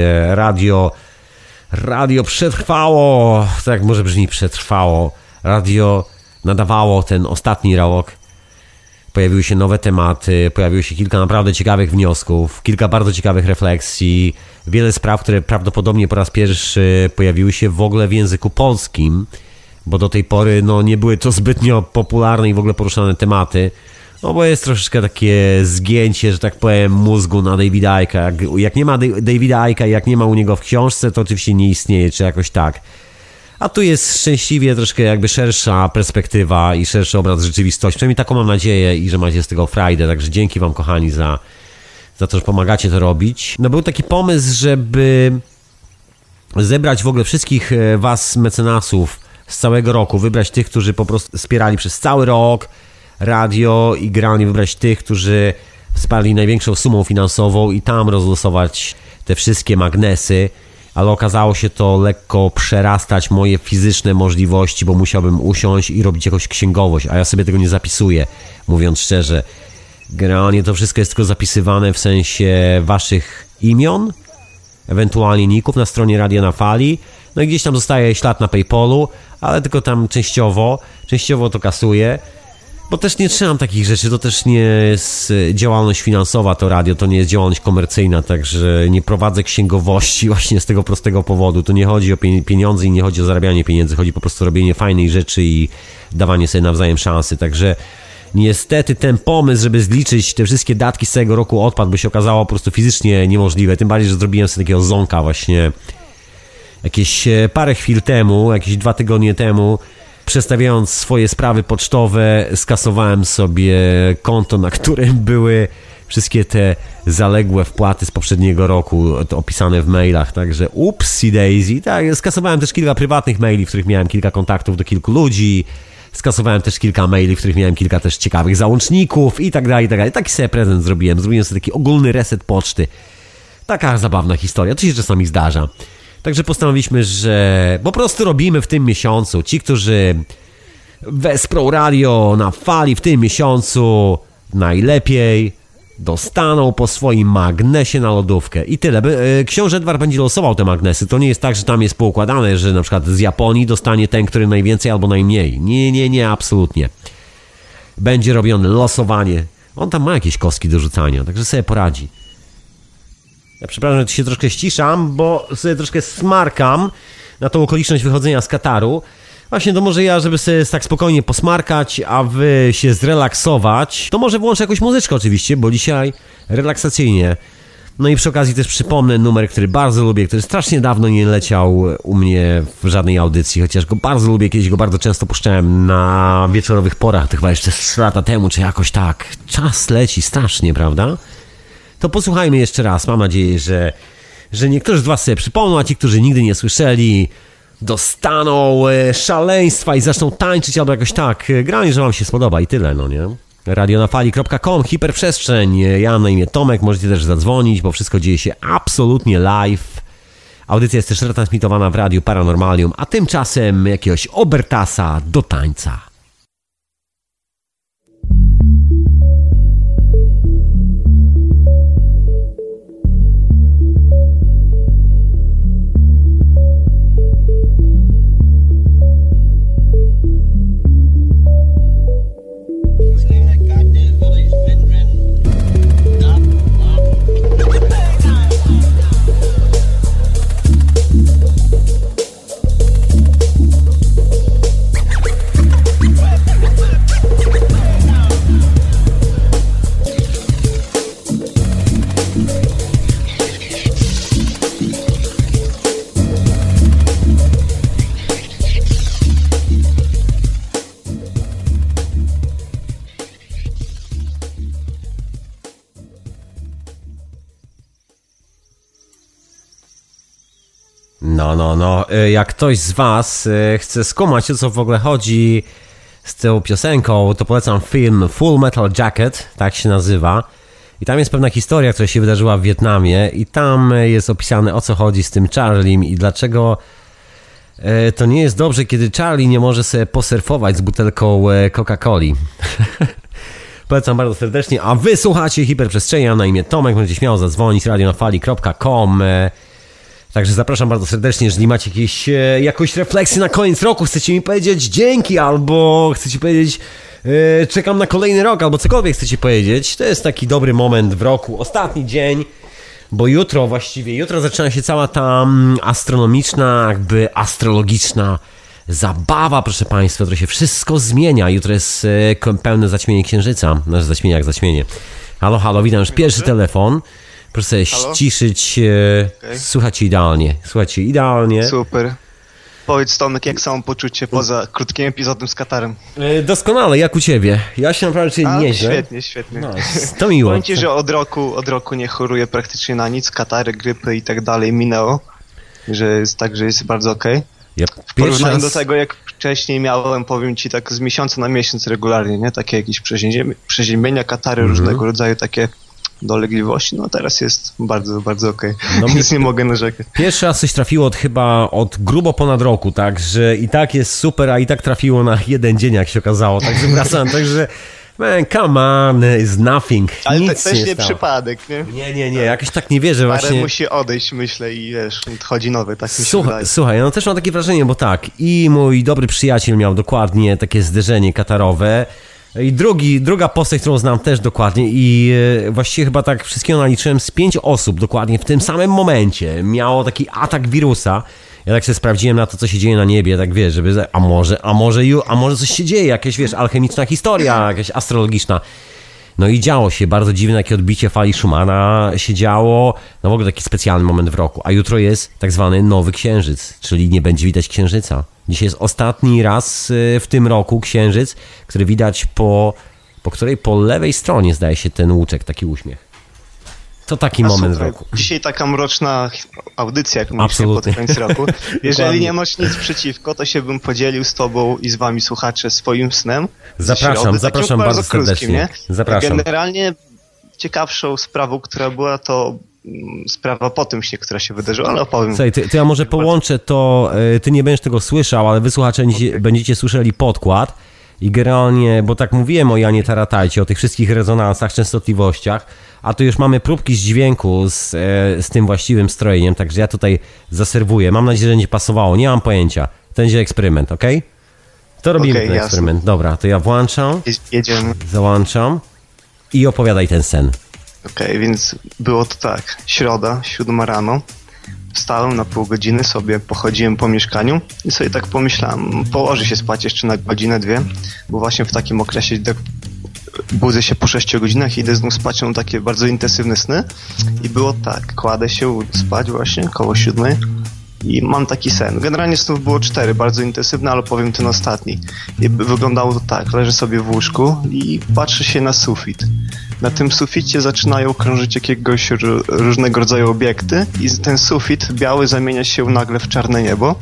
radio przetrwało, tak może brzmi przetrwało, radio nadawało ten ostatni rok. Pojawiły się nowe tematy, pojawiło się kilka naprawdę ciekawych wniosków, kilka bardzo ciekawych refleksji, wiele spraw, które prawdopodobnie po raz pierwszy pojawiły się w ogóle w języku polskim, bo do tej pory nie były to zbytnio popularne i w ogóle poruszane tematy, bo jest troszeczkę takie zgięcie, że tak powiem, mózgu na Davida Icke'a. Jak nie ma Davida Icke'a, jak nie ma u niego w książce, to oczywiście nie istnieje, czy jakoś tak. A tu jest szczęśliwie troszkę jakby szersza perspektywa i szerszy obraz rzeczywistości. Przynajmniej taką mam nadzieję i że macie z tego frajdę. Także dzięki wam, kochani, za to, że pomagacie to robić. Był taki pomysł, żeby zebrać w ogóle wszystkich was mecenasów z całego roku, wybrać tych, którzy po prostu wspierali przez cały rok radio i granie, wybrać tych, którzy wsparli największą sumą finansową i tam rozlosować te wszystkie magnesy, ale okazało się to lekko przerastać moje fizyczne możliwości, bo musiałbym usiąść i robić jakąś księgowość, a ja sobie tego nie zapisuję, mówiąc szczerze. Generalnie to wszystko jest tylko zapisywane w sensie waszych imion, ewentualnie ników na stronie Radia na Fali, i gdzieś tam zostaje ślad na PayPalu, ale tylko tam częściowo to kasuję, bo też nie trzymam takich rzeczy, to też nie jest działalność finansowa to radio, to nie jest działalność komercyjna, także nie prowadzę księgowości właśnie z tego prostego powodu. Tu nie chodzi o pieniądze i nie chodzi o zarabianie pieniędzy, chodzi po prostu o robienie fajnej rzeczy i dawanie sobie nawzajem szansy, także niestety ten pomysł, żeby zliczyć te wszystkie datki z całego roku odpadł, by się okazało po prostu fizycznie niemożliwe, tym bardziej, że zrobiłem sobie takiego zonka właśnie jakieś parę chwil temu, jakieś 2 tygodnie temu, przestawiając swoje sprawy pocztowe, skasowałem sobie konto, na którym były wszystkie te zaległe wpłaty z poprzedniego roku, to opisane w mailach, także upsi daisy, tak, skasowałem też kilka prywatnych maili, w których miałem kilka kontaktów do kilku ludzi, skasowałem też kilka maili, w których miałem kilka też ciekawych załączników i tak dalej, i tak dalej. Taki sobie prezent zrobiłem sobie taki ogólny reset poczty. Taka zabawna historia, to się czasami zdarza. Także postanowiliśmy, że po prostu robimy w tym miesiącu. Ci, którzy wesprą radio na Fali w tym miesiącu najlepiej dostaną po swoim magnesie na lodówkę. I tyle. Książę Edward będzie losował te magnesy. To nie jest tak, że tam jest poukładane, że na przykład z Japonii dostanie ten, który najwięcej albo najmniej. Nie, absolutnie. Będzie robione losowanie. On tam ma jakieś kostki do rzucania, także sobie poradzi. Ja przepraszam, że się troszkę ściszam, bo sobie troszkę smarkam na tą okoliczność wychodzenia z Kataru. Właśnie to może ja, żeby sobie tak spokojnie posmarkać, a wy się zrelaksować, to może włączę jakąś muzyczkę oczywiście, bo dzisiaj relaksacyjnie. I przy okazji też przypomnę numer, który bardzo lubię, który strasznie dawno nie leciał u mnie w żadnej audycji, chociaż go bardzo lubię, kiedyś go bardzo często puszczałem na wieczorowych porach, to chyba jeszcze 3 lata temu, czy jakoś tak. Czas leci strasznie, prawda? To posłuchajmy jeszcze raz. Mam nadzieję, że niektórzy z was sobie przypomną, a ci, którzy nigdy nie słyszeli, dostaną szaleństwa i zaczną tańczyć albo jakoś tak. Granie, że wam się spodoba i tyle, nie? radionafali.com, hiperprzestrzeń. Ja mam na imię Tomek, możecie też zadzwonić, bo wszystko dzieje się absolutnie live. Audycja jest też retransmitowana w Radiu Paranormalium, a tymczasem jakiegoś obertasa do tańca. No, jak ktoś z was chce skumać, o co w ogóle chodzi z tą piosenką, to polecam film Full Metal Jacket, tak się nazywa. I tam jest pewna historia, która się wydarzyła w Wietnamie i tam jest opisane, o co chodzi z tym Charliem i dlaczego To nie jest dobrze, kiedy Charlie nie może sobie posurfować z butelką Coca-Coli. Polecam bardzo serdecznie, a wy słuchacie Hiperprzestrzeni, ja na imię Tomek, możecie śmiało zadzwonić, radionafali.com. Także zapraszam bardzo serdecznie, jeżeli macie jakąś refleksję na koniec roku, chcecie mi powiedzieć dzięki, albo chcecie powiedzieć czekam na kolejny rok, albo cokolwiek chcecie powiedzieć, to jest taki dobry moment w roku, ostatni dzień, bo jutro zaczyna się cała ta astronomiczna, jakby astrologiczna zabawa, proszę Państwa, to się wszystko zmienia. Jutro jest pełne zaćmienie księżyca. Znaczy zaćmienie jak zaćmienie. Halo, halo, witam, już pierwszy telefon. Proszę sobie ściszyć. Okay. Słuchajcie idealnie. Super. Powiedz, Tomek, jak samopoczucie poza krótkim epizodem z katarem? Doskonale, jak u Ciebie. Ja się naprawdę czuję nieźle. Świetnie. No, to miło. Powiem Ci, że od roku nie choruję praktycznie na nic. Katary, grypy i tak dalej minęło. Że jest tak, że jest bardzo okej. W porównaniu do tego, jak wcześniej miałem, powiem Ci, tak z miesiąca na miesiąc regularnie, nie? Takie jakieś przeziębienia, katary, różnego rodzaju takie dolegliwości, no teraz jest bardzo, bardzo okej. No więc nie mogę narzekać. Pierwszy raz coś trafiło od grubo ponad roku, także i tak jest super, a i tak trafiło na jeden dzień, jak się okazało, także wracam, także man, come on, it's nothing. Ale nic to też nie przypadek, nie? Nie, jakoś tak nie wierzę właśnie. Parę musi odejść, myślę, i wiesz, wchodzi nowy, tak mi się wydaje. Słuchaj, no też mam takie wrażenie, bo tak, i mój dobry przyjaciel miał dokładnie takie zderzenie katarowe, i druga postać, którą znam też dokładnie, i właściwie chyba tak wszystkiego naliczyłem, z 5 osób dokładnie w tym samym momencie miało taki atak wirusa. Ja tak sobie sprawdziłem na to, co się dzieje na niebie, tak wiesz, żeby, a może coś się dzieje, jakaś, wiesz, alchemiczna historia, jakaś astrologiczna. No i działo się, bardzo dziwne takie odbicie fali Schumana się działo, no w ogóle taki specjalny moment w roku. A jutro jest tak zwany nowy księżyc, czyli nie będzie widać księżyca. Dzisiaj jest ostatni raz w tym roku księżyc, który widać po której po lewej stronie zdaje się ten łuczek, taki uśmiech. To taki moment w roku. Dzisiaj taka mroczna audycja, jak mówiliśmy pod koniec roku. Jeżeli nie masz nic przeciwko, to się bym podzielił z tobą i z wami, słuchacze, swoim snem. Zapraszam bardzo serdecznie. Zapraszam. Generalnie ciekawszą sprawą, która była, to sprawa po tym śnie, która się wydarzyła, ale opowiem. Słuchaj, to ja może połączę to, ty nie będziesz tego słyszał, ale wy, słuchacze, będziecie słyszeli podkład. I generalnie, bo tak mówiłem o Janie Taratajcie, o tych wszystkich rezonansach, częstotliwościach, a tu już mamy próbki z dźwięku z tym właściwym strojeniem, także ja tutaj zaserwuję. Mam nadzieję, że będzie pasowało, nie mam pojęcia. To będzie eksperyment, okej? Okay? To robimy ten eksperyment. Jasne. Dobra, to ja włączam, jedziemy. Załączam i opowiadaj ten sen. Okej, więc było to tak, środa, 7 rano. Wstałem na pół godziny, sobie pochodziłem po mieszkaniu i sobie tak pomyślałem, położę się spać jeszcze na godzinę, 2, bo właśnie w takim okresie tak budzę się po 6 godzinach i idę znów spać, mam takie bardzo intensywne sny i było tak, kładę się spać właśnie koło 7 i mam taki sen. Generalnie snów było 4, bardzo intensywne, ale powiem ten ostatni. I wyglądało to tak, leżę sobie w łóżku i patrzę się na sufit. Na tym suficie zaczynają krążyć jakiegoś różnego rodzaju obiekty i ten sufit biały zamienia się nagle w czarne niebo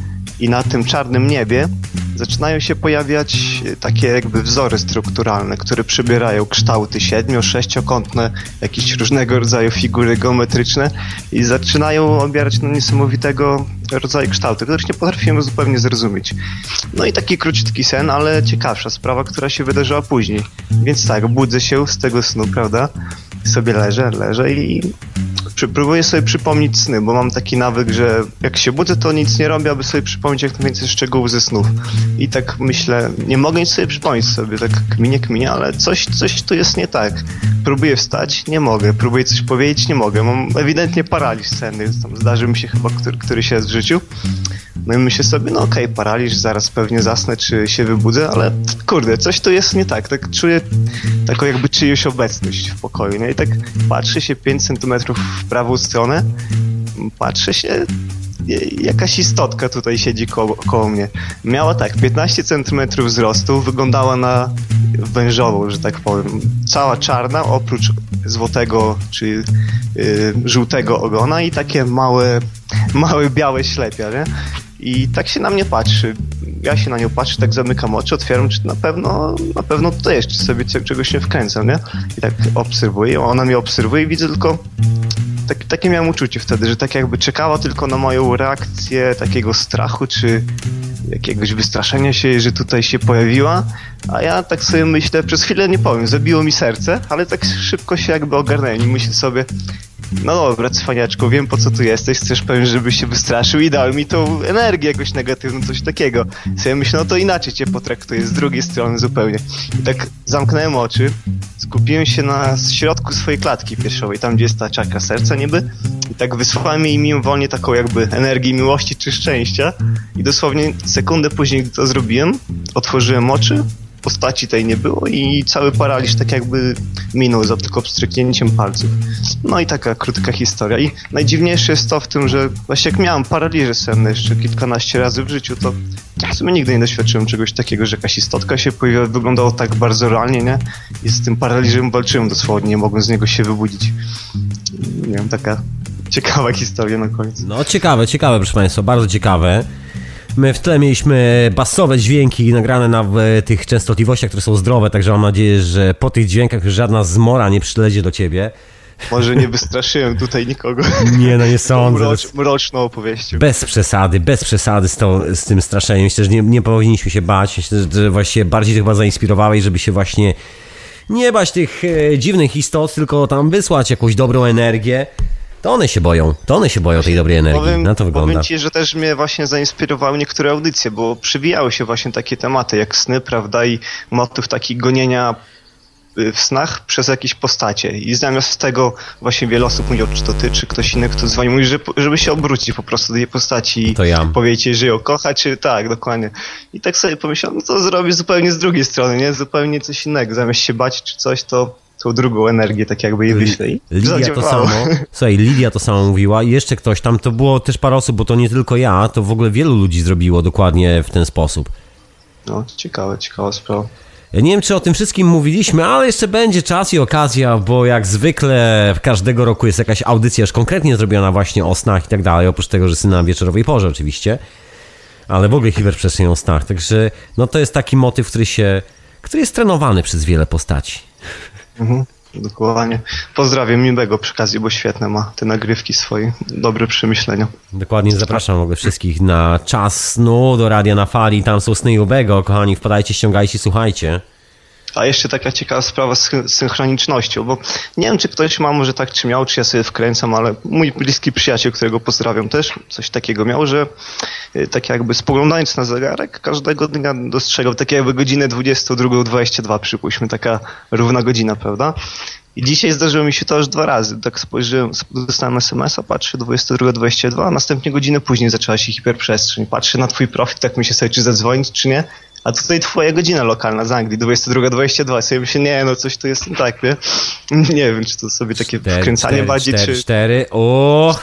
i na tym czarnym niebie zaczynają się pojawiać takie jakby wzory strukturalne, które przybierają kształty 7-, 6-kątne, jakieś różnego rodzaju figury geometryczne i zaczynają obierać niesamowitego rodzaju kształty, których nie potrafiłem zupełnie zrozumieć. No i taki króciutki sen, ale ciekawsza sprawa, która się wydarzyła później. Więc tak, budzę się z tego snu, prawda? Sobie leżę i próbuję sobie przypomnieć sny, bo mam taki nawyk, że jak się budzę, to nic nie robię, aby sobie przypomnieć jak najwięcej szczegółów ze snów. I tak myślę, nie mogę nic sobie przypomnieć sobie, tak kminie, ale coś tu jest nie tak. Próbuję wstać, nie mogę. Próbuję coś powiedzieć, nie mogę. Mam ewidentnie paraliż senny, więc tam zdarzy mi się chyba któryś raz w życiu. No i myślę sobie, no okej, paraliż, zaraz pewnie zasnę, czy się wybudzę, ale kurde, coś tu jest nie tak. Tak czuję taką jakby czyjąś obecność w pokoju, nie? I tak patrzę się 5 centymetrów w prawą stronę, patrzę się, jakaś istotka tutaj siedzi koło mnie. Miała tak 15 centymetrów wzrostu, wyglądała na wężową, że tak powiem. Cała czarna, oprócz złotego czy żółtego ogona i takie małe białe ślepia, nie? I tak się na mnie patrzy. Ja się na nią patrzę, tak zamykam oczy, otwieram, czy na pewno tutaj jest, czy sobie czegoś nie wkręcam, nie? I tak obserwuję, ona mnie obserwuje i widzę tylko Takie miałem uczucie wtedy, że tak jakby czekała tylko na moją reakcję takiego strachu, czy jakiegoś wystraszenia się, że tutaj się pojawiła, a ja tak sobie myślę, przez chwilę nie powiem, zabiło mi serce, ale tak szybko się jakby ogarnąłem i myślę sobie, no dobra, cwaniaczku, wiem po co tu jesteś, chcesz pewnie, żeby się wystraszył i dał mi tą energię jakoś negatywną, coś takiego. Sobie myślę, no to inaczej cię potraktuję, z drugiej strony zupełnie. I tak zamknąłem oczy, skupiłem się na środku swojej klatki piersiowej, tam gdzie jest ta czakra serca niby, i tak wysłałem jej mimowolnie taką jakby energię miłości czy szczęścia i dosłownie sekundę później, gdy to zrobiłem, otworzyłem oczy, postaci tej nie było i cały paraliż tak jakby minął za tylko pstryknięciem palców. No i taka krótka historia. I najdziwniejsze jest to w tym, że właśnie jak miałem paraliże senne jeszcze kilkanaście razy w życiu, to w sumie nigdy nie doświadczyłem czegoś takiego, że jakaś istotka się pojawiła, wyglądało tak bardzo realnie, nie? I z tym paraliżem walczyłem dosłownie, nie mogłem z niego się wybudzić. Nie wiem, taka ciekawa historia na koniec. No ciekawe, proszę Państwa, bardzo ciekawe. My w tle mieliśmy basowe dźwięki nagrane na tych częstotliwościach, które są zdrowe, także mam nadzieję, że po tych dźwiękach już żadna zmora nie przylezie do ciebie. Może nie wystraszyłem tutaj nikogo. Nie, no nie sądzę. Mroczną opowieścią. Bez przesady z tym straszeniem. Myślę, że nie powinniśmy się bać. Myślę, że właściwie bardziej to chyba zainspirowałeś, żeby się właśnie nie bać tych dziwnych istot, tylko tam wysłać jakąś dobrą energię. To one się boją tej dobrej energii. Na to wygląda. Powiem ci, że też mnie właśnie zainspirowały niektóre audycje, bo przywijały się właśnie takie tematy jak sny, prawda, i motyw taki gonienia w snach przez jakieś postacie. I zamiast tego właśnie wiele osób mówiło, czy to ty, czy ktoś inny, kto dzwoni, mówi, żeby się obrócić po prostu do tej postaci i powiedzieć, że ją kocha, czy tak, dokładnie. I tak sobie pomyślałem, no to zrobię zupełnie z drugiej strony, nie? Zupełnie coś innego. Zamiast się bać czy coś, to tą drugą energię, tak jakby jej wyślę. Lidia to samo mówiła i jeszcze ktoś tam, to było też parę osób, bo to nie tylko ja, to w ogóle wielu ludzi zrobiło dokładnie w ten sposób. No, ciekawa sprawa. Ja nie wiem, czy o tym wszystkim mówiliśmy, ale jeszcze będzie czas i okazja, bo jak zwykle każdego roku jest jakaś audycja już konkretnie zrobiona właśnie o snach i tak dalej, oprócz tego, że sny na wieczorowej porze oczywiście, ale w ogóle hiperprzestrzeń o snach, także no to jest taki motyw, który jest trenowany przez wiele postaci. Dokładnie. Pozdrawiam Miłego przy okazji, bo świetne ma te nagrywki swoje, dobre przemyślenia. Dokładnie, zapraszam w ogóle wszystkich na Czas Snu do Radia na Fali, tam są sny Miłego, kochani, wpadajcie, ściągajcie, słuchajcie. A jeszcze taka ciekawa sprawa z synchronicznością, bo nie wiem, czy ktoś ma może tak, czy miał, czy ja sobie wkręcam, ale mój bliski przyjaciel, którego pozdrawiam też, coś takiego miał, że tak jakby spoglądając na zegarek, każdego dnia dostrzegał tak jakby godzinę 22:22, przypuśćmy, taka równa godzina, prawda? I dzisiaj zdarzyło mi się to aż 2 razy. Tak spojrzyłem, dostałem SMS-a, patrzę, 22:22, a następnie godzinę później zaczęła się hiperprzestrzeń. Patrzę na twój profil, tak myślę sobie, czy zadzwonić, czy nie. A tutaj twoja godzina lokalna z Anglii, 22:22. Sobie myślę, nie, no coś tu jest tak, nie? Nie wiem, czy to sobie takie wkręcanie bardziej, czy... 4, och!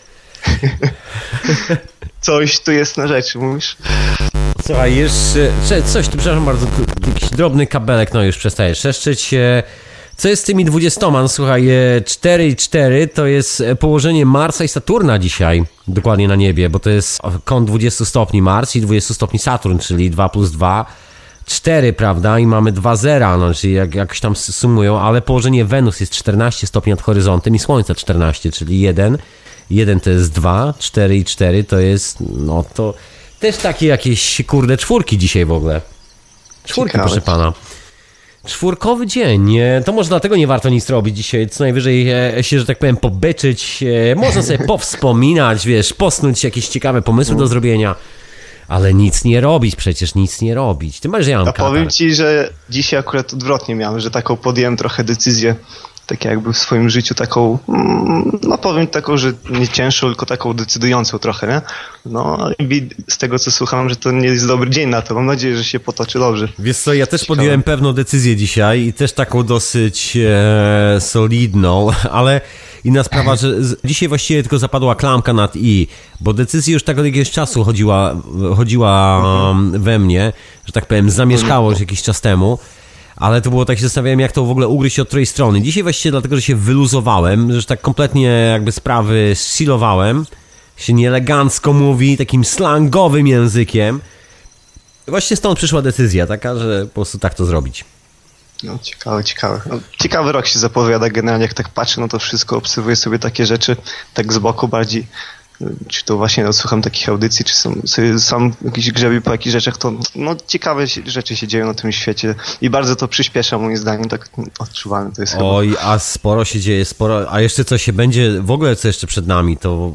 Coś tu jest na rzeczy, mówisz? Słuchaj, jeszcze... Coś tu, przepraszam bardzo, jakiś drobny kabelek, no już przestaje trzeszczyć. Co jest z tymi 20? No słuchaj, 4,4 to jest położenie Marsa i Saturna dzisiaj, dokładnie na niebie, bo to jest kąt 20 stopni Mars i 20 stopni Saturn, czyli 2 plus 2, 4, prawda, i mamy 2 zera, no, czyli jakoś tam sumują, ale położenie Wenus jest 14 stopni nad horyzontem i Słońca 14, czyli 1 to jest 2, 4 i 4 to jest, no to też takie jakieś, kurde, czwórki dzisiaj w ogóle. Czwórki, ciekawe. Proszę pana. Czwórkowy dzień, to może dlatego nie warto nic robić dzisiaj, co najwyżej się, że tak powiem, pobyczyć, można sobie powspominać, wiesz, posnuć jakieś ciekawe pomysły do zrobienia, ale nic nie robić, przecież nic nie robić. Tym bardziej, że ja mam katar. Powiem ci, że dzisiaj akurat odwrotnie miałem, że taką podjąłem trochę decyzję, tak jakby w swoim życiu taką, no powiem taką, że nie cięższą, tylko taką decydującą trochę, nie? No i z tego co słucham, że to nie jest dobry dzień na to, mam nadzieję, że się potoczy dobrze. Wiesz co, ja też podjąłem pewną decyzję dzisiaj i też taką dosyć solidną, ale inna sprawa, że dzisiaj właściwie tylko zapadła klamka nad i, bo decyzja już tak od jakiegoś czasu chodziła we mnie, że tak powiem, zamieszkało już jakiś czas temu. Ale to było tak, się zastanawiałem, jak to w ogóle ugryźć od której strony. Dzisiaj właściwie dlatego, że się wyluzowałem, że tak kompletnie jakby sprawy silowałem, się nieelegancko mówi, takim slangowym językiem. Właśnie stąd przyszła decyzja taka, że po prostu tak to zrobić. No, ciekawe. No, ciekawy rok się zapowiada generalnie, jak tak patrzę, no to wszystko obserwuję sobie takie rzeczy, tak z boku bardziej, czy to właśnie odsłucham takich audycji, czy sam jakiś grzebię po jakichś rzeczach, to no ciekawe rzeczy się dzieją na tym świecie i bardzo to przyspiesza moim zdaniem, tak odczuwalne to jest. Oj, a sporo się dzieje, a jeszcze co się będzie, w ogóle co jeszcze przed nami, to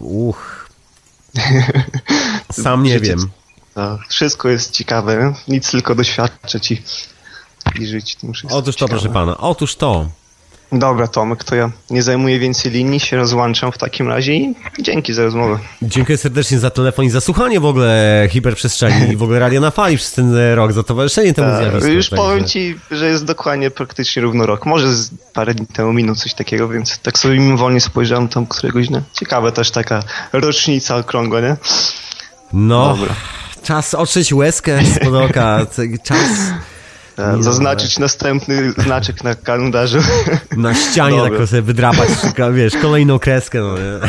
sam nie wiem. To wszystko jest ciekawe, nic tylko doświadczać i żyć tym wszystkim. Otóż to, proszę pana, otóż to. Dobra, Tomek, to ja nie zajmuję więcej linii, się rozłączam w takim razie i dzięki za rozmowę. Dziękuję serdecznie za telefon i za słuchanie w ogóle hiperprzestrzeni i w ogóle Radia na Fali przez ten rok, za towarzyszenie temu zjawisku. Już powiem ci, że jest dokładnie praktycznie równo rok. Może z parę dni temu minął coś takiego, więc tak sobie mimowolnie spojrzałem tam któregoś dnia. Ciekawe też taka rocznica okrągła, nie? No, dobra. Czas otrzeć łezkę spod oka, czas... Zaznaczyć następny znaczek na kalendarzu. Na ścianie tak sobie wydrapać, wiesz, kolejną kreskę. No nie?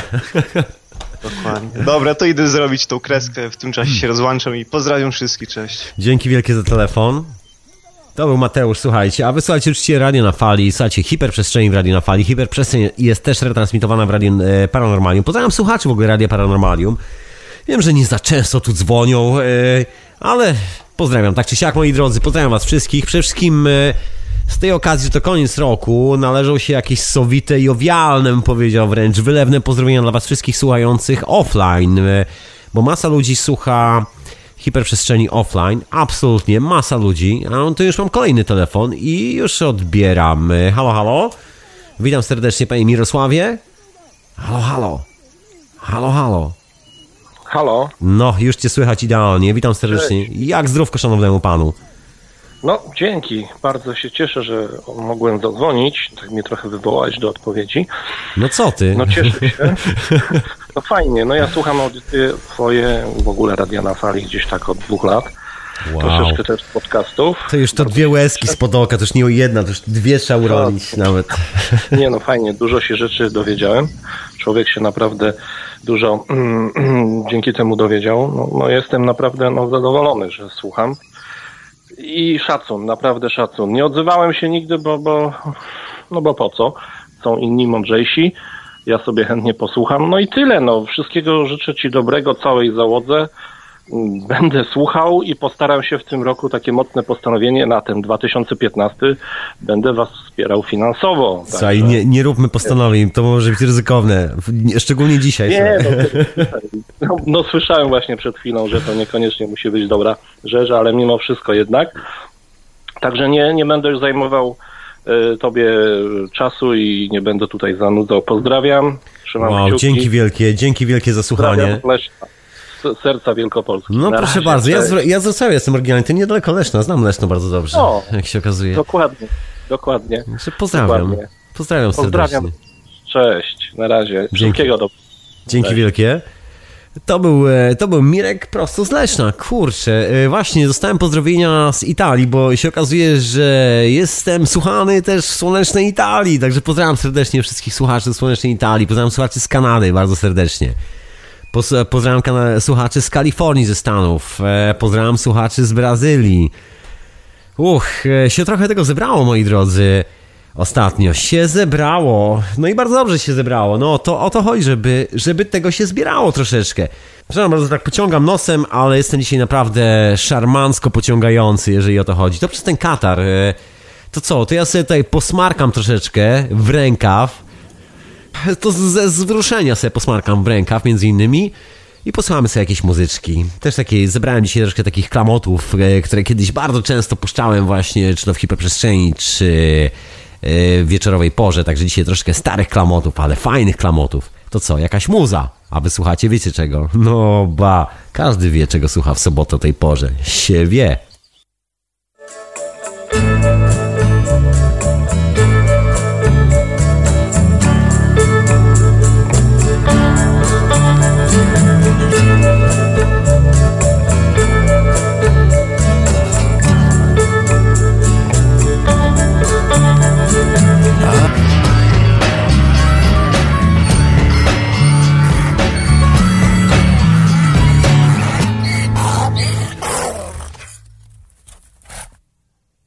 Dokładnie. Dobra, to idę zrobić tą kreskę, w tym czasie się rozłączam i pozdrawiam wszystkich, cześć. Dzięki wielkie za telefon. To był Mateusz, słuchajcie, a wy słuchajcie oczywiście Radio na Fali, słuchajcie hiperprzestrzeni w Radio na Fali. Hiperprzestrzeń jest też retransmitowana w Radiu Paranormalium. Pozdrawiam słuchaczy w ogóle Radia Paranormalium. Wiem, że nie za często tu dzwonią, ale pozdrawiam, tak czy siak, moi drodzy, pozdrawiam was wszystkich. Przede wszystkim z tej okazji, że to koniec roku, należą się jakieś sowite, jowialne, bym powiedział wręcz, wylewne pozdrowienia dla was wszystkich słuchających offline, bo masa ludzi słucha hiperprzestrzeni offline, absolutnie, masa ludzi. A to już mam kolejny telefon i już odbieram. Halo, halo, witam serdecznie, panie Mirosławie. Halo, halo, halo, halo. Halo. No, już cię słychać idealnie. Witam serdecznie. Cześć. Jak zdrówko szanownemu panu? No, dzięki. Bardzo się cieszę, że mogłem zadzwonić. Tak mnie trochę wywołałeś do odpowiedzi. No co ty? No cieszę się. No fajnie. No ja słucham audycje twoje, w ogóle Radia na Fali gdzieś tak od 2 lat. Wow. Troszeczkę też podcastów. To już to 2 łezki spod oka, to już nie jedna, to już 2 trzeba uronić nawet. Nie no, fajnie. Dużo się rzeczy dowiedziałem. Człowiek się naprawdę dużo dzięki temu dowiedział. No jestem naprawdę zadowolony, że słucham. I szacun, naprawdę szacun. Nie odzywałem się nigdy, bo po co? Są inni mądrzejsi. Ja sobie chętnie posłucham. No i tyle. No, wszystkiego życzę ci dobrego całej załodze. Będę słuchał i postaram się w tym roku takie mocne postanowienie na ten 2015 będę was wspierał finansowo. Słuchaj, nie róbmy postanowień, to może być ryzykowne, szczególnie dzisiaj. Nie, no słyszałem właśnie przed chwilą, że to niekoniecznie musi być dobra rzecz, ale mimo wszystko jednak. Także nie będę już zajmował tobie czasu i nie będę tutaj zanudzał. Pozdrawiam, trzymam kciuki. Dzięki wielkie za słuchanie. Serca Wielkopolski. No proszę bardzo, ja z Wrocławia jestem oryginalny, to niedaleko Leszna, znam Leszno bardzo dobrze, jak się okazuje. Dokładnie. Pozdrawiam. Dokładnie. Pozdrawiam serdecznie. Cześć, na razie. Wszystkiego dobrego. Dzięki wielkie. To był Mirek prosto z Leszna. Kurczę, właśnie dostałem pozdrowienia z Italii, bo się okazuje, że jestem słuchany też w słonecznej Italii, także pozdrawiam serdecznie wszystkich słuchaczy z słonecznej Italii, pozdrawiam słuchaczy z Kanady bardzo serdecznie. Pozdrawiam słuchaczy z Kalifornii, ze Stanów. Pozdrawiam słuchaczy z Brazylii. Się trochę tego zebrało, moi drodzy. Ostatnio się zebrało. No i bardzo dobrze się zebrało. No to o to chodzi, żeby tego się zbierało troszeczkę. Przepraszam bardzo, tak pociągam nosem, ale jestem dzisiaj naprawdę szarmancko pociągający, jeżeli o to chodzi. To przez ten katar. To co? To ja sobie tutaj posmarkam troszeczkę w rękaw. To ze wzruszenia sobie posmarkam w rękaw między innymi i posłuchamy sobie jakieś muzyczki. Też takie, zebrałem dzisiaj troszkę takich klamotów, które kiedyś bardzo często puszczałem właśnie, czy to w hiperprzestrzeni, czy w wieczorowej porze, także dzisiaj troszkę starych klamotów, ale fajnych klamotów. To co, jakaś muza? A wy słuchacie, wiecie czego? No każdy wie, czego słucha w sobotę o tej porze. Się wie.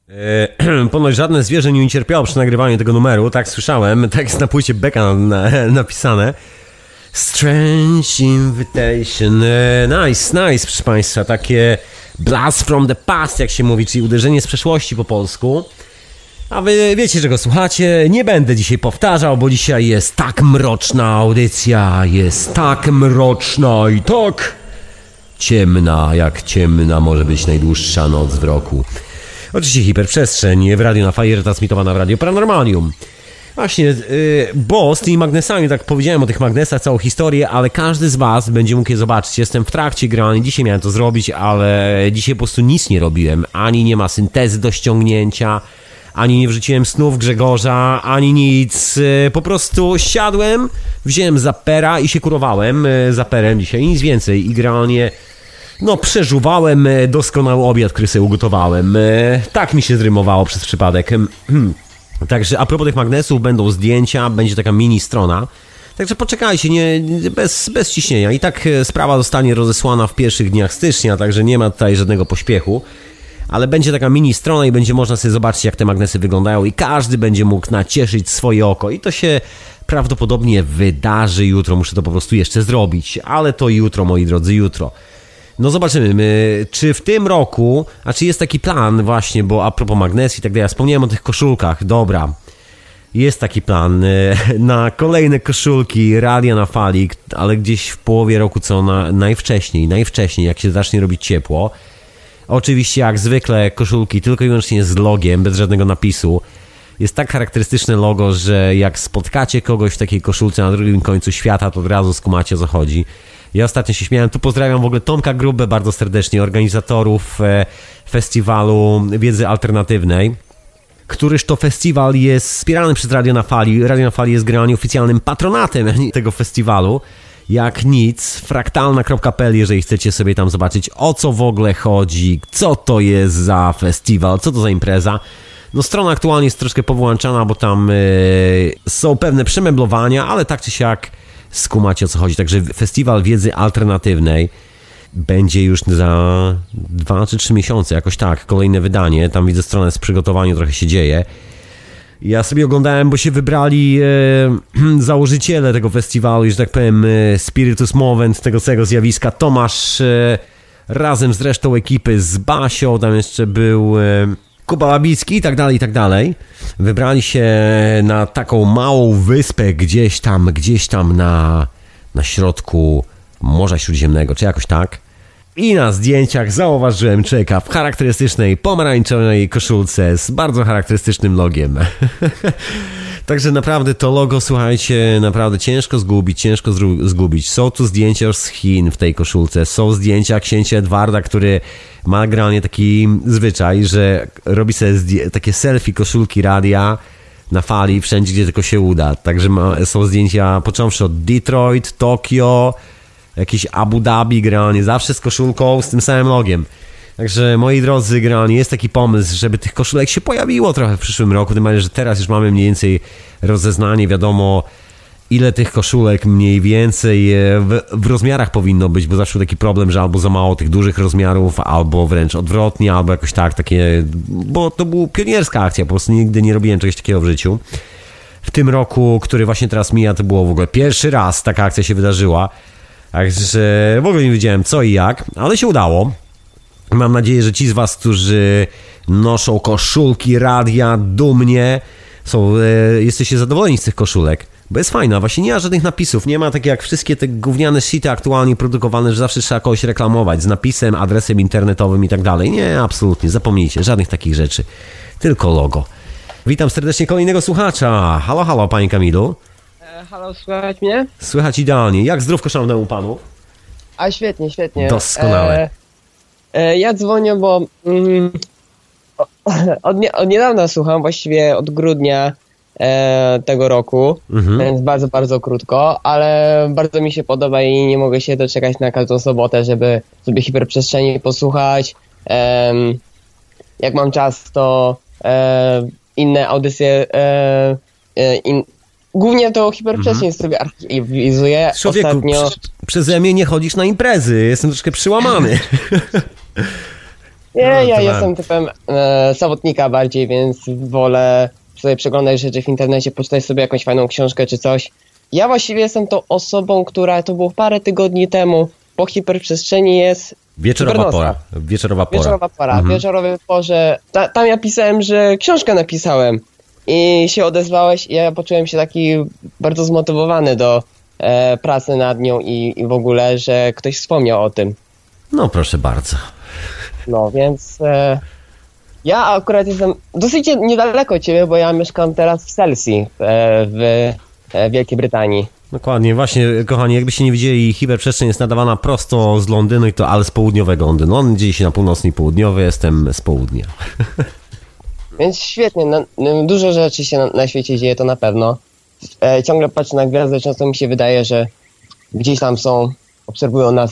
Ponoć żadne zwierzę nie ucierpiało przy nagrywaniu tego numeru, tak słyszałem, tak jest na płycie Becka napisane. Strange Invitation. Nice, proszę Państwa, takie blast from the past, jak się mówi, czyli uderzenie z przeszłości po polsku. A wy wiecie, czego słuchacie. Nie będę dzisiaj powtarzał, bo dzisiaj jest tak mroczna audycja, jest tak mroczna i tak ciemna, jak ciemna może być najdłuższa noc w roku. Oczywiście hiperprzestrzeń w Radio na Fali, retransmitowana w Radio Paranormalium. Właśnie, bo z tymi magnesami, tak powiedziałem o tych magnesach, całą historię, ale każdy z was będzie mógł je zobaczyć. Jestem w trakcie grania, dzisiaj miałem to zrobić, ale dzisiaj po prostu nic nie robiłem. Ani nie ma syntezy do ściągnięcia, ani nie wrzuciłem snów Grzegorza, ani nic. Po prostu siadłem, wziąłem zapera i się kurowałem zaperem dzisiaj, nic więcej. I generalnie, przeżuwałem doskonały obiad, który sobie ugotowałem. Tak mi się zrymowało przez przypadek. Także a propos tych magnesów, będą zdjęcia, będzie taka mini strona. Także poczekajcie, bez ciśnienia. I tak sprawa zostanie rozesłana w pierwszych dniach stycznia, także nie ma tutaj żadnego pośpiechu. Ale będzie taka mini strona i będzie można sobie zobaczyć, jak te magnesy wyglądają i każdy będzie mógł nacieszyć swoje oko. I to się prawdopodobnie wydarzy jutro, muszę to po prostu jeszcze zrobić. Ale to jutro, moi drodzy, jutro. Zobaczymy, czy w tym roku, a czy jest taki plan właśnie, bo a propos magnesów i tak dalej, ja wspomniałem o tych koszulkach, dobra, jest taki plan na kolejne koszulki Radia na Fali, ale gdzieś w połowie roku, najwcześniej, jak się zacznie robić ciepło. Oczywiście jak zwykle koszulki tylko i wyłącznie z logiem, bez żadnego napisu. Jest tak charakterystyczne logo, że jak spotkacie kogoś w takiej koszulce na drugim końcu świata, to od razu skumacie, o co chodzi. Ja ostatnio się śmiałem, tu pozdrawiam w ogóle Tomka Grubę bardzo serdecznie, organizatorów festiwalu wiedzy alternatywnej, któryż to festiwal jest wspierany przez Radio na Fali. Radio na Fali jest generalnie oficjalnym patronatem tego festiwalu. Jak nic, fraktalna.pl, jeżeli chcecie sobie tam zobaczyć, o co w ogóle chodzi, co to jest za festiwal, co to za impreza. Strona aktualnie jest troszkę powłączana, bo tam są pewne przemeblowania, ale tak czy siak skumacie, o co chodzi. Także festiwal wiedzy alternatywnej będzie już za 2 czy 3 miesiące, jakoś tak, kolejne wydanie. Tam widzę, stronę z przygotowaniu, trochę się dzieje. Ja sobie oglądałem, bo się wybrali założyciele tego festiwalu, że tak powiem, spiritus movent tego całego zjawiska. Tomasz razem z resztą ekipy, z Basią, tam jeszcze był Kuba Łabicki i tak dalej. Wybrali się na taką małą wyspę gdzieś tam na środku Morza Śródziemnego, czy jakoś tak. I na zdjęciach zauważyłem człowieka w charakterystycznej pomarańczowej koszulce z bardzo charakterystycznym logiem. Także naprawdę to logo, słuchajcie, naprawdę ciężko zgubić. Są tu zdjęcia z Chin w tej koszulce, są zdjęcia księcia Edwarda, który ma generalnie taki zwyczaj, że robi sobie takie selfie koszulki radia na Fali wszędzie, gdzie tylko się uda. Także są zdjęcia począwszy od Detroit, Tokio, jakiś Abu Dhabi, generalnie zawsze z koszulką, z tym samym logiem. Także moi drodzy, generalnie jest taki pomysł, żeby tych koszulek się pojawiło trochę w przyszłym roku, tym bardziej, że teraz już mamy mniej więcej rozeznanie, wiadomo ile tych koszulek mniej więcej w rozmiarach powinno być, bo zawsze taki problem, że albo za mało tych dużych rozmiarów, albo wręcz odwrotnie, albo jakoś tak, takie, bo to była pionierska akcja, po prostu nigdy nie robiłem czegoś takiego w życiu. W tym roku, który właśnie teraz mija, to było w ogóle pierwszy raz taka akcja się wydarzyła, także w ogóle nie wiedziałem co i jak, ale się udało. Mam nadzieję, że ci z was, którzy noszą koszulki radia dumnie, jesteście zadowoleni z tych koszulek, bo jest fajna, właśnie nie ma żadnych napisów, nie ma tak jak wszystkie te gówniane shity aktualnie produkowane, że zawsze trzeba kogoś reklamować z napisem, adresem internetowym i tak dalej. Nie, absolutnie, zapomnijcie, żadnych takich rzeczy, tylko logo. Witam serdecznie kolejnego słuchacza. Halo, panie Kamilu. Halo, słychać mnie? Słychać idealnie. Jak zdrówko szanownemu panu? A świetnie. Doskonale. Ja dzwonię, bo od niedawna słucham, właściwie od grudnia tego roku, więc bardzo, bardzo krótko, ale bardzo mi się podoba i nie mogę się doczekać na każdą sobotę, żeby sobie hiperprzestrzeni posłuchać. Jak mam czas, to inne audycje, głównie to hiperprzestrzeń sobie archiwizuję. Człowieku, przeze mnie nie chodzisz na imprezy, jestem troszkę przyłamany. Ja jestem typem samotnika bardziej, więc wolę sobie przeglądać rzeczy w internecie, poczytać sobie jakąś fajną książkę czy coś. Ja właściwie jestem tą osobą, która, to było parę tygodni temu, po hiperprzestrzeni jest Wieczorowa pora. Wieczorowej porze. Tam ja pisałem, że książkę napisałem i się odezwałeś i ja poczułem się taki bardzo zmotywowany do pracy nad nią i w ogóle, że ktoś wspomniał o tym. No proszę bardzo. No więc ja akurat jestem dosyć niedaleko ciebie, bo ja mieszkam teraz w Chelsea w Wielkiej Brytanii. Dokładnie, właśnie kochani, jakbyście nie widzieli, hiperprzestrzeń jest nadawana prosto z Londynu i to ale z południowego Londynu. On dzieje się na północny i południowy, jestem z południa. Więc świetnie, dużo rzeczy się na świecie dzieje, to na pewno. Ciągle patrzę na gwiazdy, często mi się wydaje, że gdzieś tam są, obserwują nas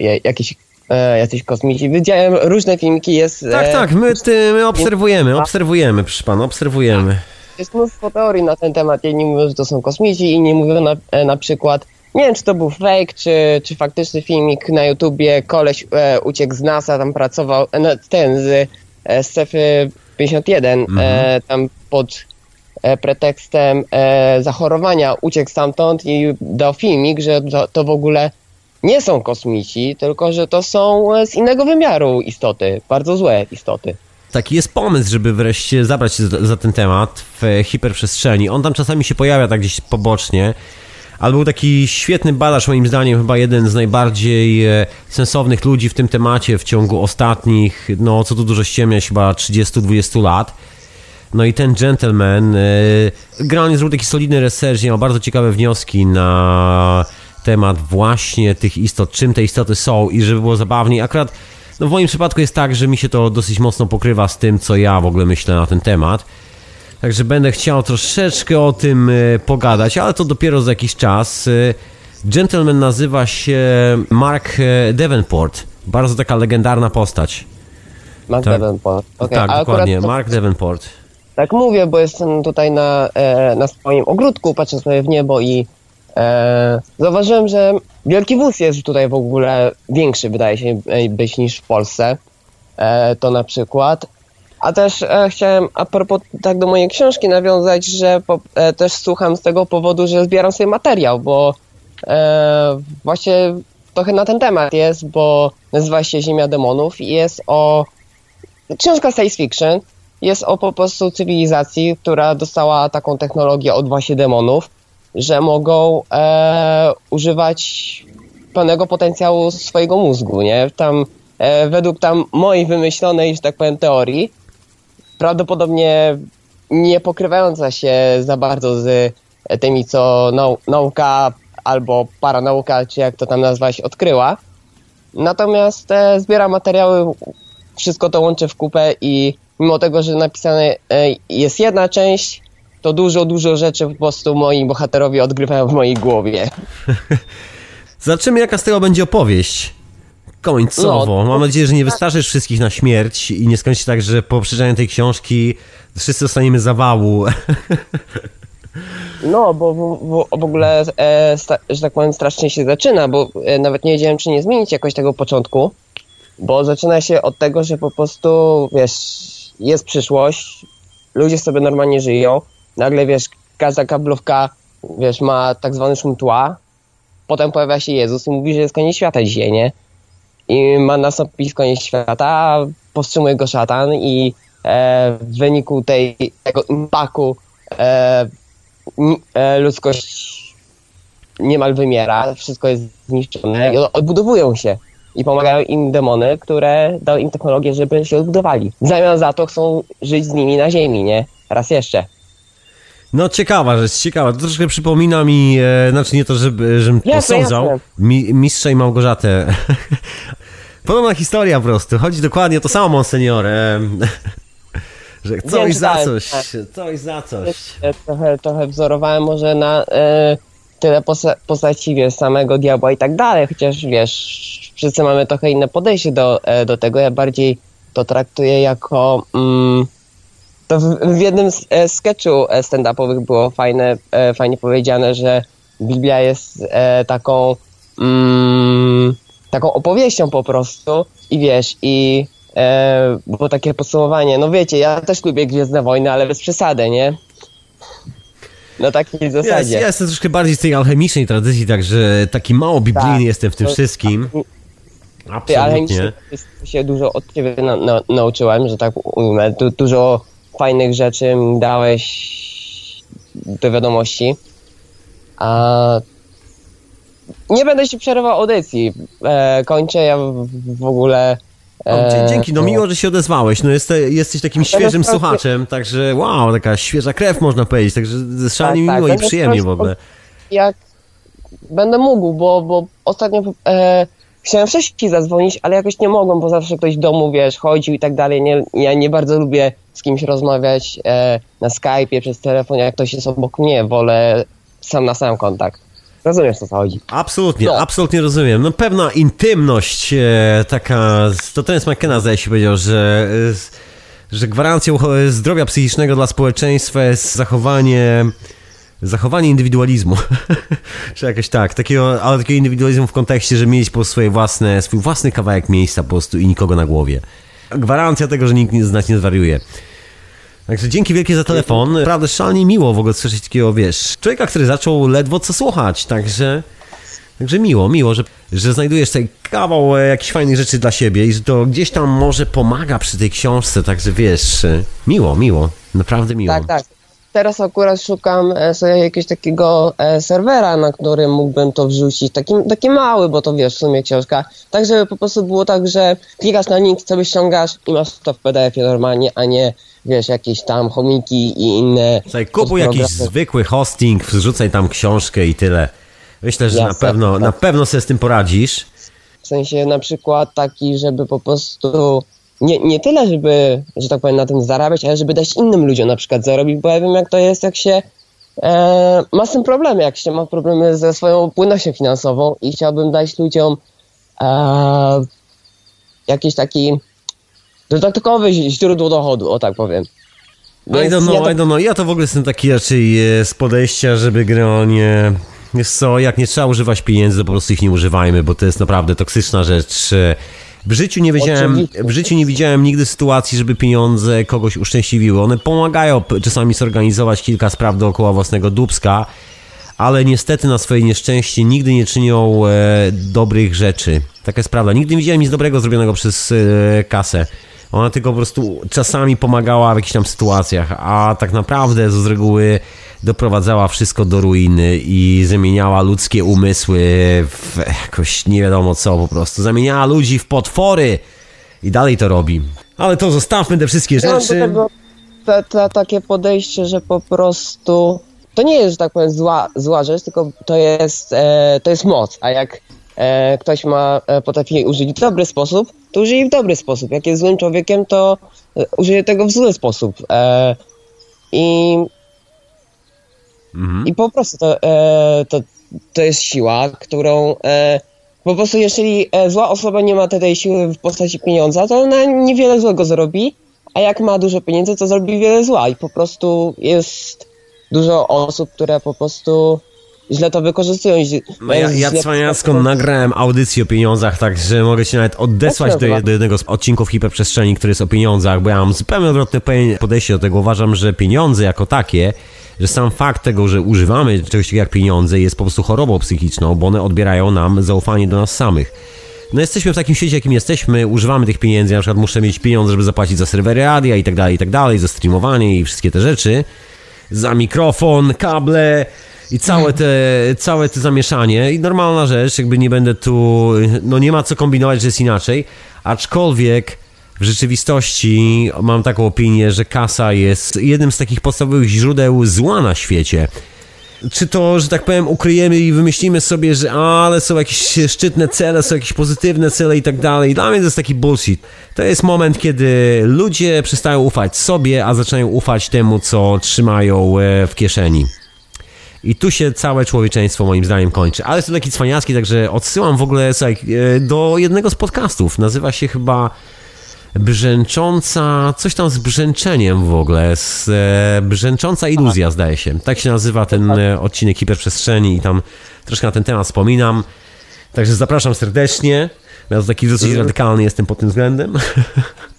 jacyś kosmici. Widziałem różne filmiki, jest... Tak, my obserwujemy, proszę pana, obserwujemy. Jest mnóstwo teorii na ten temat. Jedni mówią, że to są kosmici, inni mówią na przykład, nie wiem, czy to był fake, czy faktyczny filmik na YouTubie, koleś uciekł z NASA, tam pracował, z Strefy 51, tam pod pretekstem zachorowania uciekł stamtąd i dał filmik, że to w ogóle nie są kosmici, tylko że to są z innego wymiaru istoty, bardzo złe istoty. Taki jest pomysł, żeby wreszcie zabrać się za ten temat w hiperprzestrzeni. On tam czasami się pojawia tak gdzieś pobocznie, ale był taki świetny badacz, moim zdaniem chyba jeden z najbardziej sensownych ludzi w tym temacie w ciągu ostatnich, no co tu dużo ściemniać, chyba 30-20 lat. No i ten gentleman generalnie zrobił taki solidny research, miał bardzo ciekawe wnioski na temat właśnie tych istot, czym te istoty są i żeby było zabawniej. Akurat no w moim przypadku jest tak, że mi się to dosyć mocno pokrywa z tym, co ja w ogóle myślę na ten temat. Także będę chciał troszeczkę o tym pogadać, ale to dopiero za jakiś czas. Gentleman nazywa się Mark Davenport. Bardzo taka legendarna postać. Mark Davenport. Okay. Tak, dokładnie. Mark Davenport. Tak mówię, bo jestem tutaj na swoim ogródku, patrzę sobie w niebo i zauważyłem, że Wielki Wóz jest tutaj w ogóle większy, wydaje się być, niż w Polsce. To na przykład. A też chciałem a propos tak do mojej książki nawiązać, że też słucham z tego powodu, że zbieram sobie materiał, bo właśnie trochę na ten temat jest, bo nazywa się Ziemia Demonów i jest o... Książka science fiction, jest o po prostu cywilizacji, która dostała taką technologię od właśnie demonów, że mogą używać pełnego potencjału swojego mózgu, nie? Tam według mojej wymyślonej, że tak powiem, teorii, prawdopodobnie nie pokrywająca się za bardzo z tymi, co nauka albo paranauka, czy jak to tam nazwać, odkryła. Natomiast zbiera materiały, wszystko to łączę w kupę i mimo tego, że napisane jest jedna część, to dużo rzeczy po prostu moi bohaterowie odgrywają w mojej głowie. Zobaczymy, jaka z tego będzie opowieść. Końcowo. Mam nadzieję, że nie wystraszysz wszystkich na śmierć i nie skończy się tak, że po przeczytaniu tej książki wszyscy dostaniemy zawału. No, bo w ogóle, że tak powiem, strasznie się zaczyna, bo nawet nie wiedziałem, czy nie zmienić jakoś tego początku, bo zaczyna się od tego, że po prostu, wiesz, jest przyszłość, ludzie sobie normalnie żyją, nagle, wiesz, każda kablówka, wiesz, ma tak zwany szum tła, potem pojawia się Jezus i mówi, że jest koniec świata dzisiaj, nie? I ma nastąpić koniec świata, powstrzymuje go szatan i w wyniku tego impaktu ludzkość niemal wymiera, wszystko jest zniszczone i odbudowują się. I pomagają im demony, które dały im technologię, żeby się odbudowali. W zamian za to chcą żyć z nimi na ziemi, nie? Raz jeszcze. No ciekawa rzecz, ciekawa. To troszkę przypomina mi, znaczy nie to, żebym posądzał, Mistrza i Małgorzatę. Podobna historia po prostu. Chodzi dokładnie o to samo, Monsignor. Że coś za coś. Trochę wzorowałem może na tyle postaci, wiesz, samego diabła i tak dalej, chociaż, wiesz, wszyscy mamy trochę inne podejście do tego. Ja bardziej to traktuję jako... To w jednym z sketchu stand-upowych było fajnie powiedziane, że Biblia jest taką opowieścią po prostu i wiesz, i było takie podsumowanie, no wiecie, ja też lubię Gwiezdne Wojny, ale bez przesady, nie? Na takiej zasadzie. Ja jestem troszkę bardziej z tej alchemicznej tradycji, także taki mało biblijny jestem w tym wszystkim. Absolutnie. Się dużo od ciebie nauczyłem, że tak ujmę. Dużo fajnych rzeczy mi dałeś do wiadomości. A nie będę się przerywał audycji. Kończę, ja w ogóle... Dzięki, no miło, że się odezwałeś. No jesteś takim świeżym słuchaczem, także wow, taka świeża krew można powiedzieć, także szalenie miło i przyjemnie w ogóle. Jak będę mógł, bo ostatnio chciałem wcześniej zadzwonić, ale jakoś nie mogłem, bo zawsze ktoś w domu, wiesz, chodził i tak dalej. Ja nie bardzo lubię z kimś rozmawiać na Skype'ie, przez telefon, jak ktoś jest obok mnie, wolę sam na sam kontakt. Rozumiesz, o co chodzi? Absolutnie, absolutnie rozumiem. No pewna intymność taka, to Terence McKenna zdaje się powiedział, że gwarancją zdrowia psychicznego dla społeczeństwa jest zachowanie indywidualizmu. Czy jakoś tak, ale takiego indywidualizmu w kontekście, że mieć po swój własny kawałek miejsca po prostu i nikogo na głowie. Gwarancja tego, że nikt z nas nie zwariuje. Także dzięki wielkie za telefon. Naprawdę szalenie miło w ogóle słyszeć takiego, wiesz, człowieka, który zaczął ledwo co słuchać, także miło, że znajdujesz tutaj kawał jakichś fajnych rzeczy dla siebie i że to gdzieś tam może pomaga przy tej książce, także wiesz, miło, naprawdę miło. Tak. Teraz akurat szukam sobie jakiegoś takiego serwera, na którym mógłbym to wrzucić, taki mały, bo to wiesz, w sumie książka, tak żeby po prostu było tak, że klikasz na link, sobie ściągasz i masz to w PDF-ie normalnie, a nie wiesz, jakieś tam chomiki i inne... Słuchaj, kupuj jakiś zwykły hosting, wrzucaj tam książkę i tyle. Myślę, że na pewno sobie z tym poradzisz. W sensie na przykład taki, żeby po prostu... Nie tyle, żeby, że tak powiem, na tym zarabiać, ale żeby dać innym ludziom na przykład zarobić, bo ja wiem, jak to jest, jak się ma z tym problemy, jak się ma problemy ze swoją płynnością finansową i chciałbym dać ludziom jakiś taki dodatkowy źródło dochodu, o tak powiem. I don't know. Ja to w ogóle jestem taki raczej z podejścia, żeby nie... Wiesz co, jak nie trzeba używać pieniędzy, to po prostu ich nie używajmy, bo to jest naprawdę toksyczna rzecz. W życiu nie widziałem nigdy sytuacji, żeby pieniądze kogoś uszczęśliwiły. One pomagają czasami zorganizować kilka spraw dookoła własnego dupska, ale niestety na swoje nieszczęście nigdy nie czynią dobrych rzeczy. Taka jest prawda. Nigdy nie widziałem nic dobrego zrobionego przez kasę. Ona tylko po prostu czasami pomagała w jakichś tam sytuacjach, a tak naprawdę z reguły doprowadzała wszystko do ruiny i zamieniała ludzkie umysły w jakoś nie wiadomo co po prostu. Zamieniała ludzi w potwory i dalej to robi. Ale to zostawmy te wszystkie rzeczy. Takie podejście, że po prostu to nie jest, że tak powiem, zła rzecz, tylko to jest moc, a jak ktoś potrafi jej użyć w dobry sposób, to użyje jej w dobry sposób. Jak jest złym człowiekiem, to użyje tego w zły sposób. I po prostu to jest siła, którą po prostu jeżeli zła osoba nie ma tej siły w postaci pieniądza, to ona niewiele złego zrobi, a jak ma dużo pieniędzy, to zrobi wiele zła i po prostu jest dużo osób, które po prostu źle to wykorzystują. Ja cwaniacko nagrałem audycję o pieniądzach, także mogę się nawet odesłać do jednego z odcinków Hiperprzestrzeni, który jest o pieniądzach, bo ja mam zupełnie odwrotne podejście do tego. Uważam, że pieniądze jako takie, że sam fakt tego, że używamy czegoś takiego jak pieniądze jest po prostu chorobą psychiczną, bo one odbierają nam zaufanie do nas samych. No jesteśmy w takim świecie, jakim jesteśmy, używamy tych pieniędzy, na przykład muszę mieć pieniądze, żeby zapłacić za serwery radia i tak dalej, za streamowanie i wszystkie te rzeczy, za mikrofon, kable i całe te zamieszanie i normalna rzecz, jakby nie będę tu, no nie ma co kombinować, że jest inaczej, aczkolwiek w rzeczywistości mam taką opinię, że kasa jest jednym z takich podstawowych źródeł zła na świecie. Czy to, że tak powiem, ukryjemy i wymyślimy sobie, że ale są jakieś szczytne cele, są jakieś pozytywne cele i tak dalej. Dla mnie to jest taki bullshit. To jest moment, kiedy ludzie przestają ufać sobie, a zaczynają ufać temu, co trzymają w kieszeni. I tu się całe człowieczeństwo moim zdaniem kończy. Ale jest to taki cwaniacki, także odsyłam w ogóle do jednego z podcastów. Nazywa się chyba Brzęcząca, coś tam z brzęczeniem w ogóle, Brzęcząca iluzja zdaje się. Tak się nazywa ten odcinek Hiperprzestrzeni i tam troszkę na ten temat wspominam. Także zapraszam serdecznie. Ja to taki dosyć radykalny jestem pod tym względem.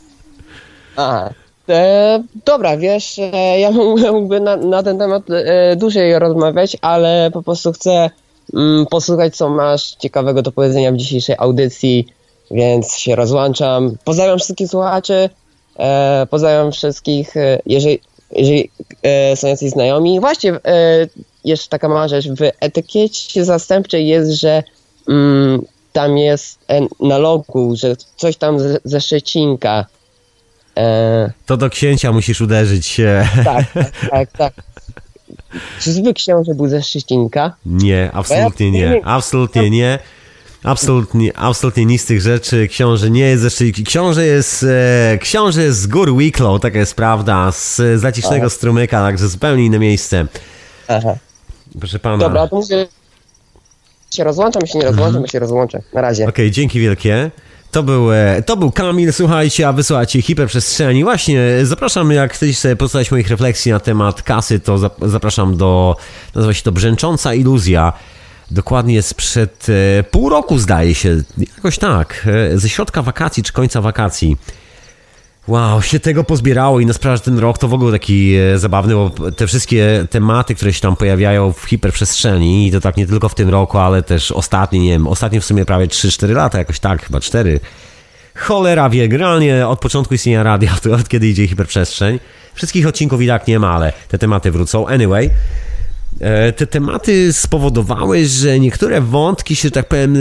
Dobra, wiesz, ja mógłbym na ten temat dłużej rozmawiać, ale po prostu chcę posłuchać, co masz ciekawego do powiedzenia w dzisiejszej audycji, więc się rozłączam. Pozdrawiam wszystkich słuchaczy, pozdrawiam wszystkich, jeżeli są jacyś znajomi. Właśnie, jeszcze taka mała rzecz, w etykiecie zastępczej jest, że tam jest na logu, że coś tam ze Szczecinka. To do księcia musisz uderzyć. Tak. Czyżby książę był ze Szczecinka? Nie, absolutnie nie. Absolutnie nie. Absolutnie nic z tych rzeczy. Książę nie jest ze Szczecinka. Książę jest z gór Wicklow, taka jest prawda, z Zacisznego Strumyka, także zupełnie inne miejsce. Aha. Proszę pana. Dobra, to mówię, się rozłączam, się nie rozłączam, się rozłączę. Na razie. Okej, dzięki wielkie. To był Kamil, słuchajcie, a wysłuchajcie Hiperprzestrzeni. Właśnie, zapraszam, jak chcecie sobie posłuchać moich refleksji na temat kasy, to zapraszam nazywa się to Brzęcząca Iluzja. Dokładnie sprzed pół roku, zdaje się, jakoś tak, ze środka wakacji czy końca wakacji. Wow, się tego pozbierało i na sprawę, że ten rok to w ogóle taki zabawny, bo te wszystkie tematy, które się tam pojawiają w hiperprzestrzeni, i to tak nie tylko w tym roku, ale też ostatnie w sumie prawie 3-4 lata, jakoś tak, chyba 4. Cholera wie, generalnie od początku istnienia radia, to od kiedy idzie hiperprzestrzeń. Wszystkich odcinków i tak nie ma, ale te tematy wrócą. Anyway, te tematy spowodowały, że niektóre wątki się, tak powiem,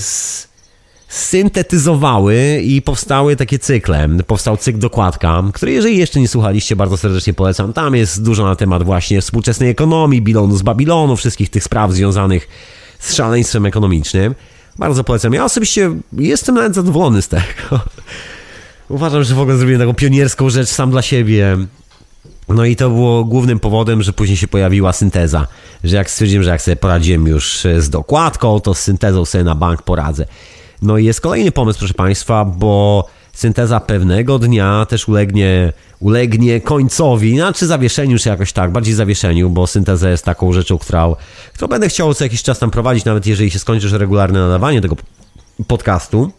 syntetyzowały i powstały takie cykle. Powstał cykl Dokładka, który jeżeli jeszcze nie słuchaliście, bardzo serdecznie polecam. Tam jest dużo na temat właśnie współczesnej ekonomii, bilonu z Babilonu, wszystkich tych spraw związanych z szaleństwem ekonomicznym. Bardzo polecam. Ja osobiście jestem nawet zadowolony z tego. Uważam, że w ogóle zrobiłem taką pionierską rzecz sam dla siebie. No i to było głównym powodem, że później się pojawiła synteza. Że jak stwierdziłem, że jak sobie poradziłem już z Dokładką, to z syntezą sobie na bank poradzę. No i jest kolejny pomysł, proszę Państwa, bo synteza pewnego dnia też ulegnie końcowi, znaczy zawieszeniu, czy jakoś tak, bardziej zawieszeniu, bo synteza jest taką rzeczą, którą będę chciał co jakiś czas tam prowadzić, nawet jeżeli się skończy już regularne nadawanie tego podcastu.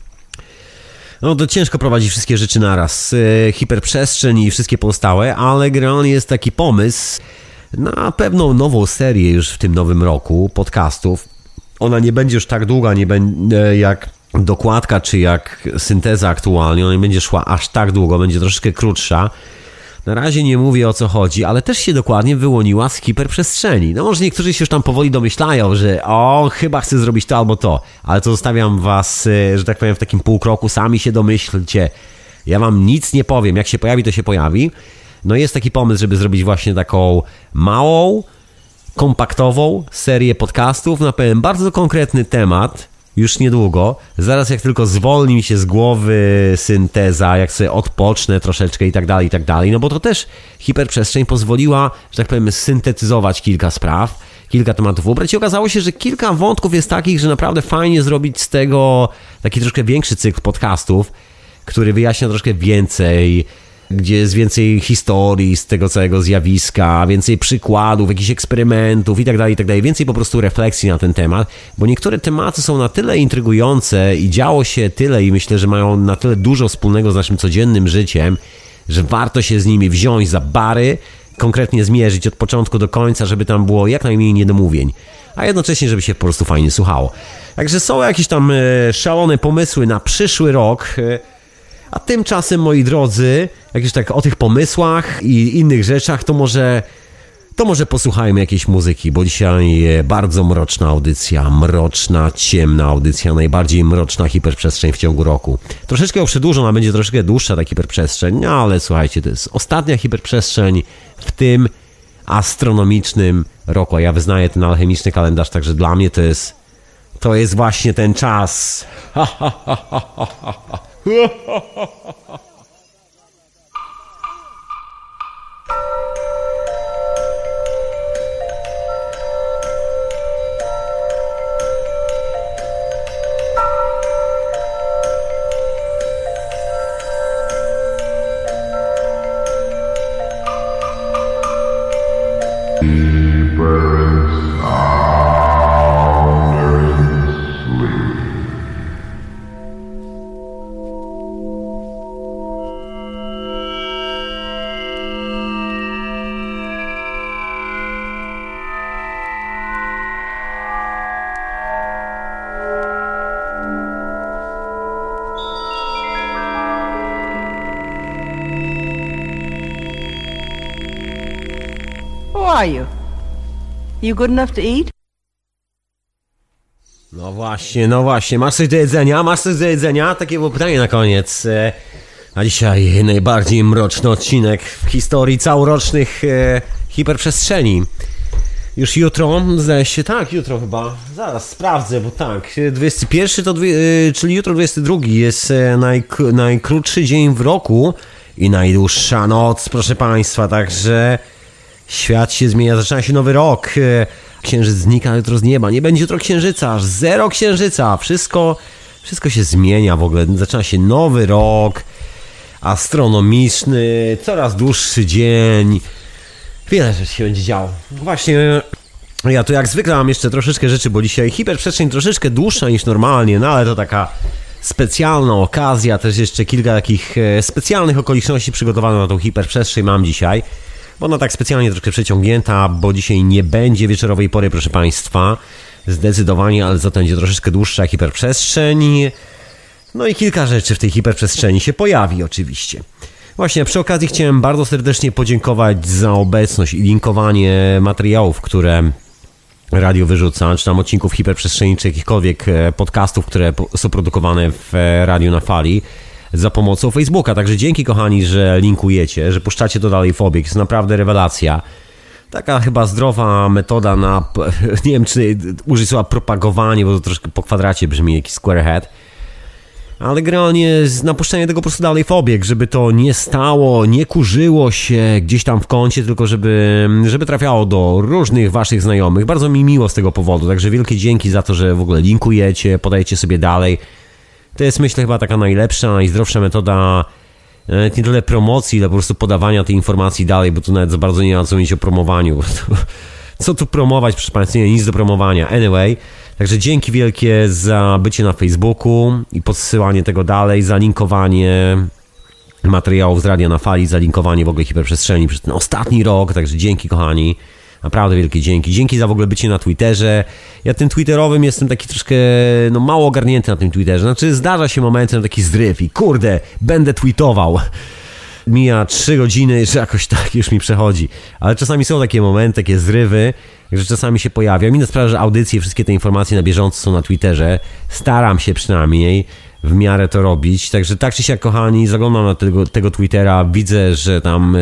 No to ciężko prowadzić wszystkie rzeczy naraz, hiperprzestrzeń i wszystkie pozostałe, ale generalnie jest taki pomysł na pewną nową serię już w tym nowym roku podcastów. Ona nie będzie już tak długa, nie będzie jak Dokładka czy jak synteza aktualnie, ona nie będzie szła aż tak długo, będzie troszeczkę krótsza. Na razie nie mówię, o co chodzi, ale też się dokładnie wyłoniła z hiperprzestrzeni. No może niektórzy się już tam powoli domyślają, że chyba chcę zrobić to albo to, ale to zostawiam was, że tak powiem, w takim półkroku, sami się domyślcie. Ja wam nic nie powiem, jak się pojawi, to się pojawi. No jest taki pomysł, żeby zrobić właśnie taką małą, kompaktową serię podcastów na pewien bardzo konkretny temat, już niedługo, zaraz jak tylko zwolni mi się z głowy synteza, jak sobie odpocznę troszeczkę i tak dalej, no bo to też hiperprzestrzeń pozwoliła, że tak powiem, syntetyzować kilka spraw, kilka tematów ubrać i okazało się, że kilka wątków jest takich, że naprawdę fajnie zrobić z tego taki troszkę większy cykl podcastów, który wyjaśnia troszkę więcej, gdzie jest więcej historii z tego całego zjawiska, więcej przykładów, jakichś eksperymentów i tak dalej, więcej po prostu refleksji na ten temat, bo niektóre tematy są na tyle intrygujące i działo się tyle i myślę, że mają na tyle dużo wspólnego z naszym codziennym życiem, że warto się z nimi wziąć za bary, konkretnie zmierzyć od początku do końca, żeby tam było jak najmniej niedomówień, a jednocześnie, żeby się po prostu fajnie słuchało. Także są jakieś tam szalone pomysły na przyszły rok. A tymczasem, moi drodzy, jak już tak o tych pomysłach i innych rzeczach, to może posłuchajmy jakiejś muzyki, bo dzisiaj bardzo mroczna audycja, mroczna, ciemna audycja, najbardziej mroczna hiperprzestrzeń w ciągu roku. Troszeczkę ją przedłużą, ona będzie troszeczkę dłuższa ta hiperprzestrzeń, no ale słuchajcie, to jest ostatnia hiperprzestrzeń w tym astronomicznym roku, a ja wyznaję ten alchemiczny kalendarz, także dla mnie to jest właśnie ten czas. are you? You good enough to eat? No właśnie, masz coś do jedzenia? Takie było pytanie na koniec. A dzisiaj najbardziej mroczny odcinek w historii całorocznych hiperprzestrzeni. Już jutro, zdaje się, tak, jutro chyba, zaraz sprawdzę, bo tak, 21 to, czyli jutro 22 jest najkrótszy dzień w roku i najdłuższa noc, proszę Państwa, także świat się zmienia, zaczyna się nowy rok, księżyc znika jutro z nieba, nie będzie jutro księżyca, aż 0 księżyca, wszystko się zmienia w ogóle, zaczyna się nowy rok astronomiczny, coraz dłuższy dzień. Wiele rzeczy się będzie działo. Właśnie ja tu jak zwykle mam jeszcze troszeczkę rzeczy, bo dzisiaj hiperprzestrzeń troszeczkę dłuższa niż normalnie, no ale to taka specjalna okazja, też jeszcze kilka takich specjalnych okoliczności przygotowanych na tą hiperprzestrzeń mam dzisiaj. Bo ona tak specjalnie troszkę przeciągnięta, bo dzisiaj nie będzie wieczorowej pory, proszę Państwa. Zdecydowanie, ale za to będzie troszeczkę dłuższa hiperprzestrzeń. No i kilka rzeczy w tej hiperprzestrzeni się pojawi oczywiście. Właśnie, przy okazji chciałem bardzo serdecznie podziękować za obecność i linkowanie materiałów, które radio wyrzuca, czy tam odcinków hiperprzestrzeni, czy jakichkolwiek podcastów, które są produkowane w Radiu na Fali za pomocą Facebooka. Także dzięki, kochani, że linkujecie, że puszczacie to dalej w obieg. Jest naprawdę rewelacja. Taka chyba zdrowa metoda na, nie wiem, czy użyć słowa propagowanie, bo to troszkę po kwadracie brzmi, jakiś squarehead. Ale generalnie napuszczenie tego po prostu dalej w obieg, żeby to nie stało, nie kurzyło się gdzieś tam w kącie, tylko żeby trafiało do różnych waszych znajomych. Bardzo mi miło z tego powodu, także wielkie dzięki za to, że w ogóle linkujecie, podajecie sobie dalej. To jest, myślę, chyba taka najlepsza, najzdrowsza metoda nie tyle promocji, ile po prostu podawania tej informacji dalej, bo tu nawet za bardzo nie ma co mówić o promowaniu. Co tu promować, proszę Państwa, nie, nic do promowania. Anyway, także dzięki wielkie za bycie na Facebooku i podsyłanie tego dalej, za linkowanie materiałów z Radia na Fali, za linkowanie w ogóle hiperprzestrzeni przez ten ostatni rok, także dzięki, kochani. Naprawdę wielkie dzięki. Dzięki za w ogóle bycie na Twitterze. Ja tym twitterowym jestem taki troszkę mało ogarnięty na tym Twitterze. Znaczy zdarza się momentem taki zryw i kurde, będę tweetował. Mija 3 godziny, że jakoś tak już mi przechodzi. Ale czasami są takie momenty, takie zrywy, że czasami się pojawiam. Inna sprawa, że audycje, wszystkie te informacje na bieżąco są na Twitterze. Staram się przynajmniej w miarę to robić. Także tak czy siak, kochani, zaglądam na tego Twittera, widzę, że tam...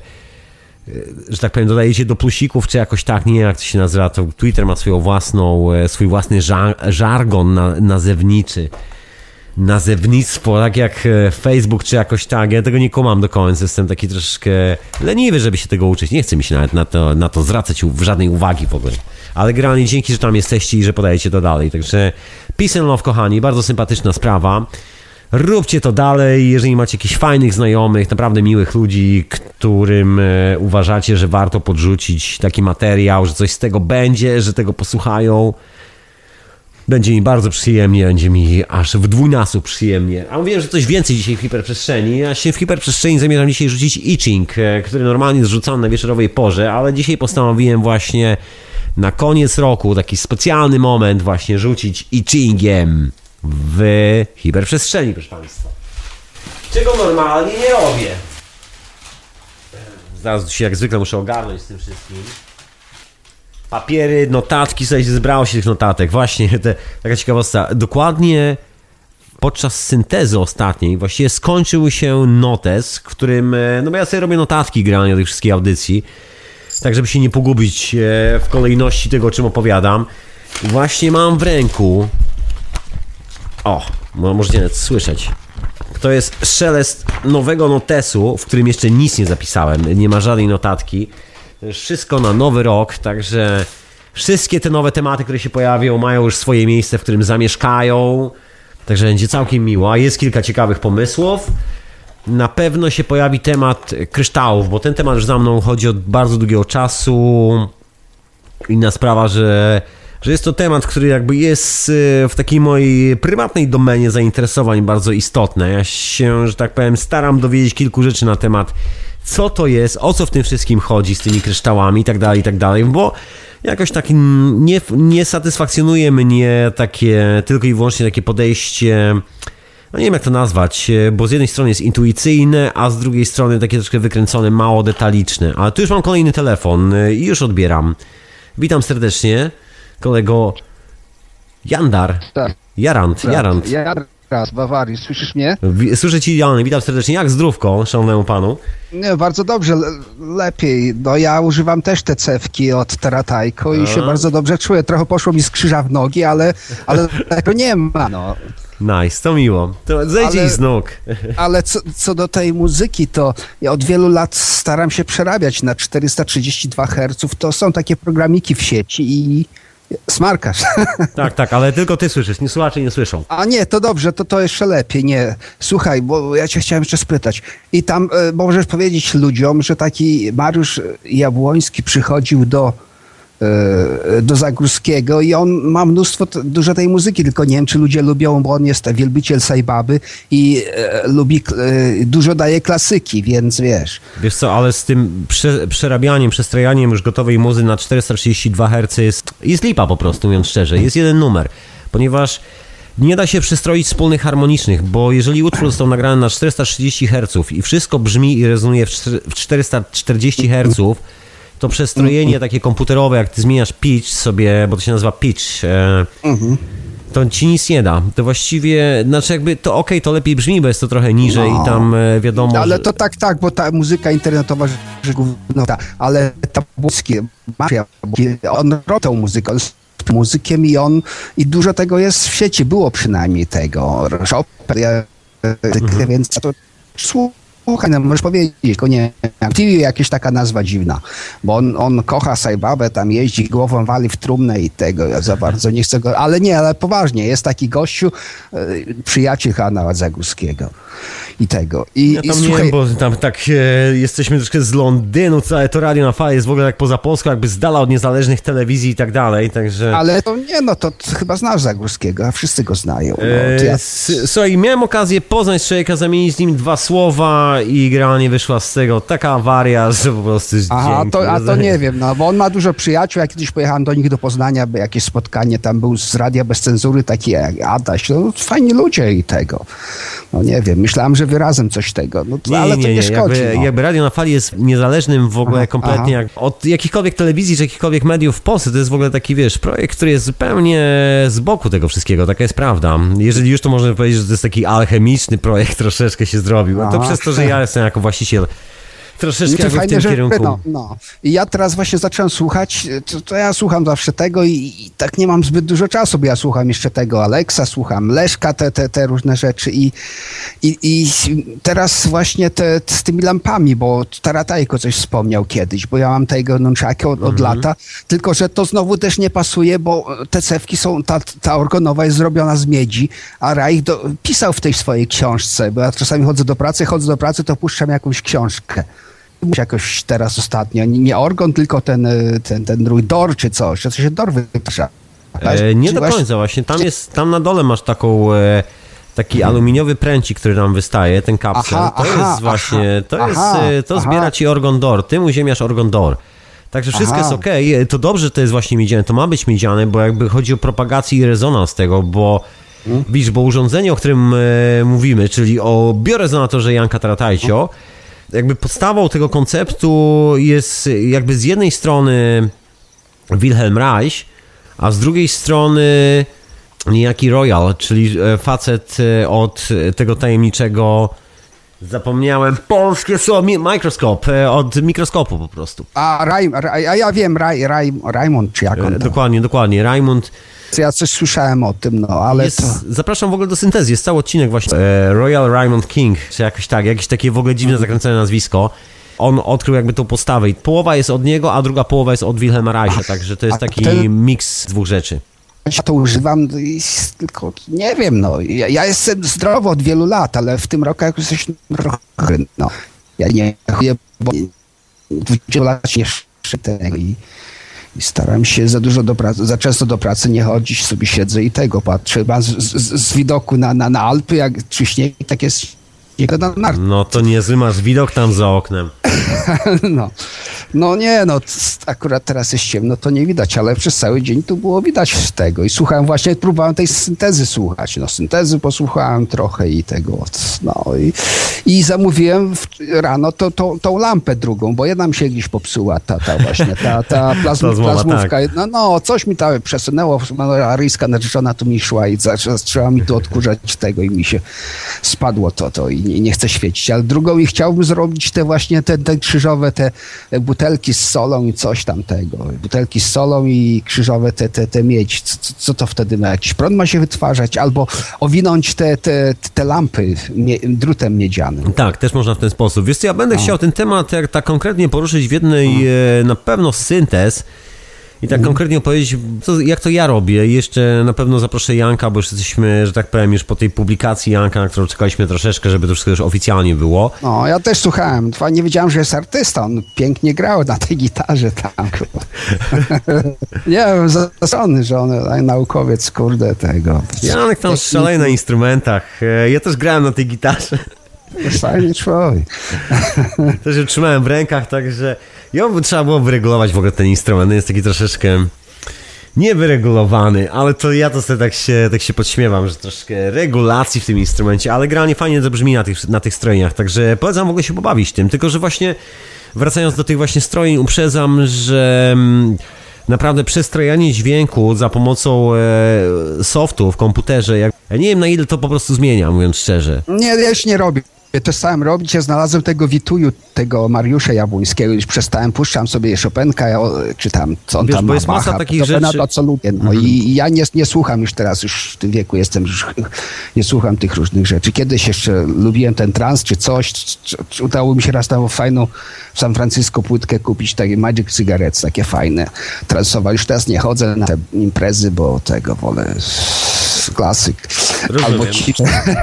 że tak powiem, dodajecie do plusików, czy jakoś tak, nie jak to się nazywa, to Twitter ma swój własny żargon nazewniczy, nazewnictwo, tak jak Facebook, czy jakoś tak, ja tego nie kumam do końca, jestem taki troszeczkę leniwy, żeby się tego uczyć, nie chce mi się nawet na to zwracać żadnej uwagi w ogóle, ale generalnie dzięki, że tam jesteście i że podajecie to dalej, także peace and love, kochani, bardzo sympatyczna sprawa. Róbcie to dalej, jeżeli macie jakichś fajnych znajomych, naprawdę miłych ludzi, którym uważacie, że warto podrzucić taki materiał, że coś z tego będzie, że tego posłuchają. Będzie mi bardzo przyjemnie, będzie mi aż w dwójnasób przyjemnie. A mówiłem, że coś więcej dzisiaj w hiperprzestrzeni. Ja się w hiperprzestrzeni zamierzam dzisiaj rzucić itching, który normalnie jest rzucany na wieczorowej porze, ale dzisiaj postanowiłem właśnie na koniec roku, taki specjalny moment właśnie rzucić itchingiem w hiperprzestrzeni, proszę Państwa. Czego normalnie nie robię. Zaraz się jak zwykle muszę ogarnąć z tym wszystkim. Papiery, notatki, sobie zbrało się tych notatek. Właśnie, taka ciekawostka. Dokładnie podczas syntezy ostatniej właściwie skończył się notes, w którym, no bo ja sobie robię notatki grania tych wszystkich audycji, tak żeby się nie pogubić w kolejności tego, o czym opowiadam. I właśnie mam w ręku, możecie nawet słyszeć, to jest szelest nowego notesu, w którym jeszcze nic nie zapisałem, nie ma żadnej notatki. To jest wszystko na nowy rok, także wszystkie te nowe tematy, które się pojawią, mają już swoje miejsce, w którym zamieszkają, także będzie całkiem miło. A jest kilka ciekawych pomysłów. Na pewno się pojawi temat kryształów, bo ten temat już za mną chodzi od bardzo długiego czasu. Inna sprawa, że jest to temat, który jakby jest w takiej mojej prywatnej domenie zainteresowań bardzo istotny. Ja się, że tak powiem, staram dowiedzieć kilku rzeczy na temat, co to jest, o co w tym wszystkim chodzi z tymi kryształami i tak dalej, bo jakoś tak nie satysfakcjonuje mnie takie, tylko i wyłącznie takie podejście, no nie wiem jak to nazwać, bo z jednej strony jest intuicyjne, a z drugiej strony takie troszkę wykręcone, mało detaliczne. Ale tu już mam kolejny telefon i już odbieram. Witam serdecznie, kolego Jandar. Tak. Jarant. Z Bawarii, słyszysz mnie? Słyszę Ci, Jan, witam serdecznie. Jak zdrówko, szanownemu panu? Nie, bardzo dobrze, lepiej. No ja używam też te cewki od Teratajko i się bardzo dobrze czuję. Trochę poszło mi z krzyża w nogi, ale tego nie ma, no. Nice, to miło. To zejdzie z nóg. Ale co do tej muzyki, to ja od wielu lat staram się przerabiać na 432 Hz. To są takie programiki w sieci i smarkasz. Tak, ale tylko ty słyszysz, słuchacze nie słyszą. A nie, to dobrze, to jeszcze lepiej, nie. Słuchaj, bo ja cię chciałem jeszcze spytać. I tam możesz powiedzieć ludziom, że taki Mariusz Jabłoński przychodził do Zagórskiego i on ma dużo tej muzyki, tylko nie wiem, czy ludzie lubią, bo on jest wielbiciel Sajbaby i lubi, dużo daje klasyki, więc wiesz. Wiesz co, ale z tym przerabianiem, przestrajaniem już gotowej muzy na 432 Hz jest lipa po prostu, mówiąc szczerze. Jest jeden numer, ponieważ nie da się przestroić wspólnych harmonicznych, bo jeżeli utwór został nagrany na 430 Hz i wszystko brzmi i rezonuje w 440 Hz, to przestrojenie takie komputerowe, jak ty zmieniasz pitch sobie, bo to się nazywa pitch, to ci nic nie da. To właściwie, znaczy jakby to okej, to lepiej brzmi, bo jest to trochę niżej i tam wiadomo, ale to tak, bo ta muzyka internetowa, ale ta mafia, on robił tą muzykę, on jest muzykiem i dużo tego jest w sieci, było przynajmniej tego, więc to słuchaj, no możesz powiedzieć, tylko nie, TV jakaś taka nazwa dziwna, bo on kocha Sajbabę, tam jeździ, głową wali w trumnę i tego, ja za bardzo nie chcę go, ale poważnie, jest taki gościu, przyjaciel Hanna Zagórskiego i tego. Ja tam nie wiem, bo tam tak jesteśmy troszkę z Londynu, całe to Radio na Fali jest w ogóle tak poza Polską, jakby z dala od niezależnych telewizji i tak dalej, także... Ale to nie, no to chyba znasz Zagórskiego, a wszyscy go znają. No, Słuchaj, miałem okazję poznać człowieka, zamienić z nim 2 słowa i generalnie wyszła z tego taka awaria, że po prostu to nie wiem, no bo on ma dużo przyjaciół, ja kiedyś pojechałem do nich do Poznania, by jakieś spotkanie, tam był z Radia Bez Cenzury, taki jak Adaś, no fajni ludzie i tego. No nie wiem, myślałem, że wyrazem coś tego, no, ale to nie szkodzi. Jakby Radio na Fali jest niezależnym w ogóle kompletnie od jakichkolwiek telewizji, czy jakichkolwiek mediów w Polsce, to jest w ogóle taki, wiesz, projekt, który jest zupełnie z boku tego wszystkiego, taka jest prawda. Jeżeli już, to można powiedzieć, że to jest taki alchemiczny projekt, troszeczkę się zrobił, a to przez to, że ja jestem jako właściciel troszeczkę jakby w tym kierunku. No. I ja teraz właśnie zacząłem słuchać, to ja słucham zawsze tego i tak nie mam zbyt dużo czasu, bo ja słucham jeszcze tego Alexa, słucham Leszka, te różne rzeczy i teraz właśnie z tymi lampami, bo Taratajko coś wspomniał kiedyś, bo ja mam tego nunchaki od lata, tylko że to znowu też nie pasuje, bo te cewki są, ta organowa jest zrobiona z miedzi, a Reich pisał w tej swojej książce, bo ja czasami chodzę do pracy, to puszczam jakąś książkę. Jakoś teraz ostatnio, nie organ, tylko ten rój DOR czy coś, to się DOR wyprasza. Nie do końca właśnie, tam na dole masz taki aluminiowy pręcik, który nam wystaje, ten kapsel, to zbiera ci organ DOR, tym uziemiasz organ DOR. Także wszystko jest okej. To dobrze, że to jest właśnie miedziane, to ma być miedziane, bo jakby chodzi o propagację i rezonans tego, bo widzisz, bo urządzenie, o którym mówimy, czyli o biorezonatorze Janka Taratajcio, jakby podstawą tego konceptu jest jakby z jednej strony Wilhelm Reich, a z drugiej strony niejaki Royal, czyli facet od tego tajemniczego, zapomniałem polskie słowo, mikroskop, od mikroskopu po prostu. Ja wiem, Raimund, czy jak on Dokładnie, Raimund. Ja coś słyszałem o tym, no ale Zapraszam w ogóle do syntezy, jest cały odcinek właśnie Royal Raymond King, czy jakoś tak, jakieś takie w ogóle dziwne zakręcone nazwisko. On odkrył jakby tą postawę i połowa jest od niego, a druga połowa jest od Wilhelma Reicha, także to jest taki miks dwóch rzeczy. Ja to używam, tylko nie wiem, no. Ja jestem zdrowy od wielu lat, ale w tym roku jakoś coś trochę, no. Ja nie chuję, bo 20 lat nie tego i staram się za często do pracy nie chodzić, sobie siedzę i tego patrzę. Z widoku na Alpy, jak czy śnieg, tak jest śnieg na narty. No to niezły masz widok tam za oknem. No, No nie, no akurat teraz jest ciemno, to nie widać, ale przez cały dzień tu było widać tego i słuchałem właśnie, próbowałem tej syntezy słuchać, no syntezy posłuchałem trochę i tego, no i zamówiłem rano tą lampę drugą, bo jedna mi się gdzieś popsuła, ta właśnie, ta plazmówka, tak. No coś mi tam przesunęło, aryjska narzeczona tu mi szła i zaczęła mi tu odkurzać tego i mi się spadło to i nie chce świecić, ale drugą i chciałbym zrobić te właśnie te krzyżowe, te butelki z solą i coś tam tego. Butelki z solą i krzyżowe te miedź. Co to wtedy ma? Jakiś prąd ma się wytwarzać? Albo owinąć te lampy drutem miedzianym. Tak, też można w ten sposób. Wiesz co, ja będę chciał ten temat tak konkretnie poruszyć w jednej na pewno z syntez i tak konkretnie opowiedzieć, jak to ja robię. Jeszcze na pewno zaproszę Janka, bo już jesteśmy, że tak powiem, już po tej publikacji Janka, na którą czekaliśmy troszeczkę, żeby to wszystko już oficjalnie było. No, ja też słuchałem. Nie wiedziałem, że jest artysta. On pięknie grał na tej gitarze tam. Nie wiem, zasony, że on naukowiec, kurde, tego. Janek tam szaleje na instrumentach. Ja też grałem na tej gitarze. Fajny człowiek. Też ją trzymałem w rękach, także trzeba było wyregulować w ogóle ten instrument. Jest taki troszeczkę niewyregulowany, ale to ja to sobie tak się podśmiewam, że troszkę regulacji w tym instrumencie, ale granie fajnie to brzmi na tych strojeniach, także polecam w ogóle się pobawić tym, tylko że właśnie wracając do tych właśnie strojeń, uprzedzam, że naprawdę przestrojanie dźwięku za pomocą softu w komputerze, ja nie wiem na ile to po prostu zmienia, mówiąc szczerze. Nie, ja już nie robię. To stałem robić, ja znalazłem tego Wituju, tego Mariusza Jabłońskiego, już przestałem, puszczam sobie Chopinka, czy tam, co on tam bo ma, jest masa takich rzeczy. Na to, co lubię, no i ja nie słucham już teraz, już w tym wieku jestem, już nie słucham tych różnych rzeczy. Kiedyś jeszcze lubiłem ten trans, czy coś, udało mi się raz tam fajną w San Francisco płytkę kupić, takie Magic Cigarettes, takie fajne, transowe. Już teraz nie chodzę na te imprezy, bo tego wolę klasyk. Rozumiem. Albo ci...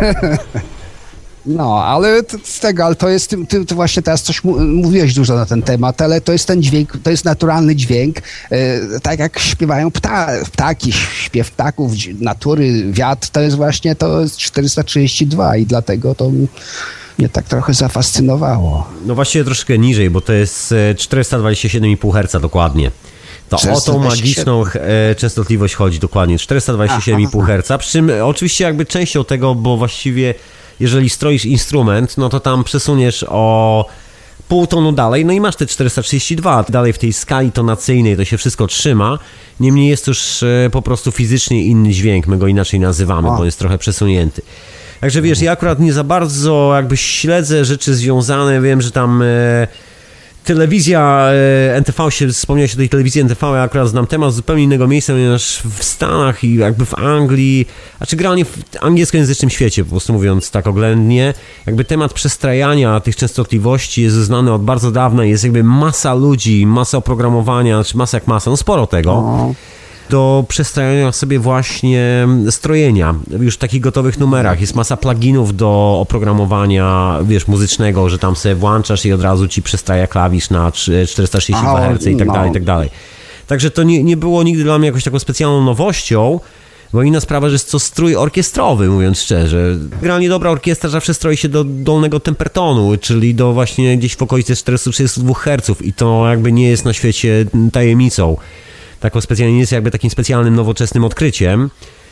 No, ale z tego, ale to jest, ty właśnie teraz coś mówiłeś dużo na ten temat, ale to jest ten dźwięk, to jest naturalny dźwięk, tak jak śpiewają ptaki, śpiew ptaków, natury, wiatr, to jest właśnie, to jest 432 i dlatego to mnie tak trochę zafascynowało. No właściwie troszkę niżej, bo to jest 427,5 Hz dokładnie. To o tą magiczną częstotliwość chodzi dokładnie, 427,5 Hz, przy czym oczywiście jakby częścią tego, bo właściwie jeżeli stroisz instrument, no to tam przesuniesz o pół tonu dalej, no i masz te 432. Dalej w tej skali tonacyjnej to się wszystko trzyma, niemniej jest już po prostu fizycznie inny dźwięk, my go inaczej nazywamy, bo jest trochę przesunięty. Także wiesz, ja akurat nie za bardzo jakby śledzę rzeczy związane, wiem, że tam telewizja NTV, wspomniałeś o tej telewizji NTV, ja akurat znam temat z zupełnie innego miejsca, ponieważ w Stanach i jakby w Anglii, generalnie w angielskojęzycznym świecie, po prostu mówiąc tak oględnie, jakby temat przestrajania tych częstotliwości jest znany od bardzo dawna, jest jakby masa ludzi, masa oprogramowania, czy masa jak masa, no sporo tego. Do przestrajania sobie właśnie strojenia, już w takich gotowych numerach. Jest masa pluginów do oprogramowania, wiesz, muzycznego, że tam sobie włączasz i od razu ci przestraja klawisz na 432 Hz i tak dalej, i tak dalej. Także to nie było nigdy dla mnie jakąś taką specjalną nowością, bo inna sprawa, że jest to strój orkiestrowy, mówiąc szczerze. Generalnie dobra orkiestra zawsze stroi się do dolnego tempertonu, czyli do właśnie gdzieś w okolicy 432 Hz i to jakby nie jest na świecie tajemnicą. Taką specjalnie nie jest jakby takim specjalnym, nowoczesnym odkryciem.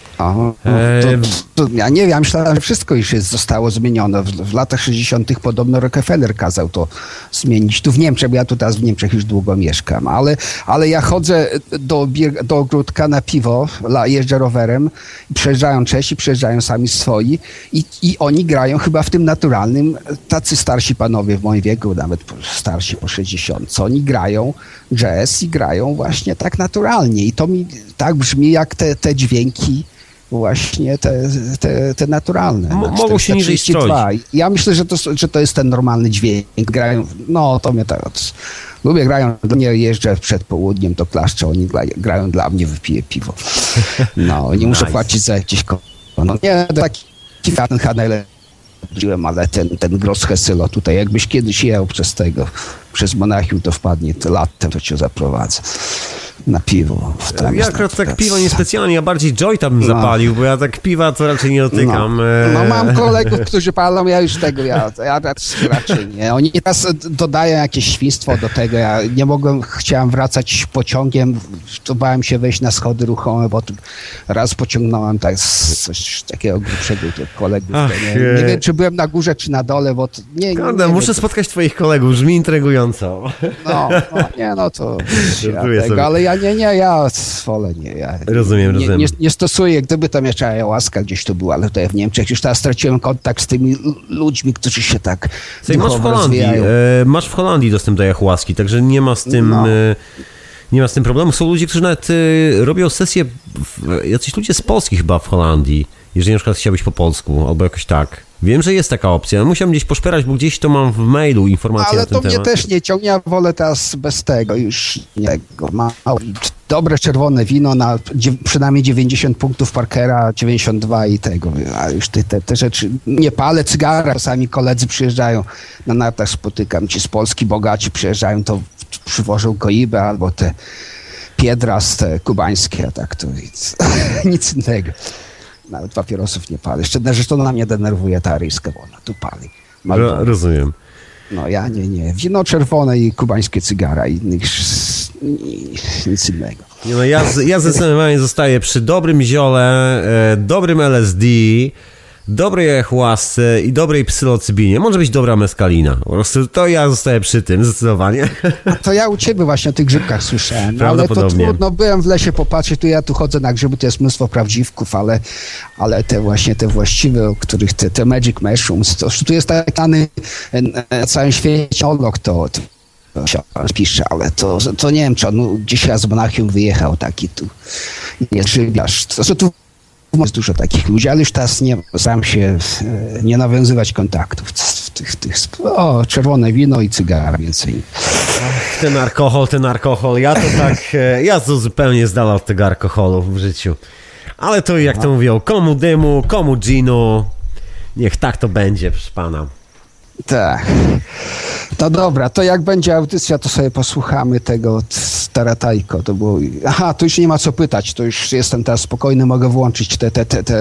Ja nie wiem, ja myślałem, że wszystko już zostało zmienione. W latach 60. podobno Rockefeller kazał to zmienić. Tu w Niemczech, bo ja tu teraz w Niemczech już długo mieszkam, ale ja chodzę do ogródka na piwo, jeżdżę rowerem, przyjeżdżają Czesi, przyjeżdżają sami swoi i oni grają chyba w tym naturalnym, tacy starsi panowie w moim wieku, nawet starsi po 60, oni grają jazz i grają właśnie tak naturalnie i to mi tak brzmi jak te dźwięki właśnie te naturalne. Mogą się niżej stroić. Ja myślę, że to jest ten normalny dźwięk. Grają, no to mnie tak lubię, grają dla mnie, jeżdżę przed południem, to klaszczę, oni grają dla mnie, wypiję piwo. No, nie muszę płacić za jakieś no nie, taki Hanel ale ten Gross Hessylo tutaj, jakbyś kiedyś jechał przez Monachium, to wpadnie, to latem to cię zaprowadzę. na piwo. Ja akurat tak piwa niespecjalnie, ja bardziej jointa bym zapalił, bo ja tak piwa to raczej nie dotykam. No mam kolegów, którzy palą, ja już tego, ja raczej nie. Oni teraz dodają jakieś świństwo do tego, ja nie mogłem, chciałem wracać pociągiem, to bałem się wejść na schody ruchome, bo raz pociągnąłem tak coś takiego grubszego kolegów. Nie wiem, czy byłem na górze, czy na dole, bo nie muszę spotkać twoich kolegów, brzmi intrygująco. To tego, ale ja wolę nie. Rozumiem. Nie stosuję, gdyby tam jeszcze ayahuasca gdzieś tu była, ale tutaj w Niemczech już teraz straciłem kontakt z tymi ludźmi, którzy się tak masz w Holandii dostęp do ayahuaski, także nie ma z tym... Nie ma z tym problemu. Są ludzie, którzy nawet robią sesje, jacyś ludzie z Polski chyba w Holandii, jeżeli na przykład chciałbyś po polsku, albo jakoś tak. Wiem, że jest taka opcja. Musiałem gdzieś poszperać, bo gdzieś to mam w mailu informacje na ten temat. Ale to mnie też nie ciągnie, ja wolę teraz bez tego już dobre czerwone wino na przynajmniej 90 punktów Parkera, 92 i tego. A już te rzeczy, nie palę cygara, czasami koledzy przyjeżdżają, na nartach spotykam, ci z Polski bogaci przyjeżdżają, to przywożą koibę albo te piedras, te kubańskie, a tak to nic innego. Nawet papierosów nie palę. Zresztą na mnie denerwuje ta aryjska, bo ona tu pali. Rozumiem. No ja nie. Wino czerwone i kubańskie cygara i nic innego. Ja zdecydowanie zostaję przy dobrym ziole, dobrym LSD, dobrej ayahuasce i dobrej psylocybinie. Może być dobra meskalina. Po prostu to ja zostaję przy tym, zdecydowanie. To ja u ciebie właśnie o tych grzybkach słyszałem. Ale to trudno. Byłem w lesie popatrzeć, tu chodzę na grzyby, to jest mnóstwo prawdziwków, ale te właściwe, o których te magic mushrooms, to tu jest tak znany na całym świecie olog, to pisze, ale to nie wiem, czy on gdzieś raz z Monachium wyjechał taki tu. Nie grzybiarz. Tu jest dużo takich ludzi, ale już teraz staram się nie nawiązywać kontaktów w tych czerwone wino i cygara więcej. Ten alkohol, ja to zupełnie z dala od tego alkoholu w życiu. Ale to jak to mówią, komu dymu, komu ginu, niech tak to będzie, proszę pana. Tak. No dobra, to jak będzie audycja, to sobie posłuchamy tego Taratajko. To było... to już nie ma co pytać, to już jestem teraz spokojny, mogę włączyć te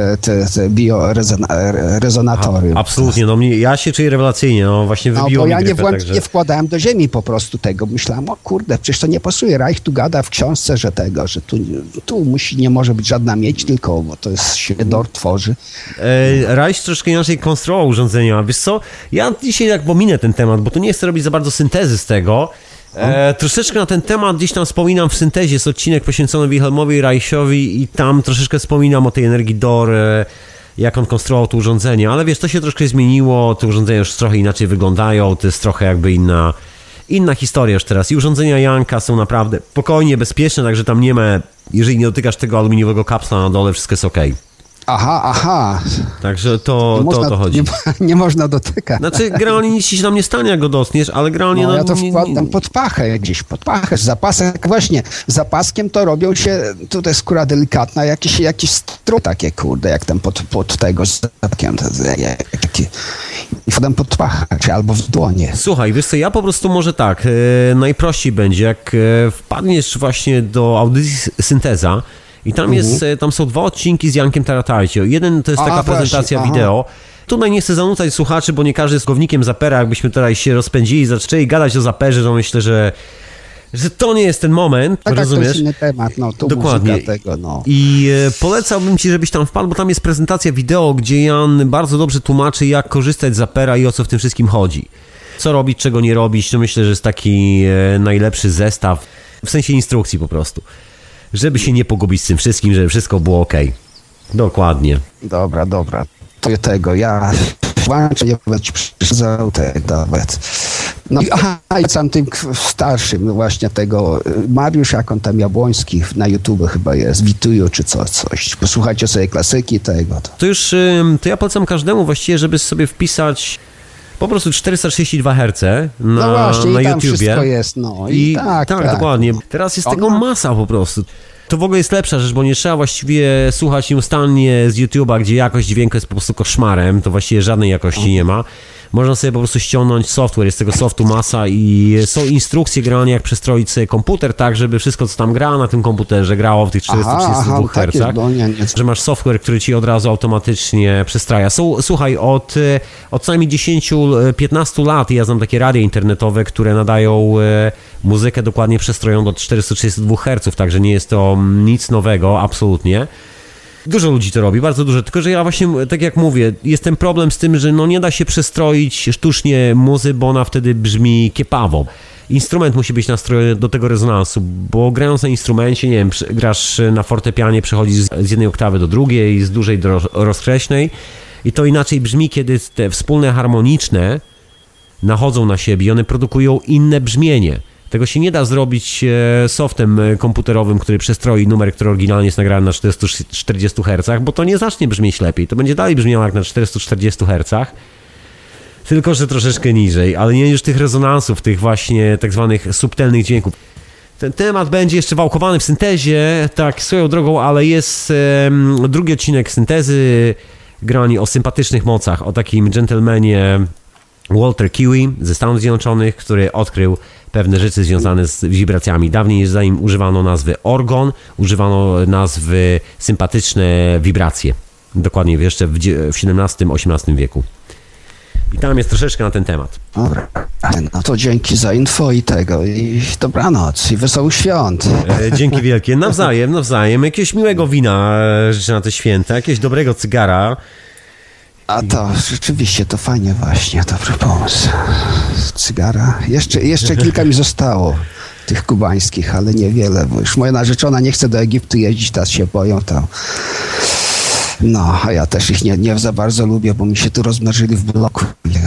biorezonatory. Absolutnie, ja się czuję rewelacyjnie, właśnie wybiło mi grypę. Bo ja nie wkładałem do ziemi po prostu tego. Myślałem, o kurde, przecież to nie pasuje. Reich tu gada w książce, że tu nie może być żadna miedź, tylko bo to jest Świedor tworzy. Reich troszkę inaczej konstruował urządzenia. Wiesz co, ja dzisiaj jak pominę ten temat, bo tu nie chcę robić za bardzo syntezy z tego. Troszeczkę na ten temat gdzieś tam wspominam w syntezie, jest odcinek poświęcony Wilhelmowi Reichowi i tam troszeczkę wspominam o tej energii DOR, jak on konstruował to urządzenie, ale wiesz, to się troszkę zmieniło, te urządzenia już trochę inaczej wyglądają, to jest trochę jakby inna historia już teraz i urządzenia Janka są naprawdę spokojnie, bezpieczne, także tam nie ma, jeżeli nie dotykasz tego aluminiowego kapsla na dole, wszystko jest okej. Aha. Także to chodzi. Nie można dotykać. Znaczy, generalnie nic się tam nie stanie, jak go dotkniesz, ale generalnie... ja to wkładam pod pachę gdzieś, z zapasem. Właśnie, zapaskiem to robią się, tutaj skóra delikatna, jakieś stru takie, kurde, jak tam pod tego z zapaskiem, i wkładam pod pachę, czy albo w dłonie. Słuchaj, wiesz co, ja po prostu może tak, najprościej będzie, jak wpadniesz właśnie do audycji Synteza, i tam są 2 odcinki z Jankiem Taratajcio. Jeden to jest taka prezentacja wideo. Tutaj nie chcę zanudzać słuchaczy, bo nie każdy jest słownikiem Zapera. Jakbyśmy tutaj się rozpędzili i zaczęli gadać o Zaperze, to myślę, że to nie jest ten moment, rozumiesz? To jest inny temat, tu dokładnie. Tego, I polecałbym ci, żebyś tam wpadł, bo tam jest prezentacja wideo, gdzie Jan bardzo dobrze tłumaczy, jak korzystać z Zapera i o co w tym wszystkim chodzi. Co robić, czego nie robić, to myślę, że jest taki najlepszy zestaw, w sensie instrukcji po prostu. Żeby się nie pogubić z tym wszystkim, żeby wszystko było okej. Dokładnie. Dobra. To tego, ja włączę, nie będę ci przyszedzał nawet. No i sam tym starszym właśnie tego, Mariusz, jak on tam Jabłoński na YouTube chyba jest, Wituju czy coś. Posłuchajcie sobie klasyki tego. To ja polecam każdemu właściwie, żeby sobie wpisać po prostu 432 Hz na YouTubie. Wszystko jest, I tak, dokładnie. Teraz jest tego masa po prostu. To w ogóle jest lepsza rzecz, bo nie trzeba właściwie słuchać nieustannie z YouTube'a, gdzie jakość dźwięku jest po prostu koszmarem, to właściwie żadnej jakości nie ma. można sobie po prostu ściągnąć software, jest tego softu masa i są instrukcje grania, jak przestroić sobie komputer tak, żeby wszystko, co tam gra na tym komputerze, grało w tych 432 Hz. Że masz software, który ci od razu automatycznie przestraja. Słuchaj, od co najmniej 10-15 lat ja znam takie radia internetowe, które nadają muzykę dokładnie przestroją do 432 Hz, także nie jest to nic nowego, absolutnie. Dużo ludzi to robi, bardzo dużo, tylko że ja właśnie, tak jak mówię, jest ten problem z tym, że no nie da się przestroić sztucznie muzy, bo ona wtedy brzmi kiepawo. Instrument musi być nastrojony do tego rezonansu, bo grając na instrumencie, nie wiem, grasz na fortepianie, przechodzisz z jednej oktawy do drugiej, z dużej do rozkreśnej i to inaczej brzmi, kiedy te wspólne harmoniczne nachodzą na siebie i one produkują inne brzmienie. Tego się nie da zrobić softem komputerowym, który przestroi numer, który oryginalnie jest nagrany na 440 Hz, bo to nie zacznie brzmieć lepiej. To będzie dalej brzmiało jak na 440 Hz, tylko że troszeczkę niżej, ale nie już tych rezonansów, tych właśnie tak zwanych subtelnych dźwięków. Ten temat będzie jeszcze wałkowany w syntezie, tak swoją drogą, ale jest drugi odcinek syntezy, grani o sympatycznych mocach, o takim dżentelmenie Walter Kiwi ze Stanów Zjednoczonych, który odkrył pewne rzeczy związane z wibracjami. Dawniej, zanim używano nazwy orgon, używano nazwy sympatyczne wibracje. Dokładnie jeszcze w XVII-XVIII wieku. I tam jest troszeczkę na ten temat. Dobra, no to dzięki za info i tego, i dobranoc, i wesołych świąt. Dzięki wielkie, nawzajem. Jakiegoś miłego wina życzę na te święta, jakiegoś dobrego cygara. A to rzeczywiście, to fajnie właśnie, dobry pomysł. Cygara. Jeszcze kilka mi zostało, tych kubańskich, ale niewiele, bo już moja narzeczona nie chce do Egiptu jeździć, teraz się boją tam. No, a ja też ich nie za bardzo lubię, bo mi się tu rozmnożyli w bloku.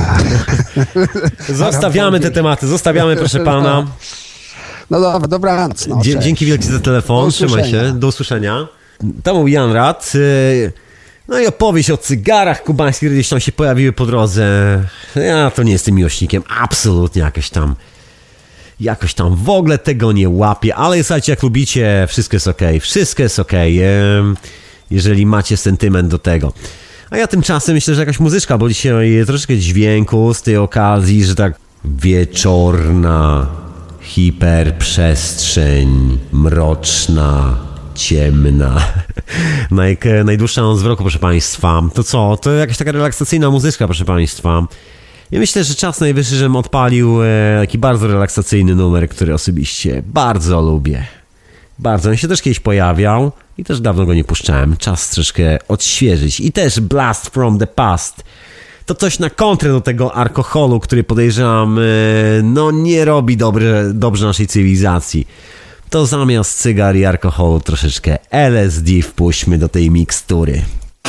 Zostawiamy te tematy, proszę pana. No dobra, dobranoc. No, dzięki wielkie za telefon, trzymaj się, do usłyszenia. To był Jan Rad. No i opowieść o cygarach kubańskich, które gdzieś tam się pojawiły po drodze. Ja to nie jestem miłośnikiem, absolutnie jakoś tam w ogóle tego nie łapię, ale słuchajcie, jak lubicie, wszystko jest okej. Jeżeli macie sentyment do tego. A ja tymczasem myślę, że jakaś muzyczka, bo dzisiaj troszeczkę dźwięku z tej okazji, że tak wieczorna hiperprzestrzeń, mroczna, ciemna, najdłuższa noc w roku, proszę państwa. To co? To jakaś taka relaksacyjna muzyczka, proszę państwa. Ja myślę, że czas najwyższy, żebym odpalił taki bardzo relaksacyjny numer, który osobiście bardzo lubię. Bardzo, on się też kiedyś pojawiał i też dawno go nie puszczałem. Czas troszkę odświeżyć. I też Blast from the Past. To coś na kontrę do tego alkoholu, który podejrzewam, no nie robi dobrze naszej cywilizacji. To zamiast cygar i alkoholu troszeczkę LSD wpuśćmy do tej mikstury.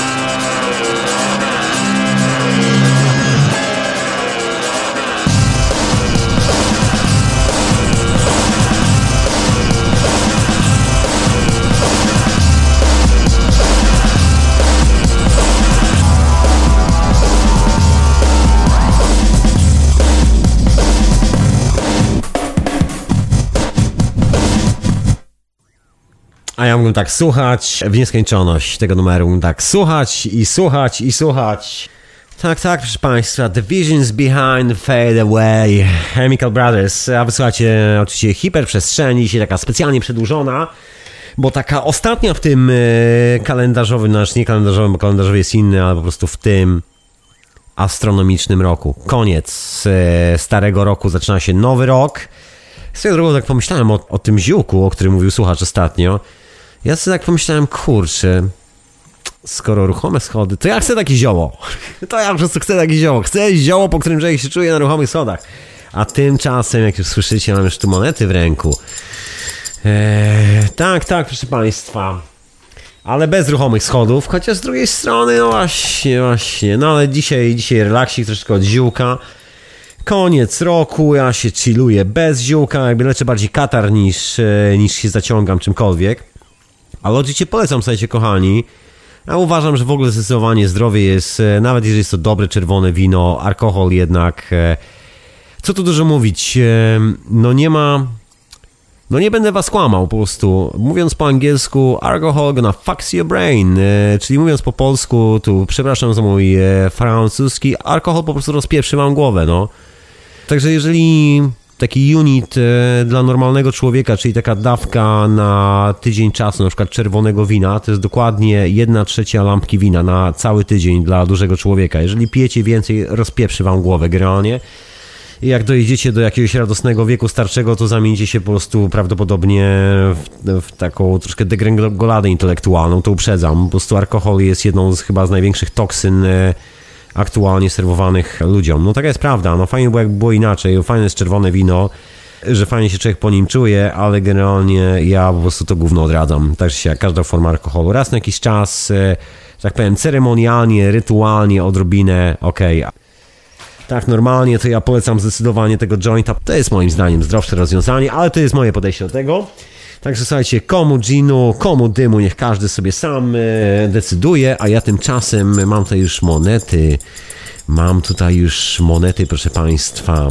A ja mógłbym tak słuchać w nieskończoność tego numeru, mógłbym tak słuchać. Tak, proszę państwa, The Visions Behind Fade Away, Chemical Brothers, a wysłuchacie oczywiście hiperprzestrzeni, dzisiaj taka specjalnie przedłużona, bo taka ostatnia w tym kalendarzowym, nie kalendarzowym, bo kalendarzowy jest inny, ale po prostu w tym astronomicznym roku. Koniec starego roku, zaczyna się nowy rok. Swoją drogą tak pomyślałem o tym ziółku, o którym mówił słuchacz ostatnio. Ja sobie tak pomyślałem, kurczę, skoro ruchome schody, to ja chcę takie zioło. To ja po prostu chcę takie zioło. Chcę zioło, po którym człowiek się czuje na ruchomych schodach. A tymczasem, jak już słyszycie, mam już tu monety w ręku. Tak, proszę państwa. Ale bez ruchomych schodów, chociaż z drugiej strony, no właśnie. No ale dzisiaj relaksik troszeczkę od ziółka. Koniec roku, ja się chilluję bez ziółka, jakby leczę bardziej katar niż się zaciągam czymkolwiek. Ale oczywiście polecam, słuchajcie kochani. Ja uważam, że w ogóle zdecydowanie zdrowie jest, nawet jeżeli jest to dobre czerwone wino, alkohol jednak, co tu dużo mówić, no nie ma No nie będę was kłamał po prostu. Mówiąc po angielsku, alcohol gonna fuck your brain. Czyli mówiąc po polsku, tu przepraszam za mój francuski, alkohol po prostu rozpieprzy wam głowę, no. Także jeżeli taki unit dla normalnego człowieka, czyli taka dawka na tydzień czasu, na przykład czerwonego wina, to jest dokładnie 1/3 lampki wina na cały tydzień dla dużego człowieka. Jeżeli pijecie więcej, rozpieprzy wam głowę generalnie. I jak dojedziecie do jakiegoś radosnego wieku starczego, to zamienicie się po prostu prawdopodobnie w taką troszkę degrengoladę intelektualną, to uprzedzam. Po prostu alkohol jest jedną chyba z największych toksyn aktualnie serwowanych ludziom. No taka jest prawda, no fajnie było jak było inaczej, fajne jest czerwone wino, że fajnie się człowiek po nim czuje, ale generalnie ja po prostu to gówno odradzam. Także jak każda forma alkoholu. Raz na jakiś czas, tak powiem, ceremonialnie, rytualnie, odrobinę, okej. Tak, normalnie to ja polecam zdecydowanie tego jointa. To jest moim zdaniem zdrowsze rozwiązanie, ale to jest moje podejście do tego. Także słuchajcie, komu ginu, komu dymu, niech każdy sobie sam decyduje, a ja tymczasem mam tutaj już monety. Mam tutaj już monety, proszę Państwa.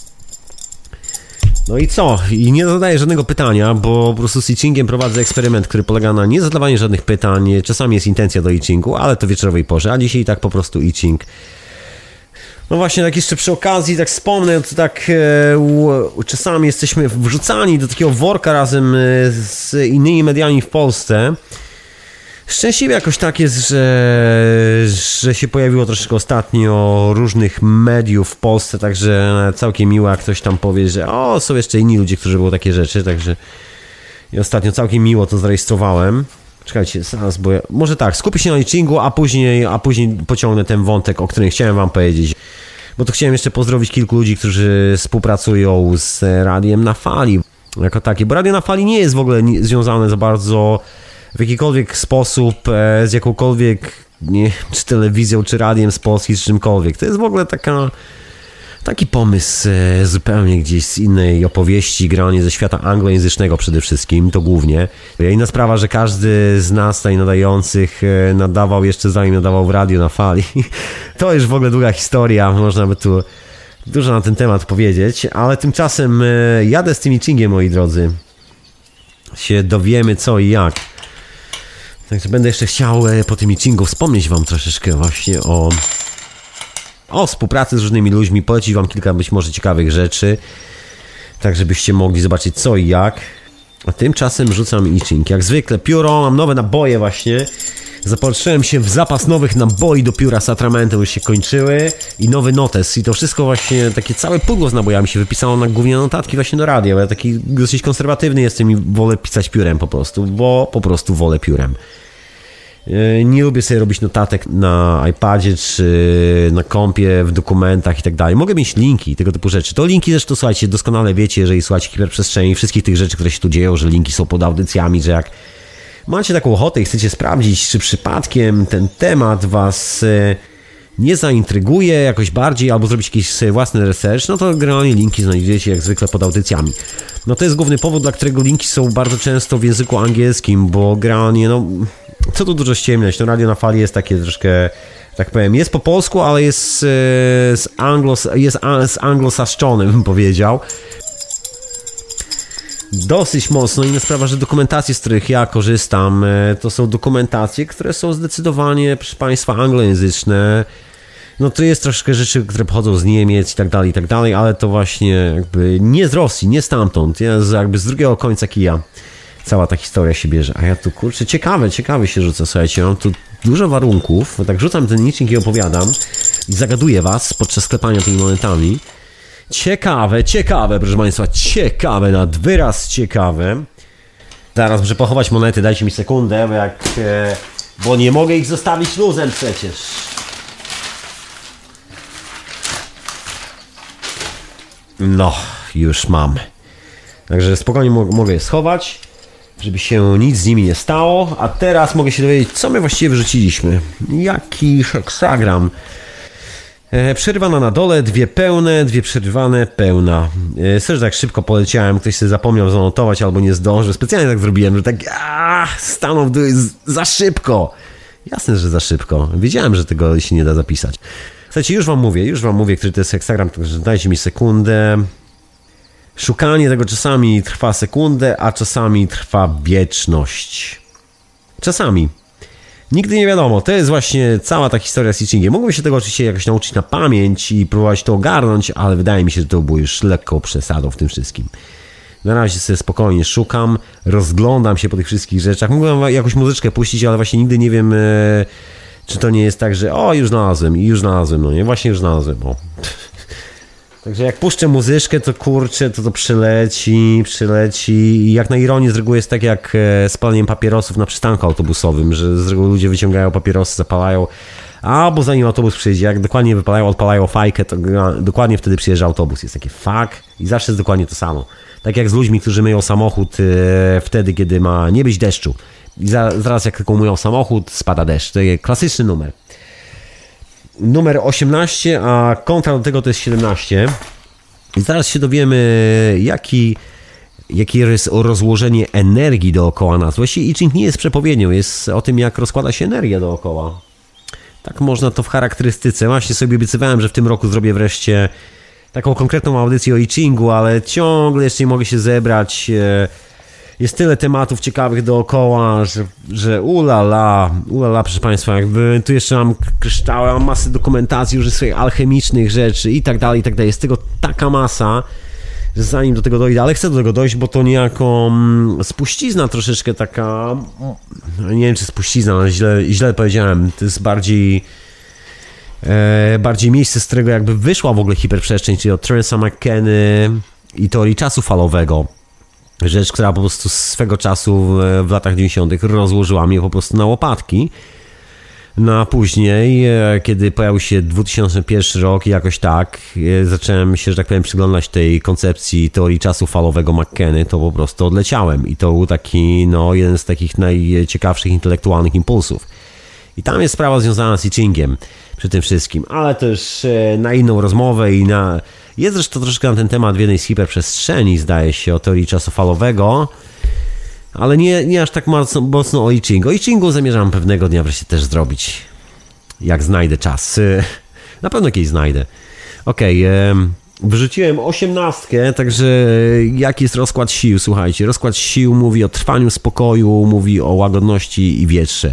No i co? I nie zadaję żadnego pytania, bo po prostu z I-Chingiem prowadzę eksperyment, który polega na nie zadawaniu żadnych pytań. Czasami jest intencja do I-Chingu, ale to wieczorowej porze, a dzisiaj tak po prostu I-Ching. No właśnie, tak jeszcze przy okazji, tak wspomnę, to tak czasami jesteśmy wrzucani do takiego worka razem z innymi mediami w Polsce. Szczęśliwie jakoś tak jest, że się pojawiło troszeczkę ostatnio różnych mediów w Polsce, także całkiem miło, jak ktoś tam powie, że są jeszcze inni ludzie, którzy robią takie rzeczy, także i ostatnio całkiem miło to zarejestrowałem. Czekajcie, zaraz, bo może tak, skupię się na I-Chingu, a później pociągnę ten wątek, o którym chciałem wam powiedzieć. Bo to chciałem jeszcze pozdrowić kilku ludzi, którzy współpracują z Radiem na Fali jako takie, bo Radio na Fali nie jest w ogóle związane za bardzo w jakikolwiek sposób z jakąkolwiek, nie, czy telewizją, czy radiem z Polski, czy czymkolwiek. To jest w ogóle taki pomysł zupełnie gdzieś z innej opowieści, granie ze świata anglojęzycznego przede wszystkim, to głównie. Inna sprawa, że każdy z nas tutaj nadających nadawał jeszcze zanim nadawał w Radio na Fali. To już w ogóle długa historia, można by tu dużo na ten temat powiedzieć, ale tymczasem jadę z tym I-Chingiem, moi drodzy. Się dowiemy co i jak. Także będę jeszcze chciał po tym I-Chingu wspomnieć wam troszeczkę właśnie o współpracy z różnymi ludźmi, polecić wam kilka być może ciekawych rzeczy, tak żebyście mogli zobaczyć co i jak. A tymczasem rzucam I-Ching. Jak zwykle pióro, mam nowe naboje właśnie. Zapatrzyłem się w zapas nowych naboi do pióra Sacramento, już się kończyły i nowy notes i to wszystko właśnie, takie całe pudło z nabojami się wypisało na głównie notatki właśnie do radia, bo ja taki dosyć konserwatywny jestem i wolę pisać piórem po prostu, bo po prostu wolę piórem. Nie lubię sobie robić notatek na iPadzie czy na kompie, w dokumentach i tak dalej. Mogę mieć linki, tego typu rzeczy. To linki zresztą, słuchajcie, doskonale wiecie, jeżeli słuchacie hiperprzestrzeni, wszystkich tych rzeczy, które się tu dzieją, że linki są pod audycjami, że jak macie taką ochotę i chcecie sprawdzić, czy przypadkiem ten temat was nie zaintryguje jakoś bardziej, albo zrobić jakiś własny research, no to generalnie linki znajdziecie jak zwykle pod audycjami. No to jest główny powód, dla którego linki są bardzo często w języku angielskim, bo generalnie, no co tu dużo ściemniać, no Radio na Fali jest takie troszkę, tak powiem, jest po polsku, ale jest z anglosaszczony, bym powiedział. Dosyć mocno. Inna sprawa, że dokumentacje, z których ja korzystam, to są dokumentacje, które są zdecydowanie, proszę Państwa, anglojęzyczne. No to jest troszkę rzeczy, które pochodzą z Niemiec i tak dalej, ale to właśnie jakby nie z Rosji, nie stamtąd, jakby z drugiego końca kija. Cała ta historia się bierze. A ja tu, kurczę, ciekawe się rzucę, słuchajcie, mam tu dużo warunków, tak rzucam ten I-Ching i opowiadam i zagaduję was podczas sklepania tymi monetami. Ciekawe, proszę Państwa, ciekawe, nad wyraz ciekawe. Zaraz muszę pochować monety, dajcie mi sekundę, bo nie mogę ich zostawić luzem przecież. No, już mam. Także spokojnie mogę je schować, żeby się nic z nimi nie stało. A teraz mogę się dowiedzieć, co my właściwie wyrzuciliśmy. Jaki heksagram. Przerwana na dole, 2 pełne, 2 przerwane, pełna. Też tak szybko poleciałem, ktoś sobie zapomniał zanotować albo nie zdążył. Specjalnie tak zrobiłem, że tak stanął w dół za szybko. Jasne, że za szybko. Wiedziałem, że tego się nie da zapisać. Słuchajcie, już wam mówię, który to jest heksagram, także dajcie mi sekundę. Szukanie tego czasami trwa sekundę, a czasami trwa wieczność. Czasami. Nigdy nie wiadomo. To jest właśnie cała ta historia z I Chingiem. Mógłbym się tego oczywiście jakoś nauczyć na pamięć i próbować to ogarnąć, ale wydaje mi się, że to było już lekko przesadą w tym wszystkim. Na razie sobie spokojnie szukam, rozglądam się po tych wszystkich rzeczach. Mógłbym jakąś muzyczkę puścić, ale właśnie nigdy nie wiem, czy to nie jest tak, że już znalazłem, no nie, właśnie już znalazłem, o. Także jak puszczę muzyczkę, to kurczę, to przyleci i jak na ironię z reguły jest tak jak z paleniem papierosów na przystanku autobusowym, że z reguły ludzie wyciągają papierosy, zapalają, albo zanim autobus przyjedzie, jak dokładnie wypalają, odpalają fajkę, to dokładnie wtedy przyjeżdża autobus. Jest takie fuck i zawsze jest dokładnie to samo. Tak jak z ludźmi, którzy myją samochód wtedy, kiedy ma nie być deszczu. I zaraz jak tylko myją samochód, spada deszcz. To jest klasyczny numer. Numer 18, a kontra do tego to jest 17. I zaraz się dowiemy, jakie jest rozłożenie energii dookoła nas. Właściwie I Ching nie jest przepowiednią, jest o tym, jak rozkłada się energia dookoła. Tak można to w charakterystyce. Właśnie sobie obiecywałem, że w tym roku zrobię wreszcie taką konkretną audycję o I Chingu, ale ciągle jeszcze nie mogę się zebrać. Jest tyle tematów ciekawych dookoła, że ulala, proszę Państwa, jakby tu jeszcze mam kryształy, mam masę dokumentacji już swoich alchemicznych rzeczy i tak dalej, jest tego taka masa, że zanim do tego dojdę, ale chcę do tego dojść, bo to niejako spuścizna troszeczkę taka, nie wiem czy spuścizna, ale źle powiedziałem, to jest bardziej miejsce, z którego jakby wyszła w ogóle hiperprzestrzeń, czyli od Terence'a McKenny i teorii czasu falowego. Rzecz, która po prostu swego czasu w latach 90. rozłożyła mnie po prostu na łopatki. No a później, kiedy pojawił się 2001 rok i jakoś tak, zacząłem się, że tak powiem, przyglądać tej koncepcji teorii czasu falowego McKenny, to po prostu odleciałem. I to był taki, jeden z takich najciekawszych intelektualnych impulsów. I tam jest sprawa związana z I Chingiem przy tym wszystkim, ale to już na inną rozmowę i jest zresztą troszkę na ten temat w jednej z hiperprzestrzeni, zdaje się, o teorii czasu falowego, ale nie aż tak mocno o I Chingu. O I Chingu zamierzam pewnego dnia wreszcie też zrobić, jak znajdę czas. Na pewno kiedyś znajdę. Okej, wyrzuciłem 18, także jaki jest rozkład sił? Słuchajcie, rozkład sił mówi o trwaniu spokoju, mówi o łagodności i wietrze.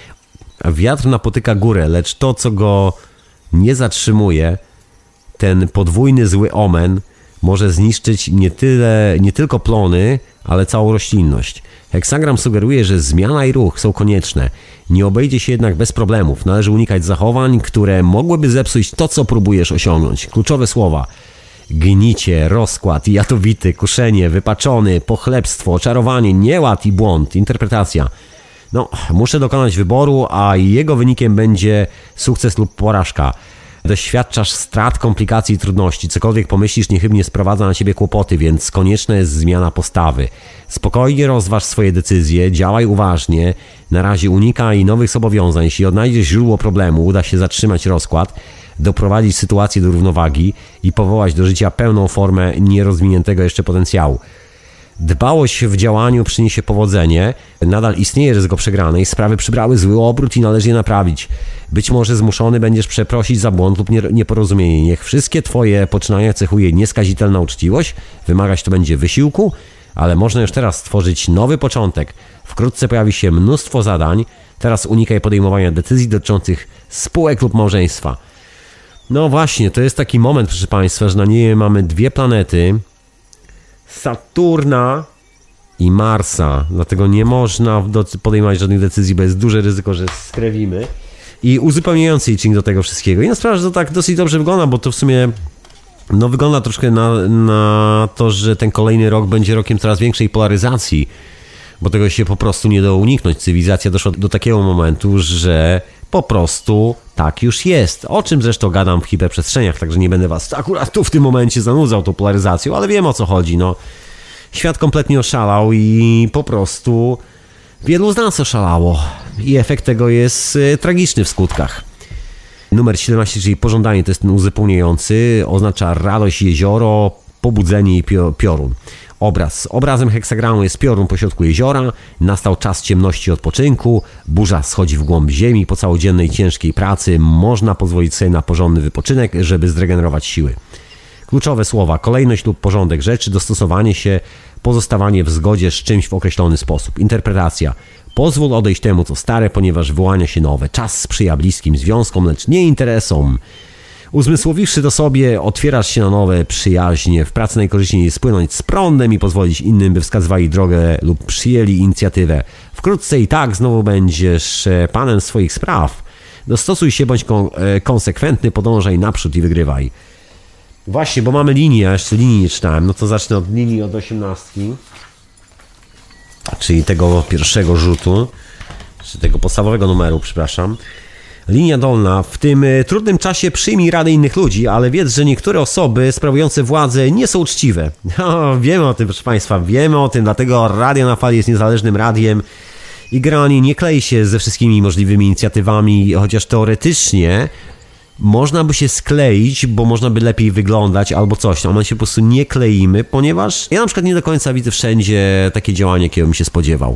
A wiatr napotyka górę, lecz to, co go nie zatrzymuje, ten podwójny zły omen może zniszczyć nie tylko plony, ale całą roślinność. Heksagram sugeruje, że zmiana i ruch są konieczne. Nie obejdzie się jednak bez problemów. Należy unikać zachowań, które mogłyby zepsuć to, co próbujesz osiągnąć. Kluczowe słowa: gnicie, rozkład, jadowity, kuszenie, wypaczony, pochlebstwo, czarowanie, nieład i błąd, interpretacja. Muszę dokonać wyboru, a jego wynikiem będzie sukces lub porażka. Doświadczasz strat, komplikacji i trudności. Cokolwiek pomyślisz, niechybnie sprowadza na ciebie kłopoty, więc konieczna jest zmiana postawy. Spokojnie rozważ swoje decyzje, działaj uważnie. Na razie unikaj nowych zobowiązań. Jeśli odnajdziesz źródło problemu, uda się zatrzymać rozkład, doprowadzić sytuację do równowagi i powołać do życia pełną formę nierozwiniętego jeszcze potencjału. Dbałość w działaniu przyniesie powodzenie, nadal istnieje ryzyko przegranej, sprawy przybrały zły obrót i należy je naprawić. Być może zmuszony będziesz przeprosić za błąd lub nieporozumienie. Niech wszystkie twoje poczynania cechuje nieskazitelna uczciwość, wymagać to będzie wysiłku, ale można już teraz stworzyć nowy początek. Wkrótce pojawi się mnóstwo zadań, teraz unikaj podejmowania decyzji dotyczących spółek lub małżeństwa. No właśnie, to jest taki moment, proszę Państwa, że na niej mamy dwie planety, Saturna i Marsa, dlatego nie można podejmować żadnych decyzji, bo jest duże ryzyko, że skrewimy. I uzupełniający I Ching do tego wszystkiego. Inna sprawa, że to tak dosyć dobrze wygląda, bo to w sumie wygląda troszkę na to, że ten kolejny rok będzie rokiem coraz większej polaryzacji, bo tego się po prostu nie da uniknąć. Cywilizacja doszła do takiego momentu, że po prostu tak już jest. O czym zresztą gadam w hiperprzestrzeniach, także nie będę was akurat tu w tym momencie zanudzał tą polaryzacją, ale wiem o co chodzi. Świat kompletnie oszalał i po prostu wielu z nas oszalało. I efekt tego jest tragiczny w skutkach. Numer 17, czyli pożądanie, to jest ten uzupełniający, oznacza radość, jezioro, pobudzenie i piorun. Obrazem heksagramu jest piorun pośrodku jeziora, nastał czas ciemności i odpoczynku, burza schodzi w głąb ziemi, po całodziennej ciężkiej pracy można pozwolić sobie na porządny wypoczynek, żeby zregenerować siły. Kluczowe słowa: kolejność lub porządek rzeczy, dostosowanie się, pozostawanie w zgodzie z czymś w określony sposób. Interpretacja: pozwól odejść temu, co stare, ponieważ wyłania się nowe. Czas sprzyja bliskim związkom, lecz nie interesom. Uzmysłowiwszy to sobie, otwierasz się na nowe przyjaźnie. W pracy najkorzystniej jest spłynąć z prądem i pozwolić innym, by wskazywali drogę lub przyjęli inicjatywę. Wkrótce i tak znowu będziesz panem swoich spraw. Dostosuj się, bądź konsekwentny, podążaj naprzód i wygrywaj. Właśnie, bo mamy linię, a jeszcze linii nie czytałem. No to zacznę od linii od 18, czyli tego pierwszego rzutu, czy tego podstawowego numeru, przepraszam. Linia dolna: w tym trudnym czasie przyjmij radę innych ludzi, ale wiedz, że niektóre osoby sprawujące władzę nie są uczciwe. Wiemy o tym, proszę Państwa, wiemy o tym, dlatego Radio na Fali jest niezależnym radiem i generalnie nie klei się ze wszystkimi możliwymi inicjatywami, chociaż teoretycznie można by się skleić, bo można by lepiej wyglądać albo coś, a my się po prostu nie kleimy, ponieważ ja na przykład nie do końca widzę wszędzie takie działanie, jakiego bym się spodziewał.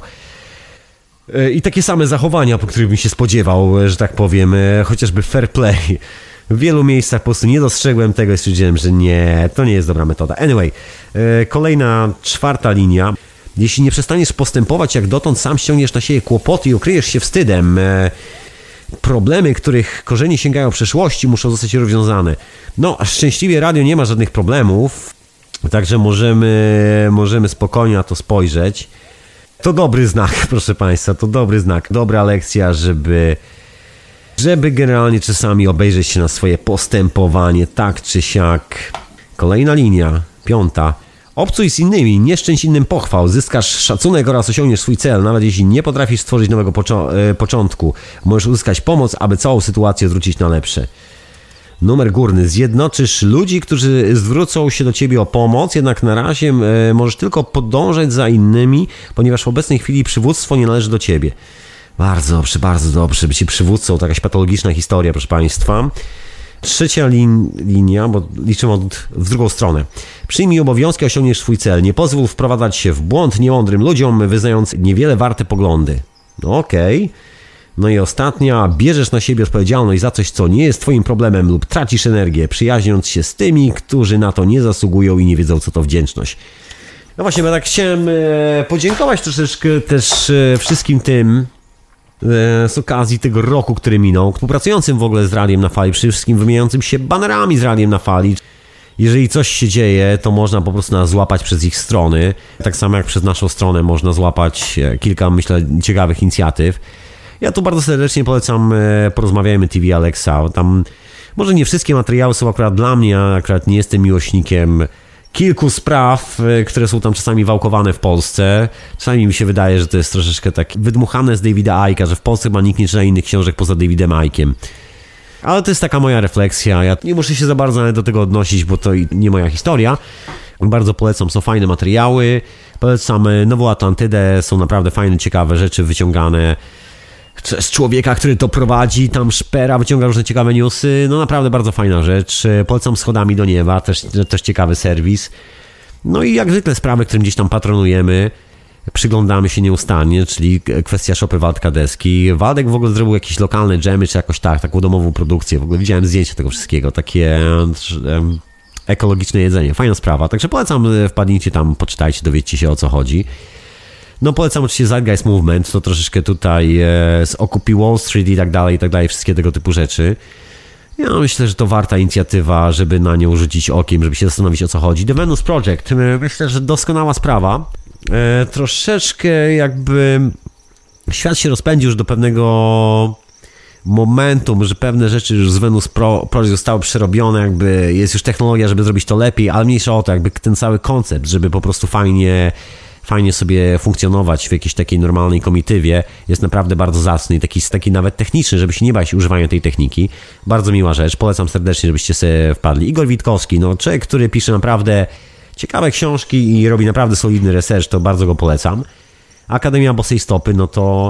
I takie same zachowania, po których bym się spodziewał, że tak powiem, chociażby fair play. W wielu miejscach po prostu nie dostrzegłem tego i stwierdziłem, że nie, to nie jest dobra metoda. Anyway, kolejna, 4. linia. Jeśli nie przestaniesz postępować jak dotąd, sam ściągniesz na siebie kłopoty i ukryjesz się wstydem. Problemy, których korzenie sięgają przeszłości, muszą zostać rozwiązane. No, szczęśliwie radio nie ma żadnych problemów, także możemy spokojnie na to spojrzeć. To dobry znak, proszę Państwa, to dobry znak, dobra lekcja, żeby generalnie czasami obejrzeć się na swoje postępowanie, tak czy siak. Kolejna linia, 5. Obcuj z innymi, nie szczęść innym pochwał, zyskasz szacunek oraz osiągniesz swój cel, nawet jeśli nie potrafisz stworzyć nowego początku. Możesz uzyskać pomoc, aby całą sytuację zwrócić na lepsze. Numer górny: zjednoczysz ludzi, którzy zwrócą się do Ciebie o pomoc, jednak na razie możesz tylko podążać za innymi, ponieważ w obecnej chwili przywództwo nie należy do Ciebie. Bardzo dobrze, bycie przywódcą, to jakaś patologiczna historia, proszę Państwa. 3. linia, bo liczymy w drugą stronę. Przyjmij obowiązki, osiągniesz swój cel. Nie pozwól wprowadzać się w błąd niemądrym ludziom, wyznając niewiele warte poglądy. Okej. No i ostatnia: bierzesz na siebie odpowiedzialność za coś, co nie jest Twoim problemem lub tracisz energię, przyjaźniąc się z tymi, którzy na to nie zasługują i nie wiedzą, co to wdzięczność. No właśnie, bo tak chciałem podziękować troszeczkę też wszystkim tym z okazji tego roku, który minął, współpracującym w ogóle z Radiem na Fali, przede wszystkim wymieniającym się banerami z Radiem na Fali. Jeżeli coś się dzieje, to można po prostu nas złapać przez ich strony, tak samo jak przez naszą stronę można złapać kilka, myślę, ciekawych inicjatyw. Ja tu bardzo serdecznie polecam Porozmawiajmy TV Alexa. Tam może nie wszystkie materiały są akurat dla mnie, ja akurat nie jestem miłośnikiem kilku spraw, które są tam czasami wałkowane w Polsce. Czasami mi się wydaje, że to jest troszeczkę tak wydmuchane z Davida Icke'a, że w Polsce chyba nikt nie czyta innych książek poza Davidem Icke'iem. Ale to jest taka moja refleksja. Ja nie muszę się za bardzo do tego odnosić, bo to nie moja historia. Bardzo polecam, są fajne materiały. Polecam Nową Atlantydę, są naprawdę fajne, ciekawe rzeczy wyciągane z człowieka, który to prowadzi, tam szpera, wyciąga różne ciekawe newsy. No naprawdę bardzo fajna rzecz. Polecam Schodami do Nieba, też ciekawy serwis. No i jak zwykle sprawy, którym gdzieś tam patronujemy, przyglądamy się nieustannie, czyli kwestia szopy Waldka Deski. Waldek w ogóle zrobił jakieś lokalne dżemy, czy jakoś taką domową produkcję. W ogóle widziałem zdjęcia tego wszystkiego, takie ekologiczne jedzenie. Fajna sprawa, także polecam, wpadnijcie tam, poczytajcie, dowiedzcie się, o co chodzi. No polecam oczywiście Zeitgeist Movement, to troszeczkę tutaj z Occupy Wall Street i tak dalej, wszystkie tego typu rzeczy. Ja myślę, że to warta inicjatywa, żeby na nią rzucić okiem, żeby się zastanowić, o co chodzi. The Venus Project, myślę, że doskonała sprawa. Troszeczkę jakby świat się rozpędził już do pewnego momentum, że pewne rzeczy już z Venus Project zostały przerobione, jakby jest już technologia, żeby zrobić to lepiej, ale mniejsza o to, jakby ten cały koncept, żeby po prostu fajnie sobie funkcjonować w jakiejś takiej normalnej komitywie, jest naprawdę bardzo zacny i taki nawet techniczny, żeby się nie bać używania tej techniki. Bardzo miła rzecz, polecam serdecznie, żebyście sobie wpadli. Igor Witkowski, no człowiek, który pisze naprawdę ciekawe książki i robi naprawdę solidny research, to bardzo go polecam. Akademia Bosej Stopy, no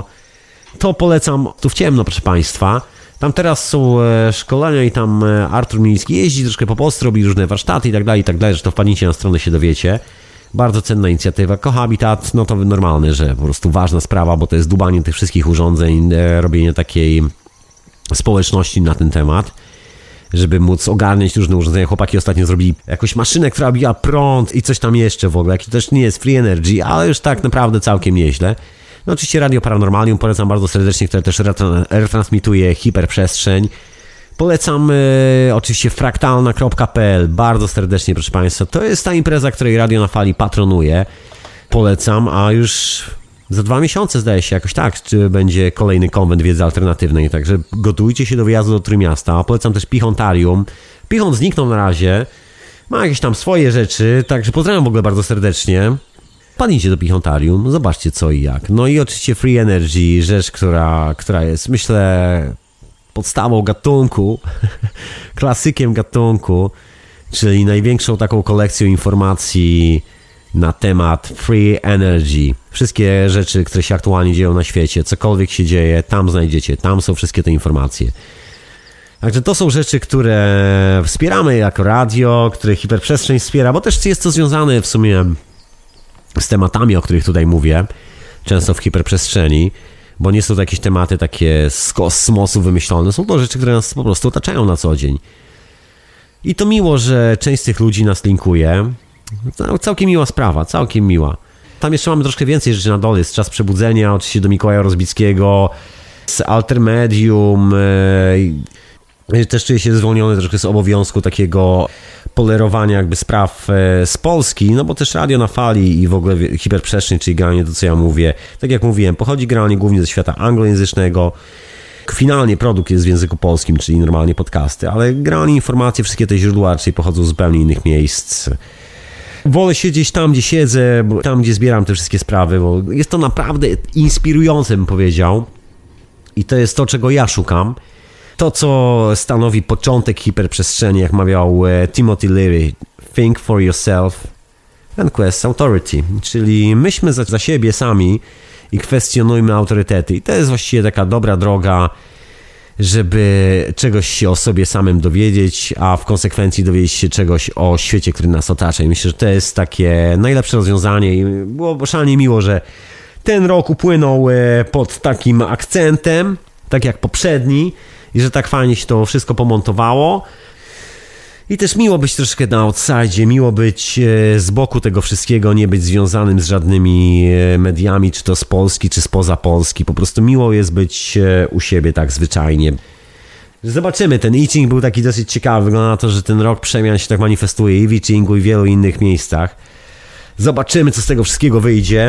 to polecam tu w ciemno, proszę Państwa. Tam teraz są szkolenia i tam Artur Miliński jeździ troszkę po Polsce, robi różne warsztaty i tak dalej, że to wpadnijcie na stronę, się dowiecie. Bardzo cenna inicjatywa. Cohabitat, no to normalne, że po prostu ważna sprawa, bo to jest dubanie tych wszystkich urządzeń, robienie takiej społeczności na ten temat. żeby móc ogarniać różne urządzenia. Chłopaki ostatnio zrobili jakąś maszynę, która biła prąd i coś tam jeszcze w ogóle, jaki też nie jest Free Energy, ale już tak naprawdę całkiem nieźle. No oczywiście Radio Paranormalium polecam bardzo serdecznie, które też retransmituje hiperprzestrzeń. Polecam oczywiście fraktalna.pl bardzo serdecznie, proszę Państwa. To jest ta impreza, której Radio na Fali patronuje. Polecam, a już za 2 miesiące zdaje się jakoś tak, czy będzie kolejny konwent wiedzy alternatywnej. Także gotujcie się do wyjazdu do Trójmiasta. Polecam też Pichontarium. Pichont zniknął na razie. Ma jakieś tam swoje rzeczy, także pozdrawiam w ogóle bardzo serdecznie. Padnijcie do Pichontarium, zobaczcie co i jak. No i oczywiście Free Energy, rzecz, która jest, myślę, podstawą gatunku, klasykiem gatunku, czyli największą taką kolekcją informacji na temat Free Energy. Wszystkie rzeczy, które się aktualnie dzieją na świecie, cokolwiek się dzieje, tam znajdziecie, tam są wszystkie te informacje. Także to są rzeczy, które wspieramy jako radio, które hiperprzestrzeń wspiera, bo też jest to związane w sumie z tematami, o których tutaj mówię, często w hiperprzestrzeni, bo nie są to jakieś tematy takie z kosmosu wymyślone, są to rzeczy, które nas po prostu otaczają na co dzień. I to miło, że część z tych ludzi nas linkuje. Całkiem miła sprawa, całkiem miła. Tam jeszcze mamy troszkę więcej rzeczy na dole, z Czas Przebudzenia, oczywiście do Mikołaja Rozbickiego, z Altermedium. Też czuję się zwolniony troszkę z obowiązku takiego polerowania jakby spraw z Polski, no bo też Radio na Fali i w ogóle hiperprzestrzeń, czyli generalnie to, co ja mówię, tak jak mówiłem, pochodzi generalnie głównie ze świata anglojęzycznego. Finalnie produkt jest w języku polskim, czyli normalnie podcasty, ale generalnie informacje, wszystkie te źródła raczej pochodzą z zupełnie innych miejsc. Wolę siedzieć tam, gdzie siedzę, tam, gdzie zbieram te wszystkie sprawy, bo jest to naprawdę inspirujące, bym powiedział. I to jest to, czego ja szukam. To, co stanowi początek hiperprzestrzeni, jak mawiał Timothy Leary, think for yourself and quest authority, czyli myślmy za siebie sami i kwestionujmy autorytety. I to jest właściwie taka dobra droga, żeby czegoś się o sobie samym dowiedzieć, a w konsekwencji dowiedzieć się czegoś o świecie, który nas otacza. I myślę, że to jest takie najlepsze rozwiązanie i było szalenie miło, że ten rok upłynął pod takim akcentem, tak jak poprzedni, i że tak fajnie się to wszystko pomontowało. I też miło być troszkę na outside, miło być z boku tego wszystkiego, nie być związanym z żadnymi mediami, czy to z Polski, czy spoza Polski. Po prostu miło jest być u siebie tak zwyczajnie. Zobaczymy, ten I-Ching był taki dosyć ciekawy. Wygląda na to, że ten rok przemian się tak manifestuje i w I-Chingu, i w wielu innych miejscach. Zobaczymy, co z tego wszystkiego wyjdzie.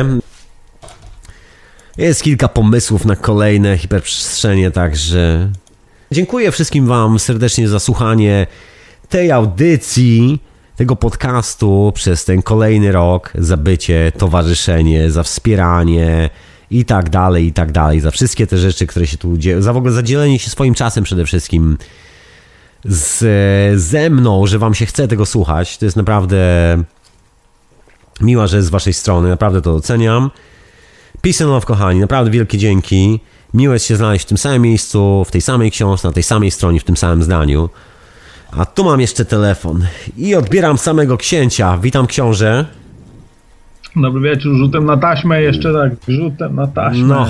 Jest kilka pomysłów na kolejne hiperprzestrzenie, także dziękuję wszystkim wam serdecznie za słuchanie tej audycji, tego podcastu przez ten kolejny rok, za bycie, towarzyszenie, za wspieranie i tak dalej, za wszystkie te rzeczy, które się tu dzieją, za w ogóle za dzielenie się swoim czasem przede wszystkim ze mną, że wam się chce tego słuchać. To jest naprawdę miła rzecz z waszej strony, naprawdę to doceniam. Peace and love, kochani, naprawdę wielkie dzięki. Miło jest się znaleźć w tym samym miejscu, w tej samej książce, na tej samej stronie, w tym samym zdaniu. A tu mam jeszcze telefon i odbieram samego księcia. Witam, książę. Dobry wieczór, rzutem na taśmę, jeszcze tak, rzutem na taśmę. No.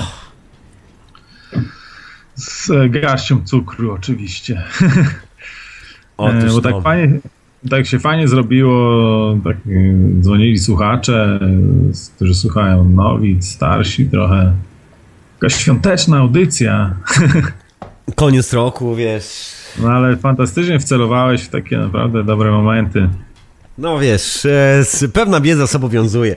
Z garścią cukru oczywiście. Otóż bo tak fajnie, tak się fajnie zrobiło, tak dzwonili słuchacze, którzy słuchają nowi, starsi trochę. Jakaś świąteczna audycja. Koniec roku, wiesz. No ale fantastycznie wcelowałeś w takie naprawdę dobre momenty. No wiesz, pewna wiedza zobowiązuje.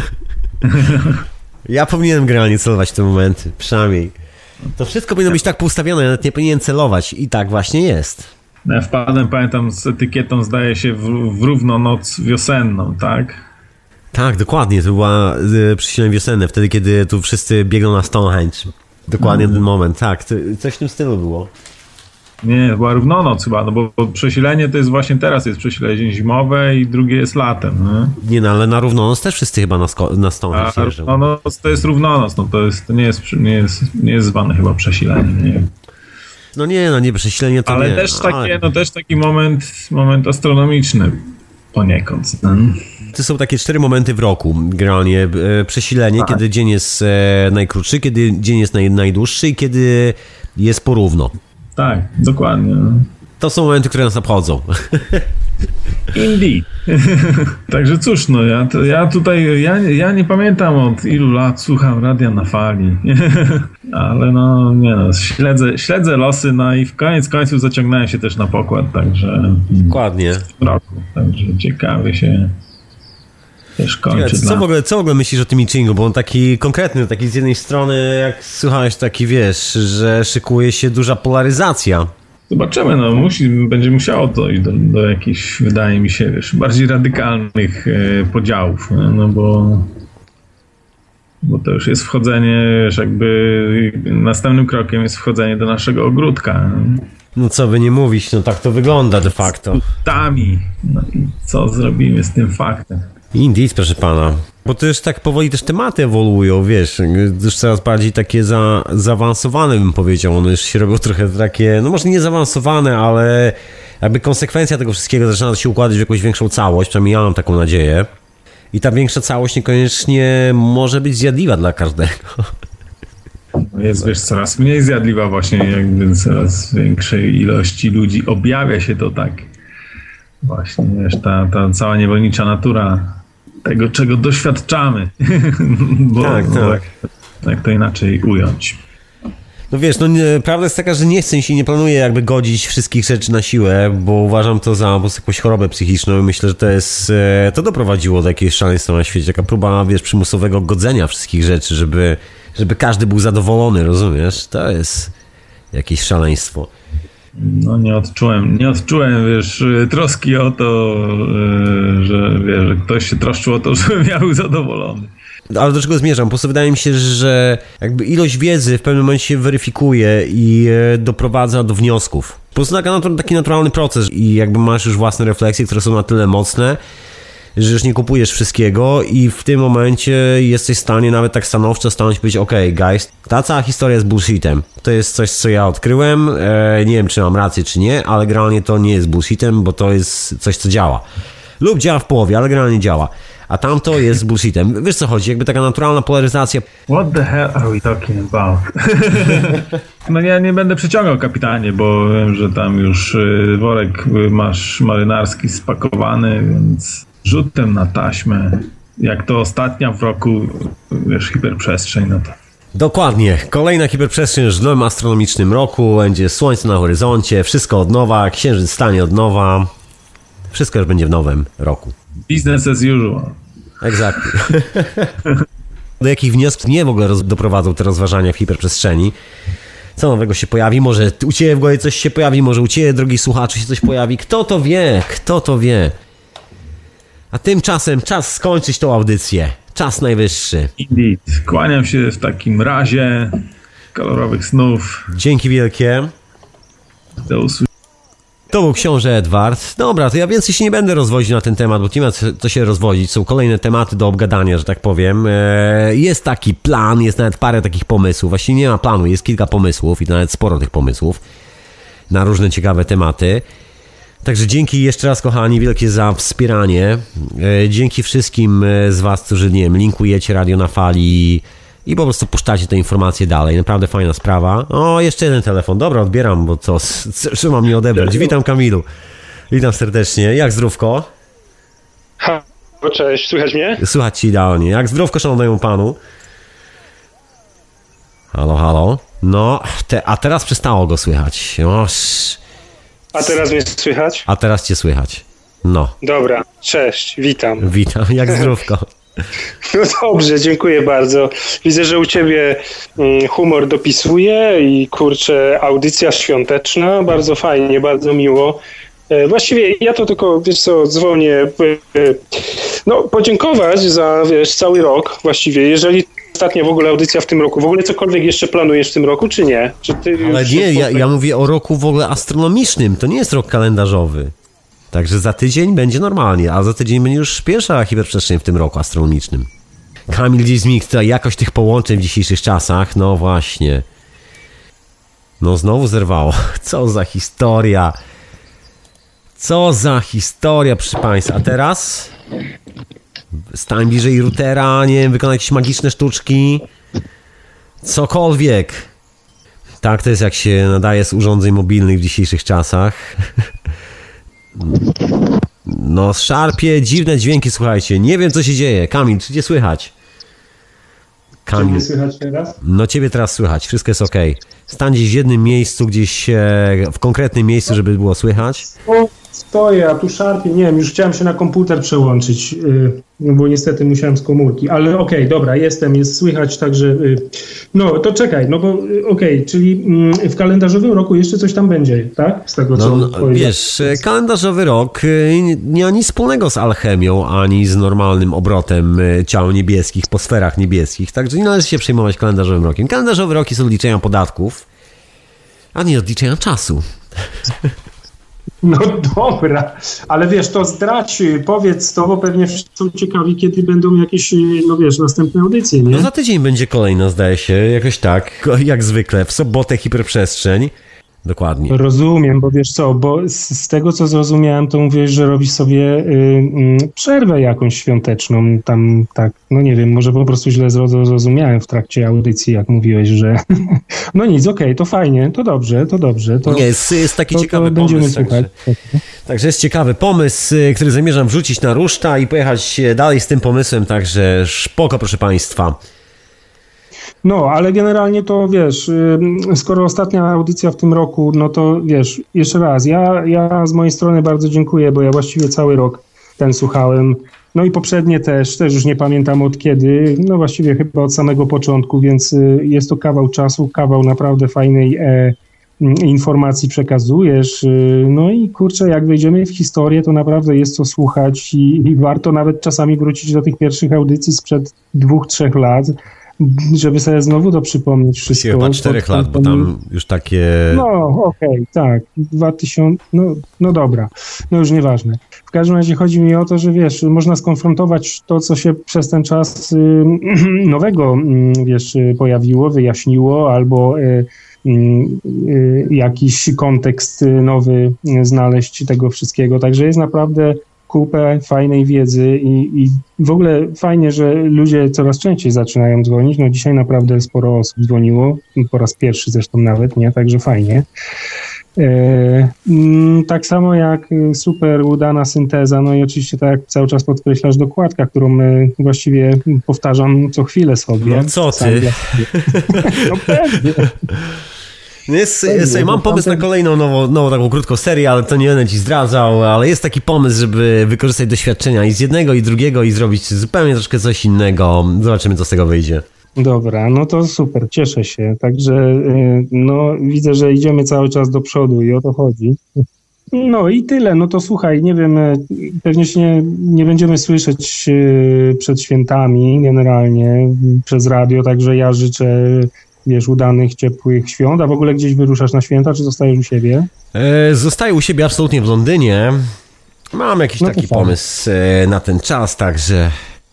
Ja powinienem generalnie celować w te momenty, przynajmniej. To wszystko powinno być tak poustawione, ja nawet nie powinien celować i tak właśnie jest. Ja wpadłem, pamiętam, z etykietą, zdaje się, w równo noc wiosenną, tak? Tak, dokładnie, to była przesilenie wiosenne, wtedy kiedy tu wszyscy biegną na Stonehenge. Dokładnie ten moment, tak, coś w tym stylu było. Nie, była równonoc chyba, no bo przesilenie to jest właśnie teraz, jest przesilenie zimowe i drugie jest latem. Nie, no ale na równonoc też wszyscy chyba na Stonehenge jeżdżą. A równonoc to jest równonoc, no to nie jest zwane chyba przesilenie, nie wiem. No nie, przesilenie to ale nie. Też takie, no też taki moment astronomiczny poniekąd. To są takie 4 momenty w roku, generalnie przesilenie, tak. Kiedy dzień jest najkrótszy, kiedy dzień jest najdłuższy i kiedy jest porówno. Tak, dokładnie. To są momenty, które nas obchodzą. Indeed. Także cóż, no ja tutaj nie pamiętam od ilu lat słucham radia na fali. Ale no nie no, śledzę losy, no i w koniec końców zaciągnąłem się też na pokład, także dokładnie. W roku, także ciekawie się też kończy. Co w ogóle myślisz o tym Ichingu? Bo on taki konkretny, taki z jednej strony, jak słuchałeś, taki wiesz, że szykuje się duża polaryzacja. Zobaczymy, no będzie musiało dojść do jakichś, wydaje mi się, wiesz, bardziej radykalnych podziałów, no bo to już jest wchodzenie, wiesz, jakby następnym krokiem jest wchodzenie do naszego ogródka. No co by nie mówić, no tak to wygląda de facto. No i co zrobimy z tym faktem? Indeed, proszę pana. Bo to już tak powoli też tematy ewoluują, wiesz, już coraz bardziej takie zaawansowane, bym powiedział. One już się robią trochę takie, no może nie zaawansowane, ale jakby konsekwencja tego wszystkiego zaczyna się układać w jakąś większą całość, przynajmniej ja mam taką nadzieję. I ta większa całość niekoniecznie może być zjadliwa dla każdego. Jest, wiesz, coraz mniej zjadliwa właśnie, jakby coraz większej ilości ludzi objawia się to tak. Właśnie, wiesz, ta cała niewolnicza natura tego, czego doświadczamy. Tak. Jak to inaczej ująć? No wiesz, no prawda jest taka, że nie chcę się, nie planuję jakby godzić wszystkich rzeczy na siłę, bo uważam to za po prostu jakąś chorobę psychiczną i myślę, że to doprowadziło do jakiegoś szaleństwa na świecie, taka próba, wiesz, przymusowego godzenia wszystkich rzeczy, żeby każdy był zadowolony, rozumiesz? To jest jakieś szaleństwo. No nie odczułem, wiesz, troski o to, że wiesz, że ktoś się troszczył o to, żebym ja był zadowolony. Ale do czego zmierzam? Po prostu wydaje mi się, że jakby ilość wiedzy w pewnym momencie się weryfikuje i doprowadza do wniosków. Po prostu taki naturalny proces i jakby masz już własne refleksje, które są na tyle mocne, że już nie kupujesz wszystkiego i w tym momencie jesteś w stanie nawet tak stanowczo stanąć i powiedzieć: okej, guys, ta cała historia jest bullshitem. To jest coś, co ja odkryłem, nie wiem, czy mam rację, czy nie, ale generalnie to nie jest bullshitem, bo to jest coś, co działa. Lub działa w połowie, ale generalnie działa. A tamto jest bullshitem. Wiesz, co chodzi? Jakby taka naturalna polaryzacja. What the hell are we talking about? No ja nie będę przeciągał, kapitanie, bo wiem, że tam już worek masz marynarski spakowany, więc rzutem na taśmę, jak to ostatnia w roku, wiesz, hiperprzestrzeń, no to... Dokładnie. Kolejna hiperprzestrzeń już w nowym astronomicznym roku. Będzie słońce na horyzoncie, wszystko od nowa, księżyc stanie od nowa. Wszystko już będzie w nowym roku. Business as usual. Exactly. Do jakich wniosków nie w ogóle doprowadzą te rozważania w hiperprzestrzeni? Co nowego się pojawi? Może u ciebie w głowie coś się pojawi, może u ciebie, drogi słuchaczu, się coś pojawi. Kto to wie? Kto to wie? A tymczasem czas skończyć tą audycję. Czas najwyższy. Indeed. Kłaniam się w takim razie. Kolorowych snów. Dzięki wielkie. Do usłyszenia. To był książę Edward. Dobra, to ja więcej się nie będę rozwodzić na ten temat, bo nie ma co się rozwodzić. Są kolejne tematy do obgadania, że tak powiem. Jest taki plan, jest nawet parę takich pomysłów. Właściwie nie ma planu, jest kilka pomysłów i nawet sporo tych pomysłów na różne ciekawe tematy. Także dzięki jeszcze raz, kochani, wielkie za wspieranie. Dzięki wszystkim z was, którzy, nie wiem, linkujecie Radio na Fali i po prostu puszczacie te informacje dalej. Naprawdę fajna sprawa. O, jeszcze jeden telefon. Dobra, odbieram, bo co mam nie odebrać. Witam, Kamilu. Witam serdecznie. Jak zdrówko? Cześć, słychać mnie? Słychać ci idealnie. Jak zdrówko, szanownemu panu? Halo, halo. No, a teraz przestało go słychać. A teraz mnie słychać? A teraz cię słychać. No. Dobra, cześć, witam. Witam, jak zdrówko? No dobrze, dziękuję bardzo. Widzę, że u ciebie humor dopisuje i kurczę, audycja świąteczna, bardzo fajnie, bardzo miło. Właściwie ja to tylko, wiesz co, dzwonię, no podziękować za, wiesz, cały rok właściwie, jeżeli ostatnia w ogóle audycja w tym roku, w ogóle cokolwiek jeszcze planujesz w tym roku, czy nie? Czy ty ale nie, ja mówię o roku w ogóle astronomicznym, to nie jest rok kalendarzowy. Także za tydzień będzie normalnie, a za tydzień będzie już pierwsza hiperprzestrzeń w tym roku astronomicznym. Kamil gdzieś zmikł tutaj jakość tych połączeń w dzisiejszych czasach, no właśnie. No znowu zerwało. Co za historia. Co za historia, proszę państwa. A teraz stań bliżej routera, nie wiem, wykonać jakieś magiczne sztuczki. Cokolwiek. Tak, to jest jak się nadaje z urządzeń mobilnych w dzisiejszych czasach. No, szarpie, dziwne dźwięki, słuchajcie. Nie wiem, co się dzieje. Kamil, czy cię słychać? Kamil. Czy mnie słychać teraz? No, ciebie teraz słychać. Wszystko jest okej. Stań gdzieś w jednym miejscu, gdzieś w konkretnym miejscu, żeby było słychać. Stoję, a tu szarpie. Nie wiem, już chciałem się na komputer przełączyć, bo niestety musiałem z komórki. Ale okej, dobra, jest słychać, także... No, to czekaj, no bo czyli w kalendarzowym roku jeszcze coś tam będzie, tak? Z tego, co wiesz, kalendarzowy rok nie ma nic wspólnego z alchemią, ani z normalnym obrotem ciał niebieskich po sferach niebieskich, także nie należy się przejmować kalendarzowym rokiem. Kalendarzowy rok jest odliczenia podatków, a nie odliczenia czasu. No dobra, ale wiesz, to zdradź, powiedz to, bo pewnie wszyscy są ciekawi, kiedy będą jakieś, no wiesz, następne audycje, nie? No za tydzień będzie kolejna, zdaje się, jakoś tak, jak zwykle, w sobotę hiperprzestrzeń. Dokładnie. Rozumiem, bo wiesz co, bo z tego, co zrozumiałem, to mówisz, że robisz sobie przerwę jakąś świąteczną, tam tak, no nie wiem, może po prostu źle zrozumiałem w trakcie audycji, jak mówiłeś, że no nic, okej, to fajnie, to dobrze. To, nie, jest taki ciekawy pomysł. Także jest ciekawy pomysł, który zamierzam wrzucić na ruszta i pojechać dalej z tym pomysłem, także szpoko, proszę Państwa. No, ale generalnie to wiesz, skoro ostatnia audycja w tym roku, no to wiesz, jeszcze raz, ja z mojej strony bardzo dziękuję, bo ja właściwie cały rok ten słuchałem, no i poprzednie też już nie pamiętam od kiedy, no właściwie chyba od samego początku, więc jest to kawał czasu, kawał naprawdę fajnej informacji przekazujesz, no i kurczę, jak wejdziemy w historię, to naprawdę jest co słuchać i warto nawet czasami wrócić do tych pierwszych audycji sprzed 2-3 lat, żeby sobie znowu to przypomnieć wszystko. Chyba 4 lat, bo tam już takie... No, okej, tak. 2000... No dobra, no już nieważne. W każdym razie chodzi mi o to, że wiesz, można skonfrontować to, co się przez ten czas nowego, wiesz, pojawiło, wyjaśniło, albo jakiś kontekst nowy znaleźć tego wszystkiego. Także jest naprawdę kupę fajnej wiedzy i w ogóle fajnie, że ludzie coraz częściej zaczynają dzwonić. No dzisiaj naprawdę sporo osób dzwoniło, po raz pierwszy zresztą nawet, nie? Także fajnie. Tak samo jak super udana synteza, no i oczywiście tak jak cały czas podkreślasz, dokładka, którą właściwie powtarzam co chwilę sobie. No co ty? No pewnie. Mam pomysł na kolejną nową taką krótką serię, ale to nie będę ci zdradzał, ale jest taki pomysł, żeby wykorzystać doświadczenia i z jednego i drugiego i zrobić zupełnie troszkę coś innego. Zobaczymy, co z tego wyjdzie. Dobra, no to super, cieszę się. Także no widzę, że idziemy cały czas do przodu i o to chodzi. No i tyle, no to słuchaj, nie wiem, pewnie się nie będziemy słyszeć przed świętami generalnie przez radio, także ja życzę, wiesz, udanych, ciepłych świąt, a w ogóle gdzieś wyruszasz na święta, czy zostajesz u siebie? Zostaję u siebie absolutnie w Londynie. Mam jakiś taki pomysł na ten czas, także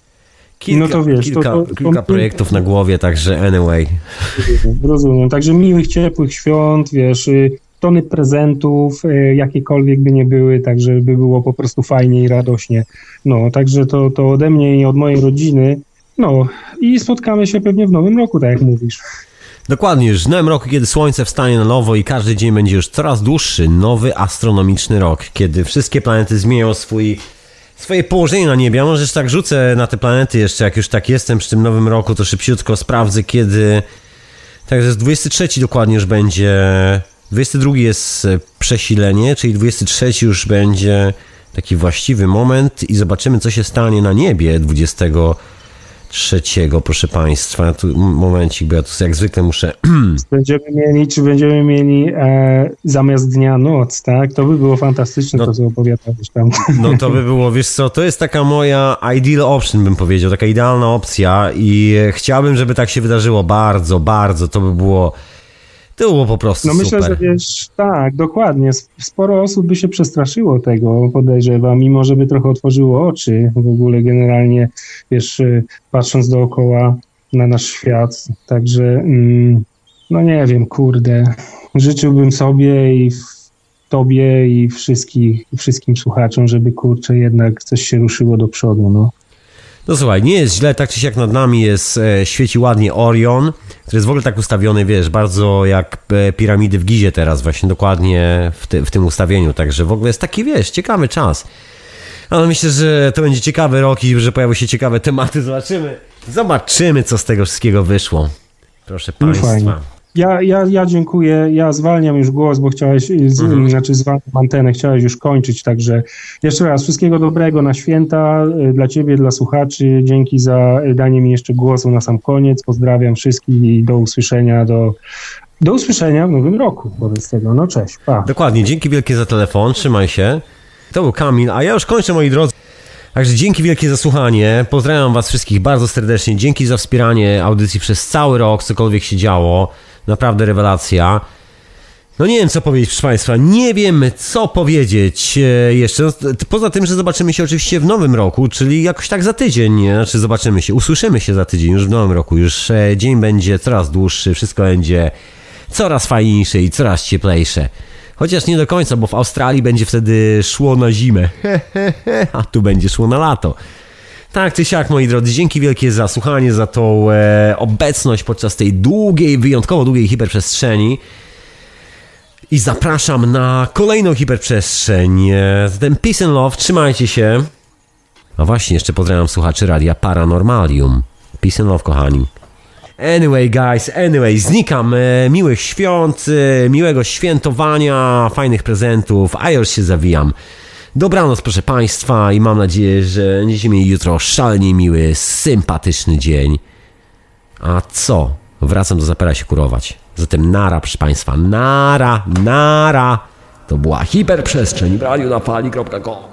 kilka projektów na głowie, także anyway. Rozumiem, także miłych, ciepłych świąt, wiesz, tony prezentów, jakiekolwiek by nie były, tak żeby było po prostu fajnie i radośnie. No, także to ode mnie i od mojej rodziny. No i spotkamy się pewnie w nowym roku, tak jak mówisz. Dokładnie, już w nowym roku, kiedy słońce wstanie na nowo i każdy dzień będzie już coraz dłuższy, nowy astronomiczny rok, kiedy wszystkie planety zmienią swoje położenie na niebie. Ja może tak rzucę na te planety jeszcze, jak już tak jestem przy tym nowym roku, to szybciutko sprawdzę, kiedy... Także jest 23 dokładnie już będzie... 22 jest przesilenie, czyli 23 już będzie taki właściwy moment i zobaczymy, co się stanie na niebie 23, proszę Państwa. Tu momencik, bo ja tu jak zwykle muszę... Będziemy mieli zamiast dnia noc, tak? To by było fantastyczne, to co opowiadałeś tam. No to by było, wiesz co, to jest taka moja ideal option, bym powiedział, taka idealna opcja i chciałbym, żeby tak się wydarzyło bardzo, bardzo, to by było po prostu super. Myślę, że wiesz, tak, dokładnie. Sporo osób by się przestraszyło tego, podejrzewam, mimo że by trochę otworzyło oczy w ogóle generalnie, wiesz, patrząc dookoła na nasz świat. Także, no nie wiem, kurde, życzyłbym sobie i tobie i wszystkim słuchaczom, żeby, kurczę, jednak coś się ruszyło do przodu, no. No słuchaj, nie jest źle, tak czy siak nad nami jest, świeci ładnie Orion, który jest w ogóle tak ustawiony, wiesz, bardzo jak piramidy w Gizie teraz, właśnie dokładnie w tym ustawieniu, także w ogóle jest taki, wiesz, ciekawy czas. Ale myślę, że to będzie ciekawy rok i że pojawią się ciekawe tematy, zobaczymy, co z tego wszystkiego wyszło. Proszę Państwa. Fajnie. Ja dziękuję, ja zwalniam już głos, bo chciałeś, zwalniam antenę, chciałeś już kończyć, także jeszcze raz wszystkiego dobrego na święta dla Ciebie, dla słuchaczy, dzięki za danie mi jeszcze głosu na sam koniec, pozdrawiam wszystkich i do usłyszenia, do usłyszenia w nowym roku, wobec tego, no cześć, pa. Dokładnie, dzięki wielkie za telefon, trzymaj się. To był Kamil, a ja już kończę, moi drodzy. Także dzięki wielkie za słuchanie, pozdrawiam Was wszystkich bardzo serdecznie, dzięki za wspieranie audycji przez cały rok, cokolwiek się działo, naprawdę rewelacja. No nie wiem co powiedzieć, proszę Państwa, nie wiem co powiedzieć jeszcze, poza tym, że zobaczymy się oczywiście w nowym roku, czyli jakoś tak za tydzień, znaczy usłyszymy się za tydzień już w nowym roku, już dzień będzie coraz dłuższy, wszystko będzie coraz fajniejsze i coraz cieplejsze. Chociaż nie do końca, bo w Australii będzie wtedy szło na zimę, a tu będzie szło na lato. Tak czy siak, moi drodzy, dzięki wielkie za słuchanie, za tą obecność podczas tej długiej, wyjątkowo długiej hiperprzestrzeni. I zapraszam na kolejną hiperprzestrzeń. Zatem peace and love, trzymajcie się. A właśnie, jeszcze pozdrawiam słuchaczy Radia Paranormalium. Peace and love, kochani. Anyway, guys, znikam. Miłych świąt, miłego świętowania, fajnych prezentów, a ja już się zawijam. Dobranoc, proszę Państwa, i mam nadzieję, że będziecie mieli jutro szalenie miły, sympatyczny dzień. A co? Wracam do Zapera się kurować. Zatem nara, proszę Państwa, nara. To była hiperprzestrzeń w radiu na fali.com.